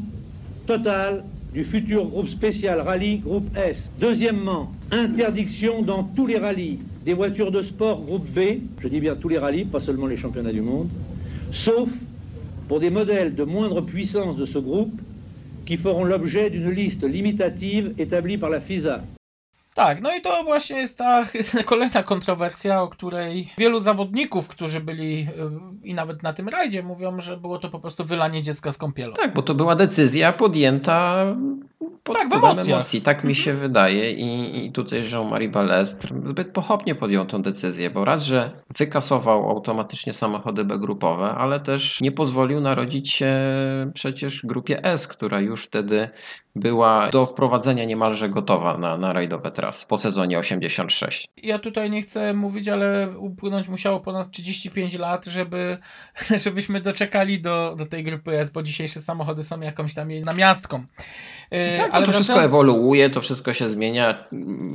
totale du futur groupe spécial rallye groupe S. Deuxièmement, interdiction dans tous les rallyes des voitures de sport groupe B, je dis bien tous les rallyes, pas seulement les championnats du monde, sauf pour des modèles de moindre puissance de ce groupe qui feront l'objet d'une liste limitative établie par la F I S A. Tak, no i to właśnie jest ta kolejna kontrowersja, o której wielu zawodników, którzy byli i nawet na tym rajdzie, mówią, że było to po prostu wylanie dziecka z kąpielą. Tak, bo to była decyzja podjęta pod tak, wpływem emocji. emocji. Tak mi się wydaje i, i tutaj Jean-Marie Balestre zbyt pochopnie podjął tę decyzję, bo raz, że wykasował automatycznie samochody B-grupowe, ale też nie pozwolił narodzić się przecież grupie S, która już wtedy była do wprowadzenia niemalże gotowa na, na rajdowe trasy po sezonie osiemdziesiąt sześć. Ja tutaj nie chcę mówić, ale upłynąć musiało ponad trzydzieści pięć lat, żeby, żebyśmy doczekali do, do tej grupy S, bo dzisiejsze samochody są jakąś tam jej namiastką. Tak, ale to wracając... wszystko ewoluuje, to wszystko się zmienia.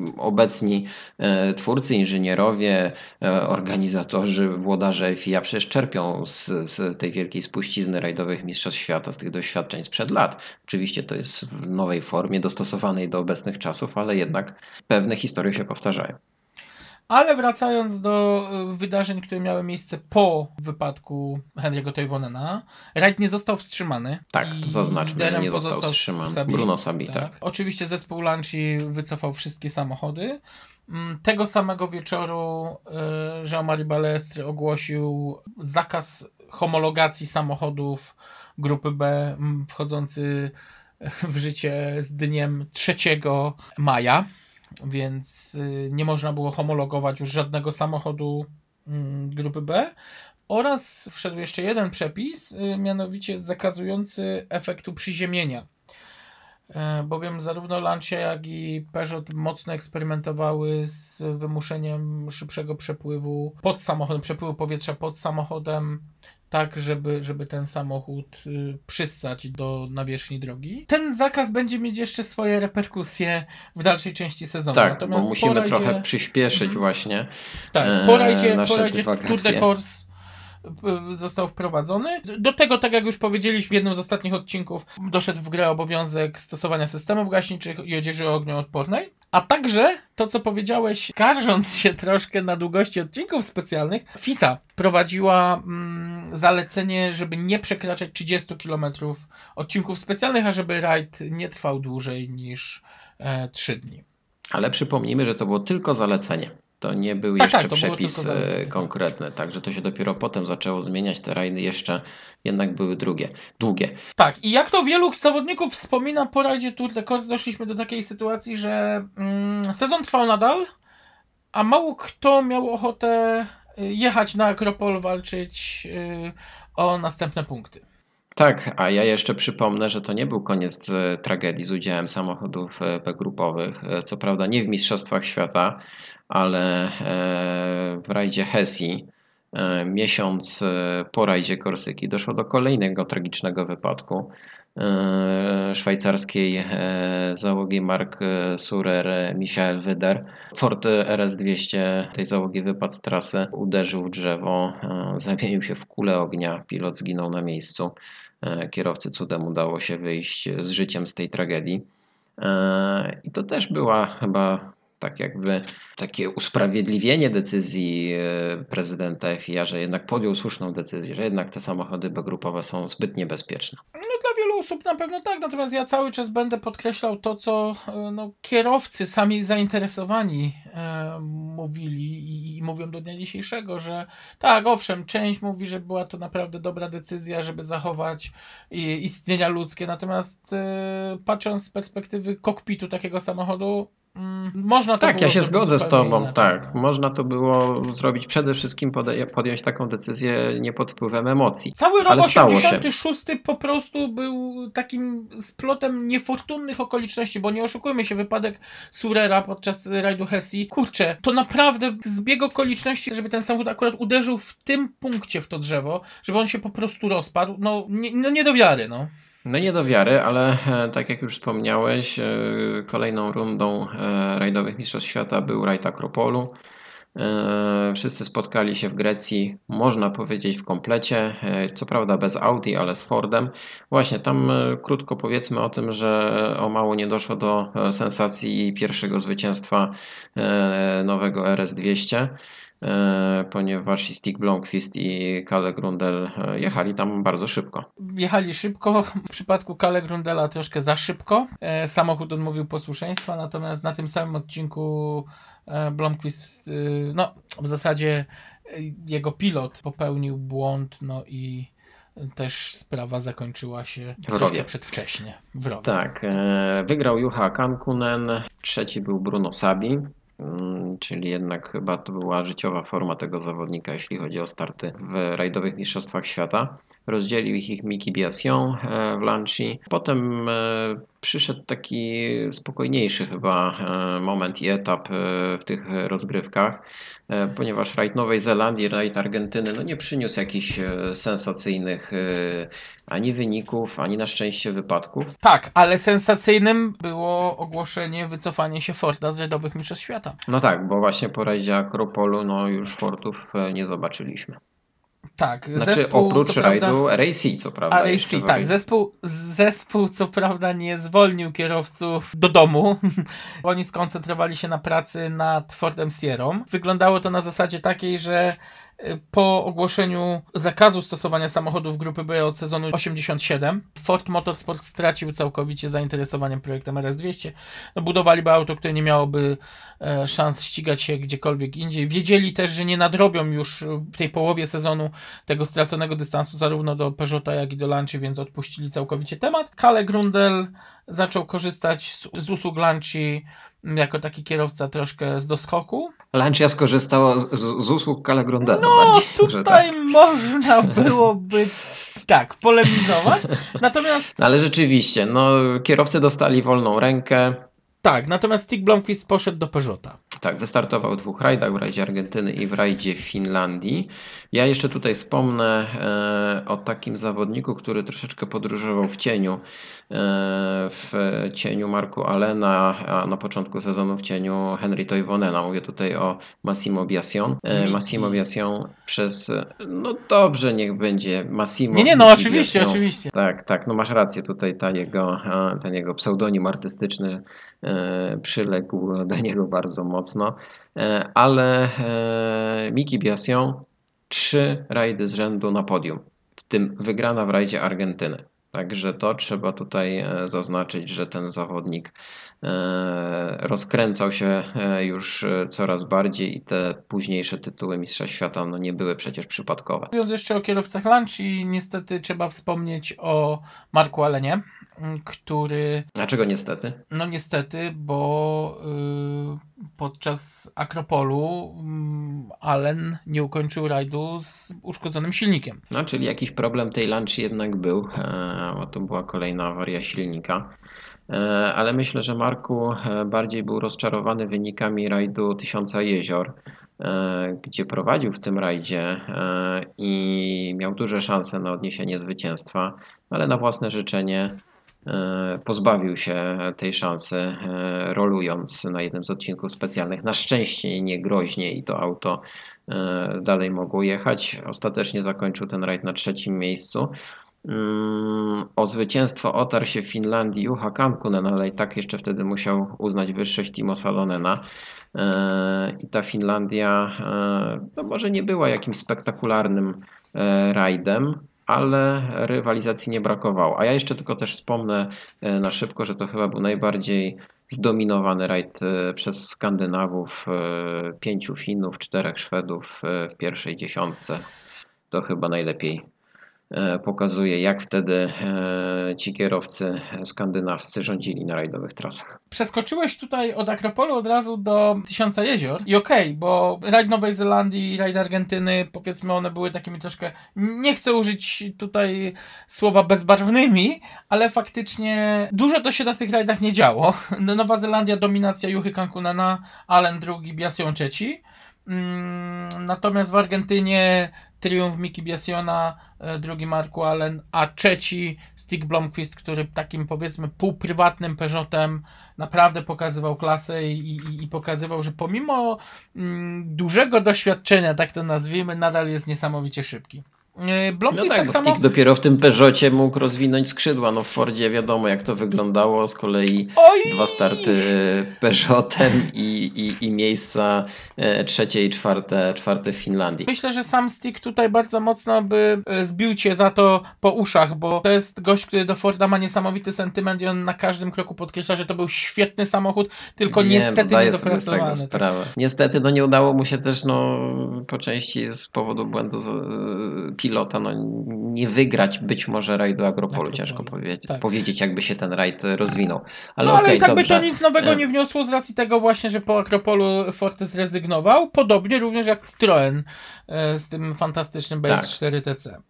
Obecni e, twórcy, inżynierowie, e, organizatorzy, włodarze F I A przecież czerpią z, z tej wielkiej spuścizny rajdowych mistrzostw świata, z tych doświadczeń sprzed lat. Oczywiście to jest w nowej formie, dostosowanej do obecnych czasów, ale jednak pewne historie się powtarzają. Ale wracając do wydarzeń, które miały miejsce po wypadku Henry'ego Toivonena, rajd nie został wstrzymany. Tak, to zaznaczmy, nie pozostał został wstrzymany. Sabin. Bruno Sabin, tak. tak. Oczywiście zespół Lancia wycofał wszystkie samochody. Tego samego wieczoru Jean-Marie Balestre ogłosił zakaz homologacji samochodów grupy B wchodzący w życie z dniem trzeciego maja. Więc nie można było homologować już żadnego samochodu grupy B. Oraz wszedł jeszcze jeden przepis, mianowicie zakazujący efektu przyziemienia. Bowiem zarówno Lancia, jak i Peugeot mocno eksperymentowały z wymuszeniem szybszego przepływu pod samochodem, przepływu powietrza pod samochodem, tak, żeby, żeby ten samochód y, przyssać do nawierzchni drogi. Ten zakaz będzie mieć jeszcze swoje reperkusje w dalszej części sezonu. Tak, Natomiast bo musimy po rajdzie... trochę przyspieszyć właśnie Tak, po rajdzie, nasze po rajdzie Tour de Corse został wprowadzony. Do tego, tak jak już powiedzieliśmy w jednym z ostatnich odcinków, doszedł w grę obowiązek stosowania systemów gaśniczych i odzieży ognioodpornej. A także to, co powiedziałeś, skarżąc się troszkę na długości odcinków specjalnych, FISA prowadziła mm, zalecenie, żeby nie przekraczać trzydzieści kilometrów odcinków specjalnych, a żeby rajd nie trwał dłużej niż e, trzy dni. Ale przypomnijmy, że to było tylko zalecenie. To nie był tak, jeszcze tak, to przepis konkretny, także to się dopiero potem zaczęło zmieniać, te rajdy jeszcze jednak były drugie, długie. Tak, i jak to wielu zawodników wspomina po rajdzie Tour de Corse, doszliśmy do takiej sytuacji, że mm, sezon trwał nadal, a mało kto miał ochotę jechać na Akropol, walczyć yy, o następne punkty. Tak, a ja jeszcze przypomnę, że to nie był koniec tragedii z udziałem samochodów B-grupowych. Co prawda nie w Mistrzostwach Świata, ale w rajdzie Hesji, miesiąc po rajdzie Korsyki, doszło do kolejnego tragicznego wypadku szwajcarskiej załogi Mark Surer, Michael Wyder. Ford R S dwieście tej załogi wypadł z trasy, uderzył w drzewo, zamienił się w kulę ognia, pilot zginął na miejscu. Kierowcy cudem udało się wyjść z życiem z tej tragedii. I to też była chyba tak jakby takie usprawiedliwienie decyzji prezydenta F I A, że jednak podjął słuszną decyzję, że jednak te samochody B-grupowe są zbyt niebezpieczne. No dla wielu osób na pewno tak, natomiast ja cały czas będę podkreślał to, co no, kierowcy sami zainteresowani e, mówili i, i mówią do dnia dzisiejszego, że tak, owszem, część mówi, że była to naprawdę dobra decyzja, żeby zachować i, istnienia ludzkie, natomiast e, patrząc z perspektywy kokpitu takiego samochodu, można to tak, było ja się zgodzę z Tobą, inaczej, tak. no. Można to było zrobić przede wszystkim, podjąć taką decyzję nie pod wpływem emocji. Cały rok ale stało się. osiemdziesiąty szósty po prostu był takim splotem niefortunnych okoliczności, bo nie oszukujmy się, wypadek Surera podczas rajdu Hesji, kurczę, to naprawdę zbieg okoliczności, żeby ten samochód akurat uderzył w tym punkcie w to drzewo, żeby on się po prostu rozpadł, no nie, no nie do wiary, no. No nie do wiary, ale tak jak już wspomniałeś, kolejną rundą rajdowych Mistrzostw Świata był rajd Akropolu. Wszyscy spotkali się w Grecji, można powiedzieć w komplecie, co prawda bez Audi, ale z Fordem. Właśnie tam krótko powiedzmy o tym, że o mało nie doszło do sensacji pierwszego zwycięstwa nowego R S dwieście. Ponieważ i Stig Blomqvist i Kalle Grundel jechali tam bardzo szybko. Jechali szybko, w przypadku Kalle Grundela troszkę za szybko. Samochód odmówił posłuszeństwa, natomiast na tym samym odcinku Blomqvist, no w zasadzie jego pilot popełnił błąd, no i też sprawa zakończyła się troszkę przedwcześnie w rowie. Tak, wygrał Juha Kankkunen, trzeci był Bruno Sabi. Czyli jednak chyba to była życiowa forma tego zawodnika, jeśli chodzi o starty w rajdowych mistrzostwach świata. Rozdzielił ich Miki Biassion w Lancia. Potem przyszedł taki spokojniejszy chyba moment i etap w tych rozgrywkach, ponieważ rajd Nowej Zelandii, rajd Argentyny no nie przyniósł jakichś sensacyjnych ani wyników, ani na szczęście wypadków. Tak, ale sensacyjnym było ogłoszenie wycofania się Forda z rajdowych mistrzostw świata. No tak, bo właśnie po rajdzie Akropolu no już Fordów nie zobaczyliśmy. Tak, znaczy zespół, oprócz co rajdu prawda, R A C, co prawda. R A C, tak, zespół, zespół co prawda nie zwolnił kierowców do domu. Oni skoncentrowali się na pracy nad Fordem Sierrą. Wyglądało to na zasadzie takiej, że po ogłoszeniu zakazu stosowania samochodów grupy B od sezonu osiemdziesiąt siedem Ford Motorsport stracił całkowicie zainteresowaniem projektem R S dwieście. No, budowaliby auto, które nie miałoby e, szans ścigać się gdziekolwiek indziej. Wiedzieli też, że nie nadrobią już w tej połowie sezonu tego straconego dystansu zarówno do Peugeota, jak i do Lancia, więc odpuścili całkowicie temat. Kalle Grundel zaczął korzystać z, z usług Lancia jako taki kierowca troszkę z doskoku. Lancia skorzystała z, z usług Kalle Grundela. No bardziej, tutaj tak. Można byłoby tak polemizować. Natomiast ale rzeczywiście, no kierowcy dostali wolną rękę. Tak, natomiast Stig Blomqvist poszedł do Peugeota. Tak, wystartował w dwóch rajdach, w rajdzie Argentyny i w rajdzie Finlandii. Ja jeszcze tutaj wspomnę e, o takim zawodniku, który troszeczkę podróżował w cieniu w cieniu Marku Allena, a na początku sezonu w cieniu Henry Toivonena. Mówię tutaj o Massimo Biasion. Miki. Massimo Biasion przez... No dobrze, niech będzie Massimo. Nie, nie, no Miki oczywiście, Biasion. oczywiście. Tak, tak, no masz rację, tutaj ta jego, ten jego pseudonim artystyczny przyległ do niego bardzo mocno, ale Miki Biasion trzy rajdy z rzędu na podium, w tym wygrana w rajdzie Argentyny. Także to trzeba tutaj zaznaczyć, że ten zawodnik rozkręcał się już coraz bardziej i te późniejsze tytuły Mistrza Świata no nie były przecież przypadkowe. Mówiąc jeszcze o kierowcach Lancia, niestety trzeba wspomnieć o Marku Allenie, który... Dlaczego niestety? No niestety, bo yy, podczas Akropolu yy, Allen nie ukończył rajdu z uszkodzonym silnikiem. No, czyli jakiś problem tej Lancia jednak był, bo to była kolejna awaria silnika. Ale myślę, że Marku bardziej był rozczarowany wynikami rajdu Tysiąca Jezior, gdzie prowadził w tym rajdzie i miał duże szanse na odniesienie zwycięstwa, ale na własne życzenie pozbawił się tej szansy, rolując na jednym z odcinków specjalnych. Na szczęście nie groźnie i to auto dalej mogło jechać. Ostatecznie zakończył ten rajd na trzecim miejscu. O zwycięstwo otarł się w Finlandii Juha Kankkunen, ale i tak jeszcze wtedy musiał uznać wyższość Timo Salonena. I ta Finlandia no może nie była jakimś spektakularnym rajdem, ale rywalizacji nie brakowało. A ja jeszcze tylko też wspomnę na szybko, że to chyba był najbardziej zdominowany rajd przez Skandynawów. Pięciu Finów, czterech Szwedów w pierwszej dziesiątce. To chyba najlepiej pokazuje, jak wtedy ci kierowcy skandynawscy rządzili na rajdowych trasach. Przeskoczyłeś tutaj od Akropolu od razu do Tysiąca Jezior i okej, okay, bo rajd Nowej Zelandii i rajd Argentyny, powiedzmy, one były takimi troszkę, nie chcę użyć tutaj słowa bezbarwnymi, ale faktycznie dużo to się na tych rajdach nie działo. Nowa Zelandia, dominacja Juhy Kankkunena, Allen drugi, Biasion trzeci. Natomiast w Argentynie triumf Miki Biasiona, drugi Marku Allen, a trzeci Stig Blomqvist, który takim powiedzmy półprywatnym Peugeotem naprawdę pokazywał klasę i, i, i pokazywał, że pomimo mm, dużego doświadczenia, tak to nazwijmy, nadal jest niesamowicie szybki. Blomqvist no tak, tak bo samo... Stig dopiero w tym Peugeotie mógł rozwinąć skrzydła. No w Fordzie wiadomo, jak to wyglądało. Z kolei Oj! dwa starty Peugeotem i, i, i miejsca trzecie i czwarte, czwarte w Finlandii. Myślę, że sam Stig tutaj bardzo mocno by zbił cię za to po uszach, bo to jest gość, który do Forda ma niesamowity sentyment i on na każdym kroku podkreśla, że to był świetny samochód, tylko nie, niestety no niedopracowany. Z tego sprawę. Tak? Niestety no nie udało mu się też no, po części z powodu błędu z, pilota no, nie wygrać być może rajdu Agropolu, ciężko powiedzieć, tak. powiedzieć, jakby się ten rajd rozwinął. Ale, no ale okay, i tak dobrze. by to nic nowego nie wniosło z racji tego właśnie, że po Akropolu Ford zrezygnował, podobnie również jak Citroen z tym fantastycznym B X cztery T C.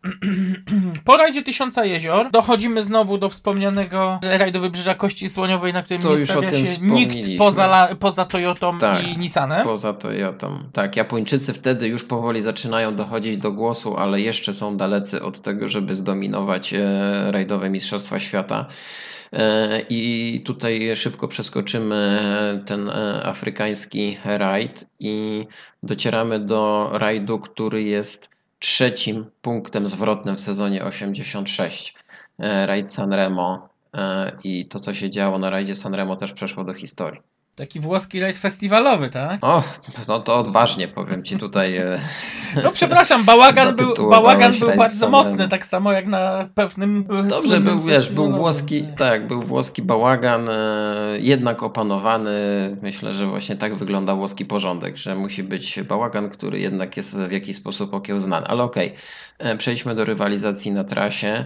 Po rajdzie Tysiąca Jezior dochodzimy znowu do wspomnianego rajdu Wybrzeża Kości Słoniowej, na którym to nie stawia się nikt poza, poza Toyotą tak, i Nissanem. Poza Toyotą. Tak, Japończycy wtedy już powoli zaczynają dochodzić do głosu, ale jeszcze są dalecy od tego, żeby zdominować rajdowe Mistrzostwa Świata. I tutaj szybko przeskoczymy ten afrykański rajd i docieramy do rajdu, który jest trzecim punktem zwrotnym w sezonie osiemdziesiąt sześć. Rajd Sanremo i to, co się działo na rajdzie Sanremo, też przeszło do historii. Taki włoski rajd festiwalowy, tak? O, no to odważnie powiem ci tutaj. No przepraszam, bałagan był, bałagan był bardzo mocny, tak samo jak na pewnym. Dobrze, był, wiesz, był włoski, tak, był włoski bałagan, jednak opanowany. Myślę, że właśnie tak wygląda włoski porządek, że musi być bałagan, który jednak jest w jakiś sposób okiełznany. Ale okej, okay. Przejdźmy do rywalizacji na trasie,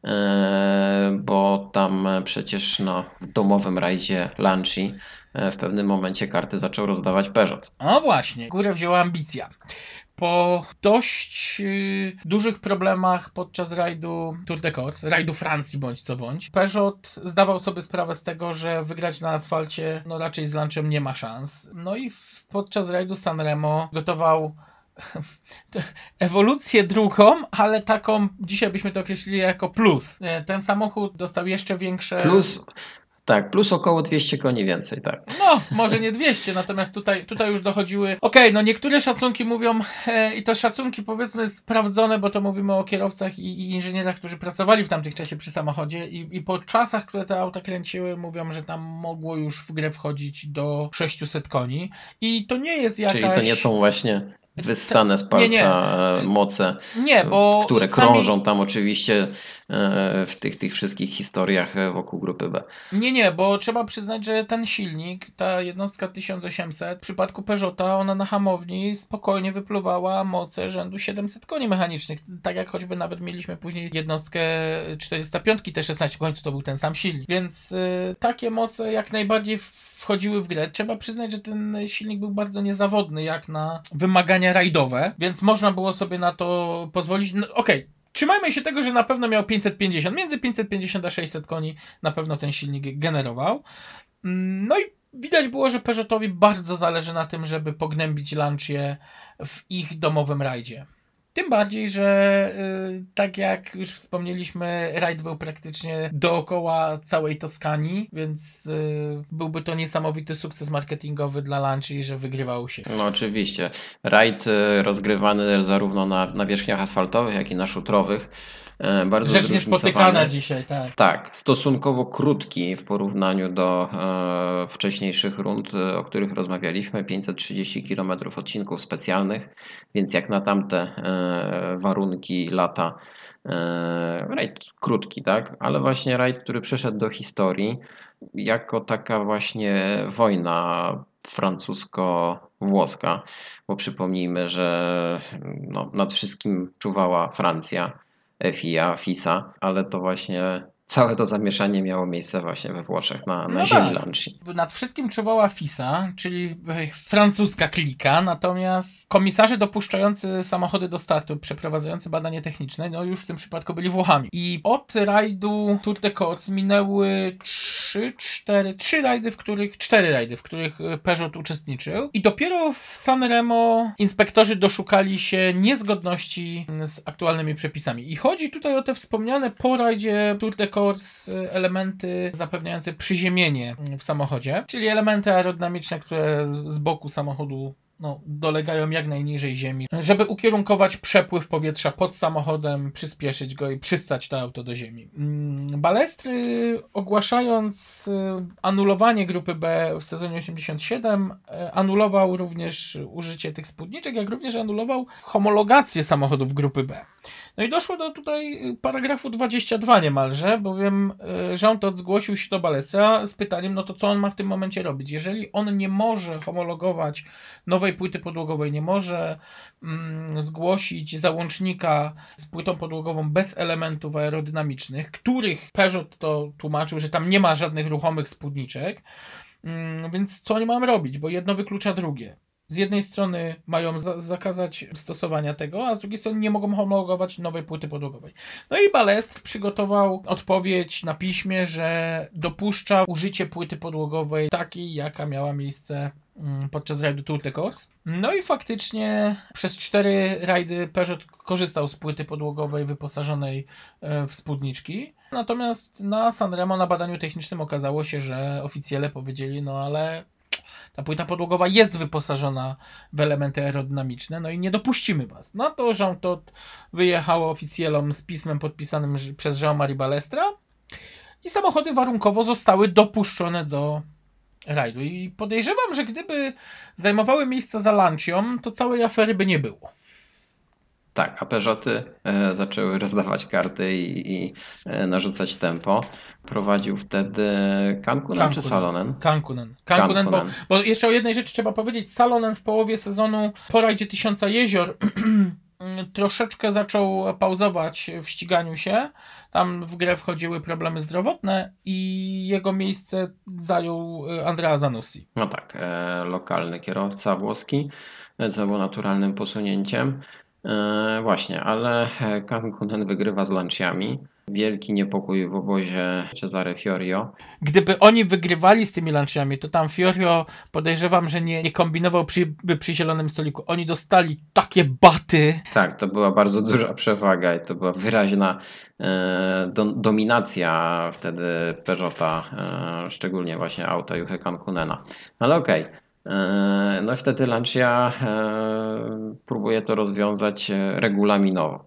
bo tam przecież no, w domowym rajdzie Lancia w pewnym momencie karty zaczął rozdawać Peugeot. No właśnie, górę wzięła ambicja. Po dość yy, dużych problemach podczas rajdu Tour de Corse, rajdu Francji bądź co bądź, Peugeot zdawał sobie sprawę z tego, że wygrać na asfalcie no raczej z Lancią nie ma szans. No i w, podczas rajdu Sanremo gotował ewolucję drugą, ale taką, dzisiaj byśmy to określili jako plus. Ten samochód dostał jeszcze większe... Plus, tak, plus około dwieście koni więcej, tak. No, może nie dwieście, natomiast tutaj, tutaj już dochodziły... Okej, okay, no niektóre szacunki mówią, e, i to szacunki powiedzmy sprawdzone, bo to mówimy o kierowcach i, i inżynierach, którzy pracowali w tamtych czasie przy samochodzie i, i po czasach, które te auta kręciły, mówią, że tam mogło już w grę wchodzić do sześciuset koni i to nie jest jakaś... Czyli to nie są właśnie... wyssane z palca nie, nie. moce, nie, bo które sami... krążą tam oczywiście w tych, tych wszystkich historiach wokół grupy B. Nie, nie, bo trzeba przyznać, że ten silnik, ta jednostka tysiąc osiemset, w przypadku Peugeota, ona na hamowni spokojnie wypluwała moce rzędu siedemset koni mechanicznych. Tak jak choćby nawet mieliśmy później jednostkę czterysta pięć T szesnaście, w końcu to był ten sam silnik. Więc y, takie moce jak najbardziej wchodziły w grę. Trzeba przyznać, że ten silnik był bardzo niezawodny jak na wymagania rajdowe, więc można było sobie na to pozwolić. No, okej. Okay. Trzymajmy się tego, że na pewno miał pięćset pięćdziesiąt, między pięćset pięćdziesiąt a sześćset koni na pewno ten silnik generował. No i widać było, że Peugeotowi bardzo zależy na tym, żeby pognębić Lancię w ich domowym rajdzie. Tym bardziej, że yy, tak jak już wspomnieliśmy, rajd był praktycznie dookoła całej Toskanii, więc yy, byłby to niesamowity sukces marketingowy dla Lancii, że wygrywał się. No oczywiście. Rajd rozgrywany zarówno na nawierzchniach asfaltowych, jak i na szutrowych. Bardzo Rzecz niespotykana dzisiaj, tak. Tak, stosunkowo krótki w porównaniu do e, wcześniejszych rund, o których rozmawialiśmy, pięćset trzydzieści kilometrów odcinków specjalnych, więc jak na tamte e, warunki lata, e, rajd krótki, tak, ale właśnie rajd, który przeszedł do historii jako taka właśnie wojna francusko-włoska, bo przypomnijmy, że no, nad wszystkim czuwała Francja, F I A, FISA, ale to właśnie całe to zamieszanie miało miejsce właśnie we Włoszech, na, na no ziemi tak. Lancii. Nad wszystkim czuwała FISA, czyli francuska klika, natomiast komisarze dopuszczający samochody do startu, przeprowadzający badanie techniczne, no już w tym przypadku byli Włochami. I od rajdu Tour de Corse minęły trzy, cztery, trzy rajdy, w których, cztery rajdy, w których Peugeot uczestniczył i dopiero w Sanremo inspektorzy doszukali się niezgodności z aktualnymi przepisami. I chodzi tutaj o te wspomniane po rajdzie Tour de Corse elementy zapewniające przyziemienie w samochodzie, czyli elementy aerodynamiczne, które z boku samochodu no, dolegają jak najniżej ziemi, żeby ukierunkować przepływ powietrza pod samochodem, przyspieszyć go i przystać to auto do ziemi. Balestry, ogłaszając anulowanie grupy B w sezonie osiemdziesiąt siedem, anulował również użycie tych spódniczek, jak również anulował homologację samochodów grupy B. No i doszło do tutaj paragrafu dwudziestego drugiego niemalże, bowiem Jean Todt zgłosił się do Balestra z pytaniem, no to co on ma w tym momencie robić? Jeżeli on nie może homologować nowej płyty podłogowej, nie może mm, zgłosić załącznika z płytą podłogową bez elementów aerodynamicznych, których Peugeot to tłumaczył, że tam nie ma żadnych ruchomych spódniczek, mm, więc co oni mają robić? Bo jedno wyklucza drugie. Z jednej strony mają za- zakazać stosowania tego, a z drugiej strony nie mogą homologować nowej płyty podłogowej. No i Balestre przygotował odpowiedź na piśmie, że dopuszcza użycie płyty podłogowej takiej, jaka miała miejsce podczas rajdu Tour de Corse. No i faktycznie przez cztery rajdy Peugeot korzystał z płyty podłogowej wyposażonej w spódniczki. Natomiast na Sanremo na badaniu technicznym okazało się, że oficjele powiedzieli, no ale ta płyta podłogowa jest wyposażona w elementy aerodynamiczne, no i nie dopuścimy was. No to Jean Todt wyjechał oficjelom z pismem podpisanym przez Jean-Marie Balestra i samochody warunkowo zostały dopuszczone do rajdu. I podejrzewam, że gdyby zajmowały miejsce za Lancią, to całej afery by nie było. Tak, a Peugeoty e, zaczęły rozdawać karty i, i e, narzucać tempo. Prowadził wtedy Cancunen czy Salonen? Cancunen. Cancunen, bo, bo jeszcze o jednej rzeczy trzeba powiedzieć. Salonen w połowie sezonu po rajdzie Tysiąca Jezior troszeczkę zaczął pauzować w ściganiu się. Tam w grę wchodziły problemy zdrowotne i jego miejsce zajął Andrea Zanussi. No tak, e, lokalny kierowca włoski, co było naturalnym posunięciem. E, właśnie, ale Cancunen wygrywa z Lanciami. wielki niepokój w obozie Cesare Fiorio. Gdyby oni wygrywali z tymi lunchami, to tam Fiorio podejrzewam, że nie, nie kombinował przy, przy zielonym stoliku. Oni dostali takie baty. Tak, to była bardzo duża przewaga i to była wyraźna e, do, dominacja wtedy Peugeota, e, szczególnie właśnie auta Juche Kankkunena. Ale okej. E, No i wtedy Lancia e, próbuje to rozwiązać e, regulaminowo.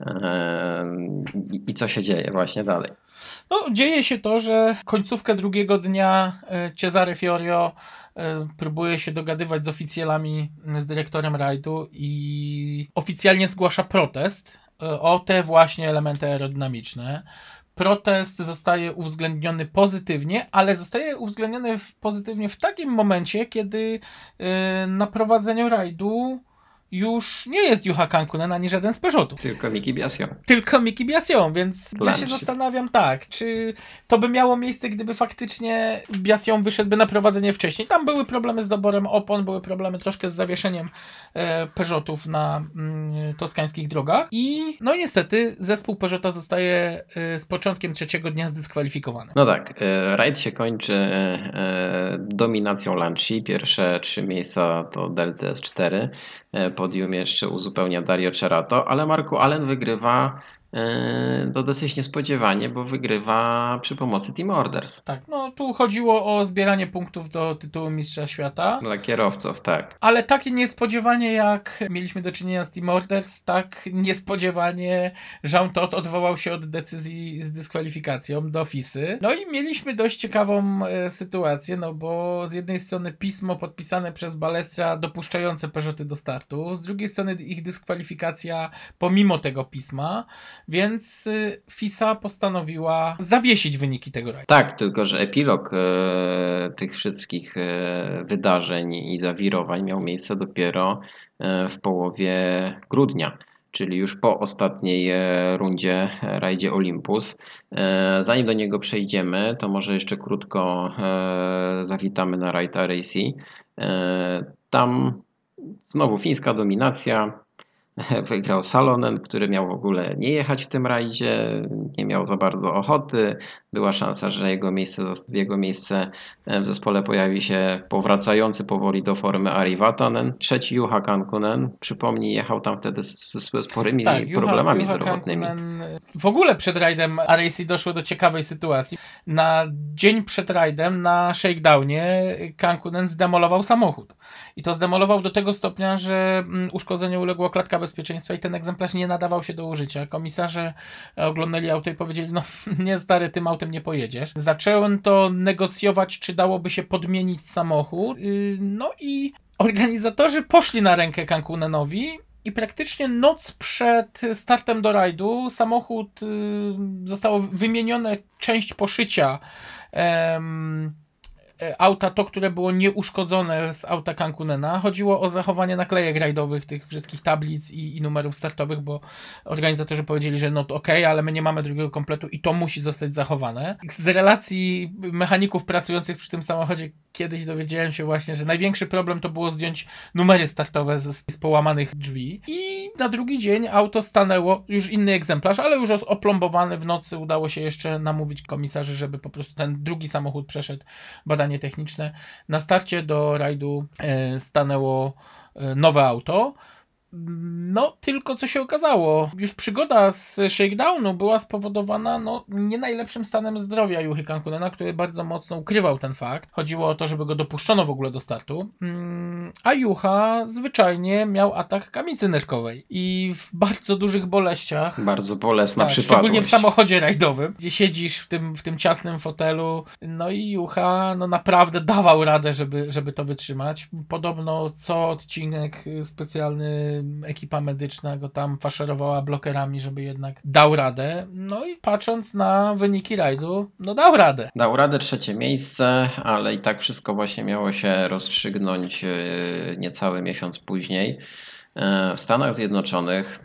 E, i, I co się dzieje właśnie dalej? No, dzieje się to, że końcówkę drugiego dnia e, Cesare Fiorio e, próbuje się dogadywać z oficjalami, z dyrektorem rajdu i oficjalnie zgłasza protest e, o te właśnie elementy aerodynamiczne. Protest zostaje uwzględniony pozytywnie, ale zostaje uwzględniony w- pozytywnie w takim momencie, kiedy e, na prowadzeniu rajdu już nie jest Juha Kankkunen ani żaden z Peugeotów. Tylko Miki Biasio. Tylko Miki Biasio, więc ja się Blanche. zastanawiam tak, czy to by miało miejsce, gdyby faktycznie Biasio wyszedłby na prowadzenie wcześniej. Tam były problemy z doborem opon, były problemy troszkę z zawieszeniem e, Peugeotów na mm, toskańskich drogach i no niestety zespół Peugeota zostaje e, z początkiem trzeciego dnia zdyskwalifikowany. No tak, e, rajd się kończy e, dominacją Lanci. Pierwsze trzy miejsca to Delta S cztery. E, Podium jeszcze uzupełnia Dario Cerato, ale Marku Allen wygrywa e, to dosyć niespodziewanie, bo wygrywa przy pomocy Team Orders. Tak, no tu chodziło o zbieranie punktów do tytułu Mistrza Świata. Dla kierowców, tak. Ale takie niespodziewanie jak mieliśmy do czynienia z Team Orders, tak niespodziewanie Jean Todt odwołał się od decyzji z dyskwalifikacją do FISy. No i mieliśmy dość ciekawą e, sytuację, no bo z jednej strony pismo podpisane przez Balestra dopuszczające Peugeoty do startu, z drugiej strony ich dyskwalifikacja pomimo tego pisma, więc y, FISA postanowiła zawiesić wyniki tego rajdu. Tak, tylko że epilog e, tych wszystkich e, wydarzeń i zawirowań miał miejsce dopiero e, w połowie grudnia, czyli już po ostatniej e, rundzie, e, rajdzie Olympus. E, Zanim do niego przejdziemy, to może jeszcze krótko e, zawitamy na rajd R A C. E, Tam znowu fińska dominacja. Wygrał Salonen, który miał w ogóle nie jechać w tym rajdzie, nie miał za bardzo ochoty. Była szansa, że jego miejsce, w jego miejsce w zespole pojawi się powracający powoli do formy Ari Vatanen. Trzeci Juha Kankkunen, przypomnij, jechał tam wtedy z, z sporymi Tak, Juha- problemami Juha zdrowotnymi. Kankkunen- W ogóle przed rajdem R A C doszło do ciekawej sytuacji. Na dzień przed rajdem, na shakedownie, Kankkunen zdemolował samochód. I to zdemolował do tego stopnia, że mm, uszkodzeniu uległa klatka bezpieczeństwa i ten egzemplarz nie nadawał się do użycia. Komisarze oglądali auto i powiedzieli, no nie stary, tym autem nie pojedziesz. Zacząłem to negocjować, czy dałoby się podmienić samochód. Yy, No i organizatorzy poszli na rękę Kankkunenowi i praktycznie noc przed startem do rajdu samochód y, zostało wymienione część poszycia em, e, auta, to które było nieuszkodzone z auta Kankkunena. Chodziło o zachowanie naklejek rajdowych, tych wszystkich tablic i, i numerów startowych, bo organizatorzy powiedzieli, że no to okej, ale my nie mamy drugiego kompletu i to musi zostać zachowane. Z relacji mechaników pracujących przy tym samochodzie kiedyś dowiedziałem się właśnie, że największy problem to było zdjąć numery startowe z, z połamanych drzwi. I na drugi dzień auto stanęło, już inny egzemplarz, ale już oplombowany w nocy. Udało się jeszcze namówić komisarzy, żeby po prostu ten drugi samochód przeszedł badanie techniczne. Na starcie do rajdu e, stanęło e, nowe auto. No, tylko co się okazało, już przygoda z shakedownu była spowodowana no, nie najlepszym stanem zdrowia Juhy Kankkunena, który bardzo mocno ukrywał ten fakt. Chodziło o to, żeby go dopuszczono w ogóle do startu, mm, a Juha zwyczajnie miał atak kamicy nerkowej i w bardzo dużych boleściach. Bardzo bolesna Tak, przypadłość. szczególnie w samochodzie rajdowym, gdzie siedzisz w tym, w tym ciasnym fotelu. No i Juha no naprawdę dawał radę, żeby, żeby to wytrzymać. Podobno co odcinek specjalny ekipa medyczna go tam faszerowała blokerami, żeby jednak dał radę. No i patrząc na wyniki rajdu, no dał radę. Dał radę trzecie miejsce, ale i tak wszystko właśnie miało się rozstrzygnąć e, niecały miesiąc później. E, W Stanach Zjednoczonych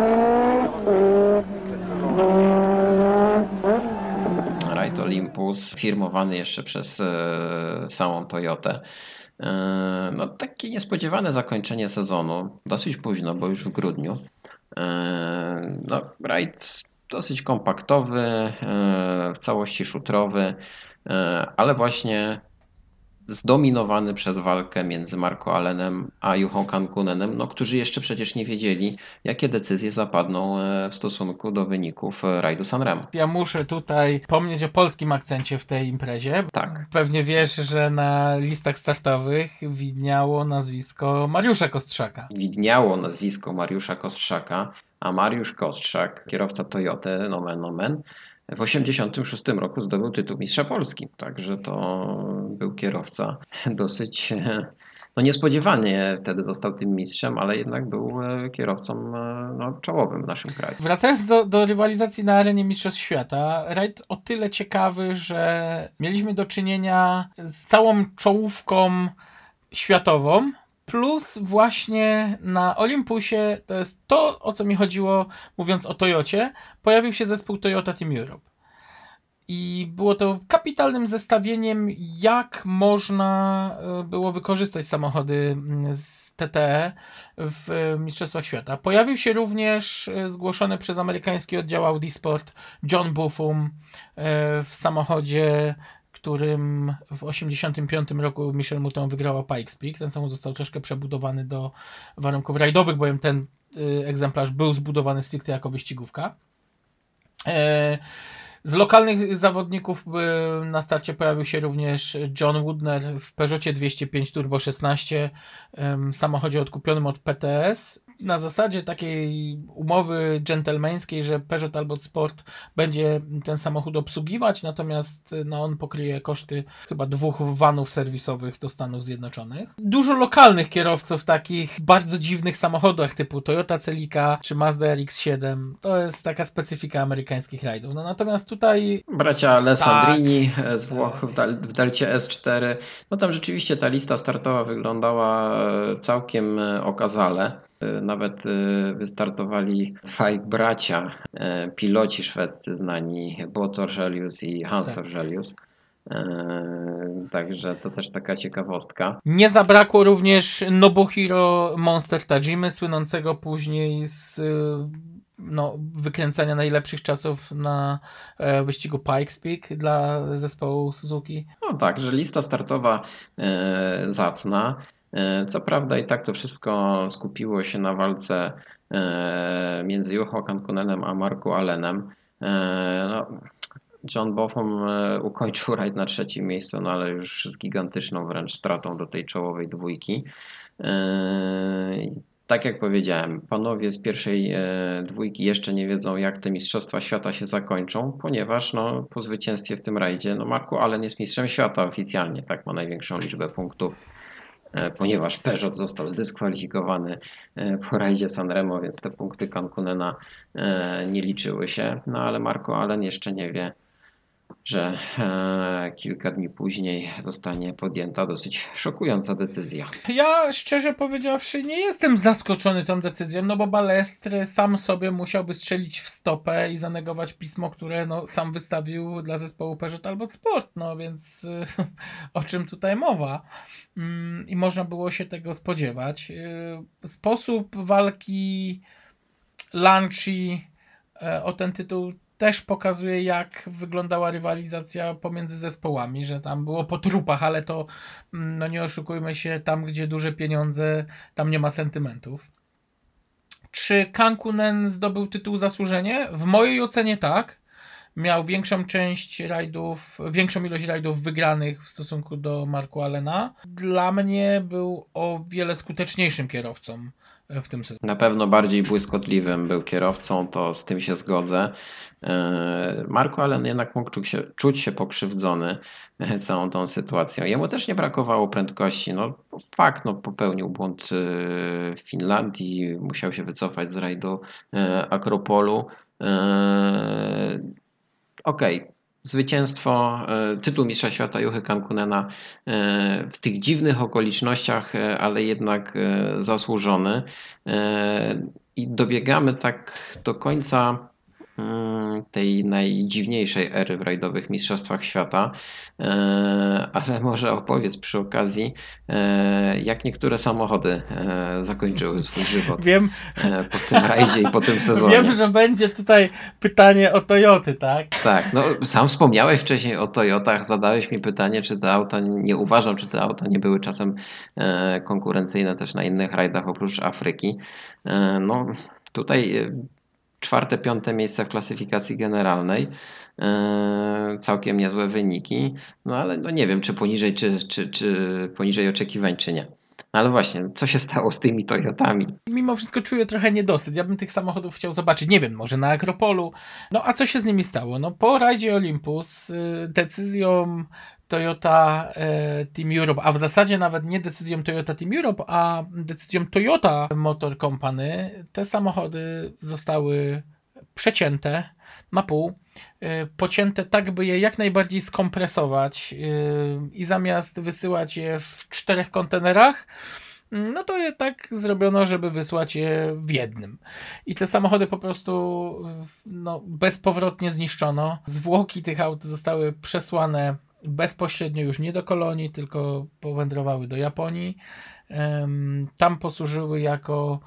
rajd Olympus firmowany jeszcze przez samą Toyotę. No, takie niespodziewane zakończenie sezonu, dosyć późno, bo już w grudniu. No, rajd dosyć kompaktowy, w całości szutrowy, ale właśnie zdominowany przez walkę między Marco Allenem a Juhą Kankkunenem, no, którzy jeszcze przecież nie wiedzieli, jakie decyzje zapadną w stosunku do wyników rajdu Sanremo. Ja muszę tutaj wspomnieć o polskim akcencie w tej imprezie. Tak. Pewnie wiesz, że na listach startowych widniało nazwisko Mariusza Kostrzaka. Widniało nazwisko Mariusza Kostrzaka, a Mariusz Kostrzak, kierowca Toyoty, nomen omen, w osiemdziesiątym szóstym roku zdobył tytuł mistrza Polski, także to był kierowca dosyć no niespodziewanie wtedy został tym mistrzem, ale jednak był kierowcą no, czołowym w naszym kraju. Wracając do, do rywalizacji na arenie Mistrzostw Świata, rajd o tyle ciekawy, że mieliśmy do czynienia z całą czołówką światową, plus właśnie na Olympusie, to jest to, o co mi chodziło, mówiąc o Toyocie, pojawił się zespół Toyota Team Europe. I było to kapitalnym zestawieniem, jak można było wykorzystać samochody z T T E w Mistrzostwach Świata. Pojawił się również zgłoszony przez amerykański oddział Audi Sport John Buffum w samochodzie, którym w osiemdziesiątym piątym roku Michel Mouton wygrała Pikes Peak. Ten samochód został troszkę przebudowany do warunków rajdowych, bowiem ten egzemplarz był zbudowany stricte jako wyścigówka. Z lokalnych zawodników na starcie pojawił się również John Woodner w Peugeotie dwieście pięć Turbo szesnaście, samochodzie odkupionym od P T S. Na zasadzie takiej umowy dżentelmeńskiej, że Peugeot Talbot Sport będzie ten samochód obsługiwać, natomiast no, on pokryje koszty chyba dwóch vanów serwisowych do Stanów Zjednoczonych. Dużo lokalnych kierowców takich bardzo dziwnych samochodach typu Toyota Celica czy Mazda R X siedem. To jest taka specyfika amerykańskich rajdów. No, natomiast tutaj... Bracia Alessandrini tak, z Włoch w, Dal- w Delcie S cztery. No tam rzeczywiście ta lista startowa wyglądała całkiem okazale. Nawet wystartowali dwaj bracia, piloci szwedzcy znani, Bo Torzelius i Hans tak. Torzelius. Także to też taka ciekawostka. Nie zabrakło również Nobuhiro Monster Tajimy, słynącego później z no, wykręcania najlepszych czasów na wyścigu Pikes Peak dla zespołu Suzuki. No tak, że lista startowa zacna. Co prawda i tak to wszystko skupiło się na walce między Juhą Kankkunenem a Marco Allenem. No, John Buffum ukończył rajd na trzecim miejscu, no ale już z gigantyczną wręcz stratą do tej czołowej dwójki. Tak jak powiedziałem, panowie z pierwszej dwójki jeszcze nie wiedzą, jak te mistrzostwa świata się zakończą, ponieważ no, po zwycięstwie w tym rajdzie no, Marco Allen jest mistrzem świata oficjalnie, tak, ma największą liczbę punktów, ponieważ Peugeot został zdyskwalifikowany po rajdzie Sanremo, więc te punkty Kankkunena nie liczyły się. No ale Marco Allen jeszcze nie wie, że kilka dni później zostanie podjęta dosyć szokująca decyzja. Ja szczerze powiedziawszy nie jestem zaskoczony tą decyzją, no bo Balestre sam sobie musiałby strzelić w stopę i zanegować pismo, które no, sam wystawił dla zespołu Peugeot Talbot Sport, no więc o czym tutaj mowa? I można było się tego spodziewać. Sposób walki Lancia o ten tytuł też pokazuje, jak wyglądała rywalizacja pomiędzy zespołami, że tam było po trupach, ale to, no nie oszukujmy się, tam gdzie duże pieniądze, tam nie ma sentymentów. Czy Kankkunen zdobył tytuł zasłużenie? W mojej ocenie tak. Miał większą część rajdów, większą ilość rajdów wygranych w stosunku do Marco Allena. Dla mnie był o wiele skuteczniejszym kierowcą w tym sezonie. Na pewno bardziej błyskotliwym był kierowcą, to z tym się zgodzę. Marco Allen jednak mógł czuć się, czuć się pokrzywdzony całą tą sytuacją. Jemu też nie brakowało prędkości. No, fakt, no, popełnił błąd w Finlandii, musiał się wycofać z rajdu Akropolu. Okej, okay. Zwycięstwo, tytuł mistrza świata Juhy Kankkunena w tych dziwnych okolicznościach, ale jednak zasłużony. I dobiegamy tak do końca tej najdziwniejszej ery w rajdowych mistrzostwach świata, ale może opowiedz przy okazji, jak niektóre samochody zakończyły swój żywot Wiem, po tym rajdzie i po tym sezonie. Wiem, że będzie tutaj pytanie o Toyoty, tak? Tak, no sam wspomniałeś wcześniej o Toyotach, zadałeś mi pytanie, czy te auta, nie uważam, czy te auta nie były czasem konkurencyjne też na innych rajdach oprócz Afryki. No tutaj czwarte, piąte miejsce w klasyfikacji generalnej, całkiem niezłe wyniki, no ale no nie wiem, czy poniżej, czy, czy, czy poniżej oczekiwań, czy nie. Ale właśnie, co się stało z tymi Toyotami? Mimo wszystko czuję trochę niedosyt. Ja bym tych samochodów chciał zobaczyć. Nie wiem, może na Akropolu. No a co się z nimi stało? No po rajdzie Olympus decyzją Toyota Team Europe, a w zasadzie nawet nie decyzją Toyota Team Europe, a decyzją Toyota Motor Company, te samochody zostały przecięte na pół, pocięte tak, by je jak najbardziej skompresować i zamiast wysyłać je w czterech kontenerach, no to je tak zrobiono, żeby wysłać je w jednym. I te samochody po prostu no, bezpowrotnie zniszczono. Zwłoki tych aut zostały przesłane bezpośrednio już nie do kolonii, tylko powędrowały do Japonii. Tam posłużyły jako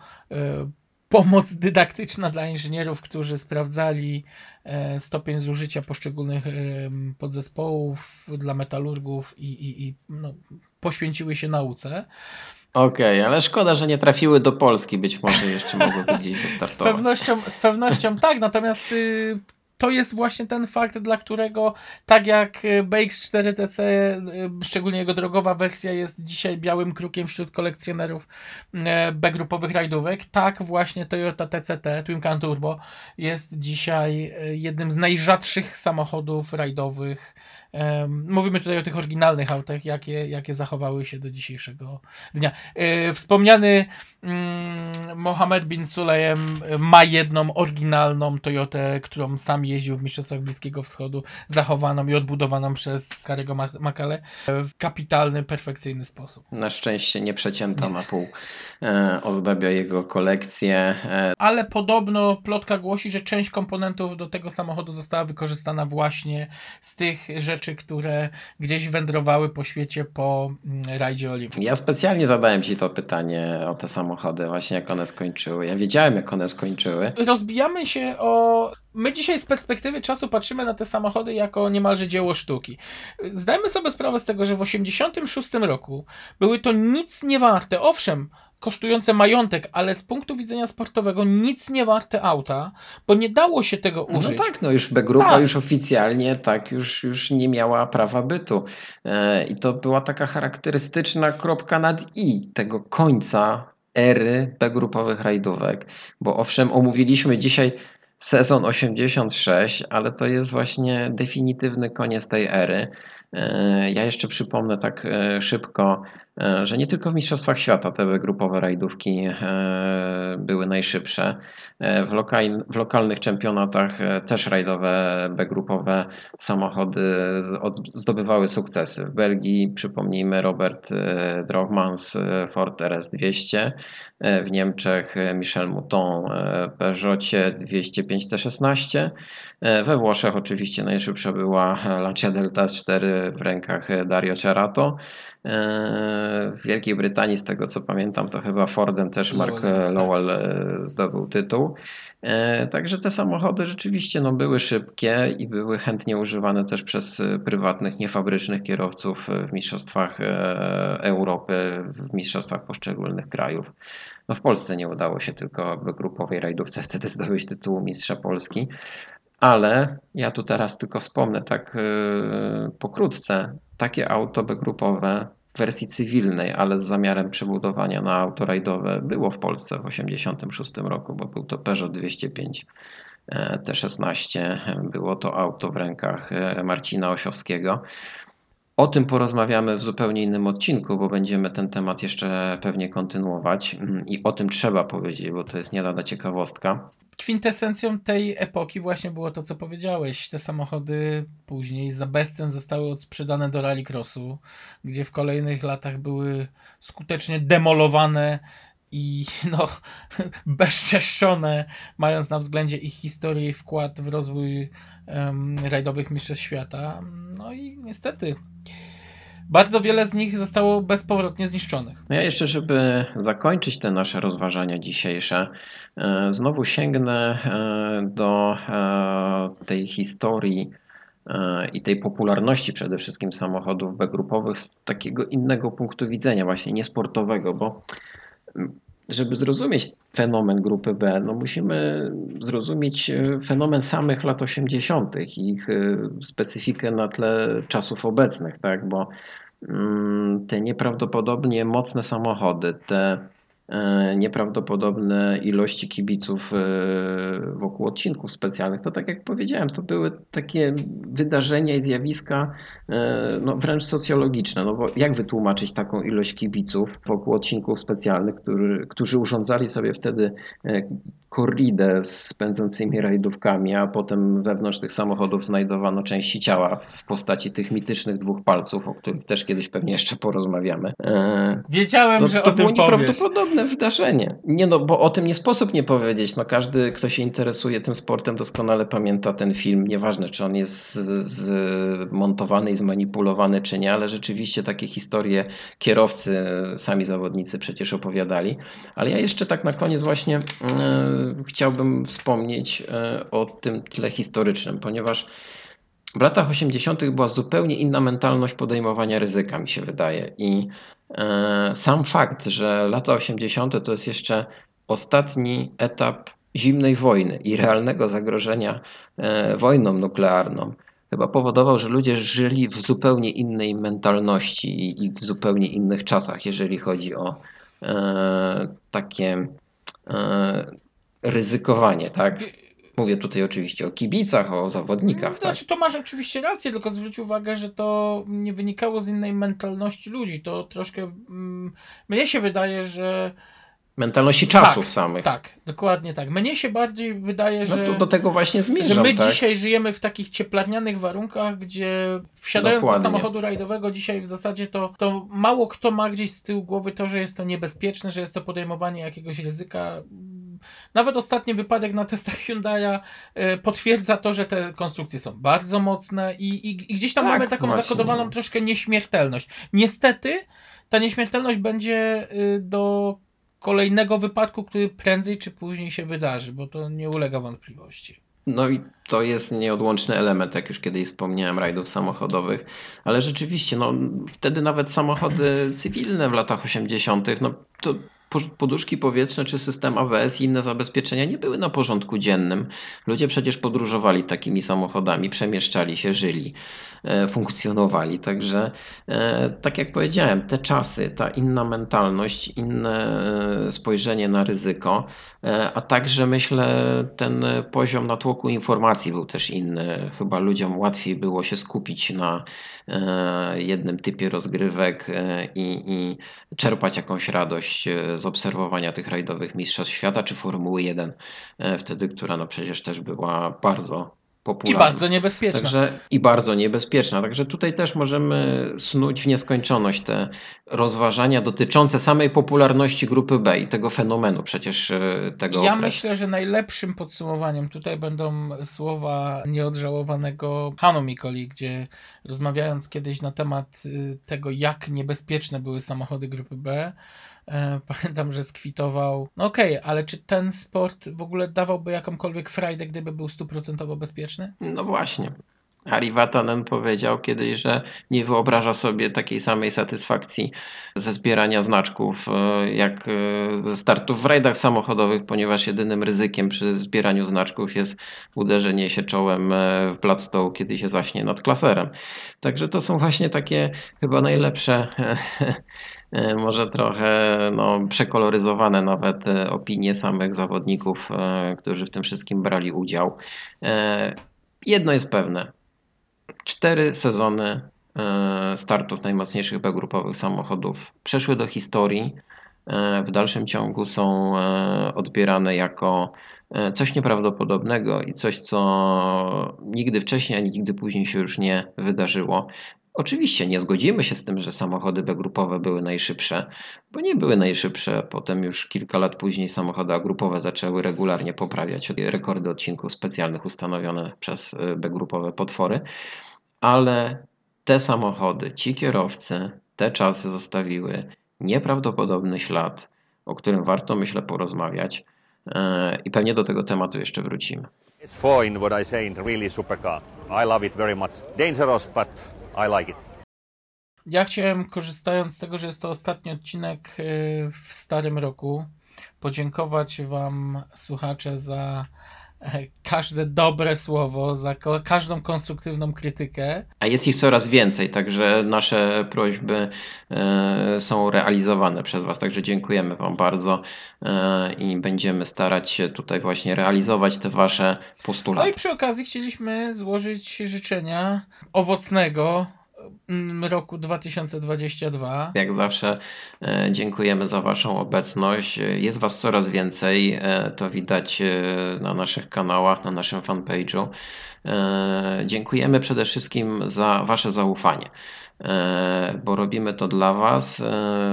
pomoc dydaktyczna dla inżynierów, którzy sprawdzali stopień zużycia poszczególnych podzespołów dla metalurgów i, i, i no, poświęciły się nauce. Okej, okay, ale szkoda, że nie trafiły do Polski. Być może jeszcze mogłyby gdzieś wystartować. Z pewnością, z pewnością tak, natomiast y, to jest właśnie ten fakt, dla którego tak jak B X cztery T C, szczególnie jego drogowa wersja jest dzisiaj białym krukiem wśród kolekcjonerów B-grupowych rajdówek, tak właśnie Toyota T C T, Twin Can Turbo jest dzisiaj jednym z najrzadszych samochodów rajdowych. Mówimy tutaj o tych oryginalnych autach, jakie, jakie zachowały się do dzisiejszego dnia. Wspomniany Mohammed bin Sulayem ma jedną oryginalną Toyotę, którą sam jeździł w Mistrzostwach Bliskiego Wschodu, zachowaną i odbudowaną przez Karego Makale w kapitalny, perfekcyjny sposób. Na szczęście nie przecięta nie. na pół e, ozdabia jego kolekcję. E. Ale podobno plotka głosi, że część komponentów do tego samochodu została wykorzystana właśnie z tych rzeczy, które gdzieś wędrowały po świecie po rajdzie Olympus. Ja specjalnie zadałem Ci to pytanie o te samochody, właśnie jak one skończyły. Ja wiedziałem, jak one skończyły. Rozbijamy się o... My dzisiaj z perspektywy czasu patrzymy na te samochody jako niemalże dzieło sztuki. Zdajmy sobie sprawę z tego, że w osiemdziesiątym szóstym roku były to nic nie warte, owszem, kosztujące majątek, ale z punktu widzenia sportowego nic nie warte auta, bo nie dało się tego użyć. No tak, no już B-grupa tak. już oficjalnie tak już, już nie miała prawa bytu. E, I to była taka charakterystyczna kropka nad i tego końca ery B-grupowych rajdówek, bo owszem, omówiliśmy dzisiaj sezon osiemdziesiąt sześć, ale to jest właśnie definitywny koniec tej ery. Ja jeszcze przypomnę tak szybko, że nie tylko w Mistrzostwach Świata te grupowe rajdówki były najszybsze. W, lokal, w lokalnych czempionatach też rajdowe B-grupowe samochody zdobywały sukcesy. W Belgii, przypomnijmy, Robert Drochmans Ford R S dwieście, w Niemczech Michel Mouton Peugeotie dwieście pięć T szesnaście, we Włoszech oczywiście najszybsza była Lancia Delta cztery w rękach Dario Cerato. W Wielkiej Brytanii, z tego co pamiętam, to chyba Fordem też Mark Lowell, Lowell zdobył tytuł. Także te samochody rzeczywiście no, były szybkie i były chętnie używane też przez prywatnych, niefabrycznych kierowców w mistrzostwach Europy, w mistrzostwach poszczególnych krajów. No, w Polsce nie udało się tylko w grupowej rajdówce wtedy zdobyć tytułu mistrza Polski. Ale ja tu teraz tylko wspomnę tak yy, pokrótce, takie auto B-grupowe w wersji cywilnej, ale z zamiarem przebudowania na auto rajdowe było w Polsce w osiemdziesiątym szóstym roku, bo był to Peugeot dwieście pięć T szesnaście, było to auto w rękach Marcina Osiowskiego. O tym porozmawiamy w zupełnie innym odcinku, bo będziemy ten temat jeszcze pewnie kontynuować i o tym trzeba powiedzieć, bo to jest nie lada ciekawostka. Kwintesencją tej epoki właśnie było to, co powiedziałeś. Te samochody później za bezcen zostały odsprzedane do rallycrossu, gdzie w kolejnych latach były skutecznie demolowane i no bezczeszczone, mając na względzie ich historię i wkład w rozwój um, rajdowych mistrzostw świata. No i niestety bardzo wiele z nich zostało bezpowrotnie zniszczonych. No ja jeszcze, żeby zakończyć te nasze rozważania dzisiejsze, znowu sięgnę do tej historii i tej popularności przede wszystkim samochodów B-grupowych z takiego innego punktu widzenia, właśnie niesportowego, bo żeby zrozumieć fenomen grupy B, no musimy zrozumieć fenomen samych lat osiemdziesiątych i ich specyfikę na tle czasów obecnych, tak? Bo te nieprawdopodobnie mocne samochody, te nieprawdopodobne ilości kibiców wokół odcinków specjalnych, to tak jak powiedziałem, to były takie wydarzenia i zjawiska no, wręcz socjologiczne. No bo jak wytłumaczyć taką ilość kibiców wokół odcinków specjalnych, który, którzy urządzali sobie wtedy korridę z pędzącymi rajdówkami, a potem wewnątrz tych samochodów znajdowano części ciała w postaci tych mitycznych dwóch palców, o których też kiedyś pewnie jeszcze porozmawiamy. Wiedziałem, to, że to o było tym powiesz. Nieprawdopodobne wydarzenie. Nie no, bo o tym nie sposób nie powiedzieć. No każdy, kto się interesuje tym sportem, doskonale pamięta ten film. Nieważne, czy on jest zmontowany i zmanipulowany, czy nie, ale rzeczywiście takie historie kierowcy, sami zawodnicy przecież opowiadali. Ale ja jeszcze tak na koniec właśnie yy, chciałbym wspomnieć yy, o tym tle historycznym, ponieważ w latach osiemdziesiątych była zupełnie inna mentalność podejmowania ryzyka, mi się wydaje. I sam fakt, że lata osiemdziesiąte to jest jeszcze ostatni etap zimnej wojny i realnego zagrożenia wojną nuklearną, chyba powodował, że ludzie żyli w zupełnie innej mentalności i w zupełnie innych czasach, jeżeli chodzi o takie ryzykowanie, tak? Mówię tutaj oczywiście o kibicach, o zawodnikach. Znaczy, tak? to masz oczywiście rację, tylko zwróć uwagę, że to nie wynikało z innej mentalności ludzi. To troszkę mm, mnie się wydaje, że mentalności czasów tak, samych. Tak, dokładnie tak. Mnie się bardziej wydaje, no że, to do tego właśnie zmierzam, że my tak? dzisiaj żyjemy w takich cieplarnianych warunkach, gdzie wsiadając Dokładnie. do samochodu rajdowego dzisiaj w zasadzie to, to mało kto ma gdzieś z tyłu głowy to, że jest to niebezpieczne, że jest to podejmowanie jakiegoś ryzyka. Nawet ostatni wypadek na testach Hyundai'a y, potwierdza to, że te konstrukcje są bardzo mocne i, i, i gdzieś tam tak, mamy taką właśnie. zakodowaną troszkę nieśmiertelność. Niestety ta nieśmiertelność będzie y, do kolejnego wypadku, który prędzej czy później się wydarzy, bo to nie ulega wątpliwości. No i to jest nieodłączny element, jak już kiedyś wspomniałem, rajdów samochodowych, ale rzeczywiście, no wtedy nawet samochody cywilne w latach osiemdziesiątych, no to poduszki powietrzne czy system A W S i inne zabezpieczenia nie były na porządku dziennym. Ludzie przecież podróżowali takimi samochodami, przemieszczali się, żyli, funkcjonowali. Także tak jak powiedziałem, te czasy, ta inna mentalność, inne spojrzenie na ryzyko, a także myślę ten poziom natłoku informacji był też inny. Chyba ludziom łatwiej było się skupić na jednym typie rozgrywek i, i czerpać jakąś radość z obserwowania tych rajdowych mistrzostw świata czy Formuły jeden, wtedy, która no przecież też była bardzo popularna. I bardzo niebezpieczna. Także, I bardzo niebezpieczna. Także tutaj też możemy snuć w nieskończoność te rozważania dotyczące samej popularności grupy B i tego fenomenu przecież tego Ja okresu. myślę, że najlepszym podsumowaniem tutaj będą słowa nieodżałowanego Hannu Mikoli, gdzie rozmawiając kiedyś na temat tego, jak niebezpieczne były samochody grupy B, pamiętam, że skwitował, no okej, okay, ale czy ten sport w ogóle dawałby jakąkolwiek frajdę, gdyby był stuprocentowo bezpieczny? No właśnie. Ari Vatanen powiedział kiedyś, że nie wyobraża sobie takiej samej satysfakcji ze zbierania znaczków jak ze startów w rajdach samochodowych, ponieważ jedynym ryzykiem przy zbieraniu znaczków jest uderzenie się czołem w blat stołu, kiedy się zaśnie nad klaserem. Także to są właśnie takie chyba najlepsze może trochę no, przekoloryzowane nawet opinie samych zawodników, którzy w tym wszystkim brali udział. Jedno jest pewne. Cztery sezony startów najmocniejszych B-grupowych samochodów przeszły do historii. W dalszym ciągu są odbierane jako coś nieprawdopodobnego i coś, co nigdy wcześniej ani nigdy później się już nie wydarzyło. Oczywiście nie zgodzimy się z tym, że samochody B-grupowe były najszybsze, bo nie były najszybsze. Potem już kilka lat później samochody A-grupowe zaczęły regularnie poprawiać rekordy odcinków specjalnych ustanowione przez B-grupowe potwory, ale te samochody, ci kierowcy, te czasy zostawiły nieprawdopodobny ślad, o którym warto, myślę, porozmawiać i pewnie do tego tematu jeszcze wrócimy. It's four in what I say in really supercar. I love it very much. Dangerous, but I like it. Ja chciałem, korzystając z tego, że jest to ostatni odcinek w starym roku, podziękować wam, słuchacze, za każde dobre słowo, za każdą konstruktywną krytykę. A jest ich coraz więcej, także nasze prośby są realizowane przez was, także dziękujemy wam bardzo i będziemy starać się tutaj właśnie realizować te wasze postulaty. No i przy okazji chcieliśmy złożyć życzenia owocnego roku dwa tysiące dwudziestego drugiego. Jak zawsze dziękujemy za waszą obecność. Jest was coraz więcej, to widać na naszych kanałach, na naszym fanpage'u. Dziękujemy przede wszystkim za wasze zaufanie, bo robimy to dla was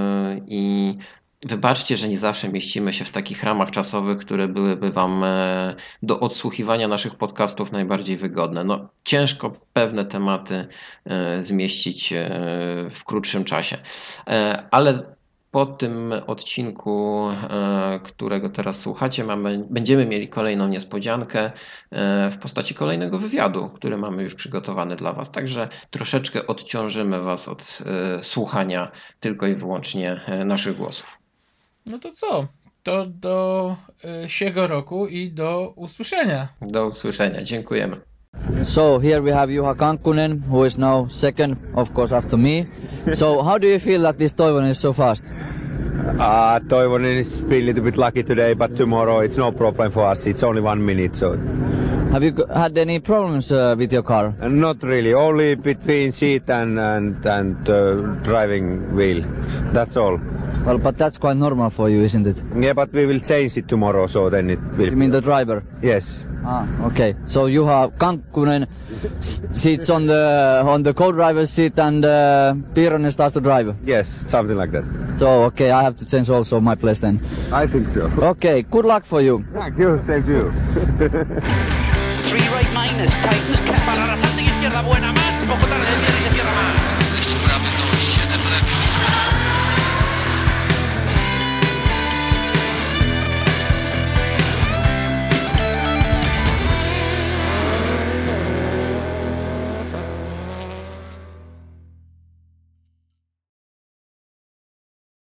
i wybaczcie, że nie zawsze mieścimy się w takich ramach czasowych, które byłyby wam do odsłuchiwania naszych podcastów najbardziej wygodne. No, ciężko pewne tematy zmieścić w krótszym czasie, ale po tym odcinku, którego teraz słuchacie, mamy, będziemy mieli kolejną niespodziankę w postaci kolejnego wywiadu, który mamy już przygotowany dla was. Także troszeczkę odciążymy was od słuchania tylko i wyłącznie naszych głosów. No to co? To do y, siego roku i do usłyszenia. Do usłyszenia. Dziękujemy. So here we have Juha Kankkunen, who is now second, of course, after me. So how do you feel that this Toivonen is so fast? Uh, Toivonen is been a little bit lucky today, but tomorrow it's no problem for us. It's only one minute, so... Have you had any problems uh, with your car? Uh, not really, only between seat and, and, and uh, driving wheel. That's all. Well, but that's quite normal for you, isn't it? Yeah, but we will change it tomorrow, so then it will... You mean the driver? Yes. Ah, okay. So Juha Kankkunen s- sits on the on the co-driver's seat and uh, Piironen starts to drive? Yes, something like that. So, okay, I have to change also my place then. I think so. Okay, good luck for you. Thank you, same to you. Three right minus, tightens cap. Para la izquierda buena, más, poco tarde.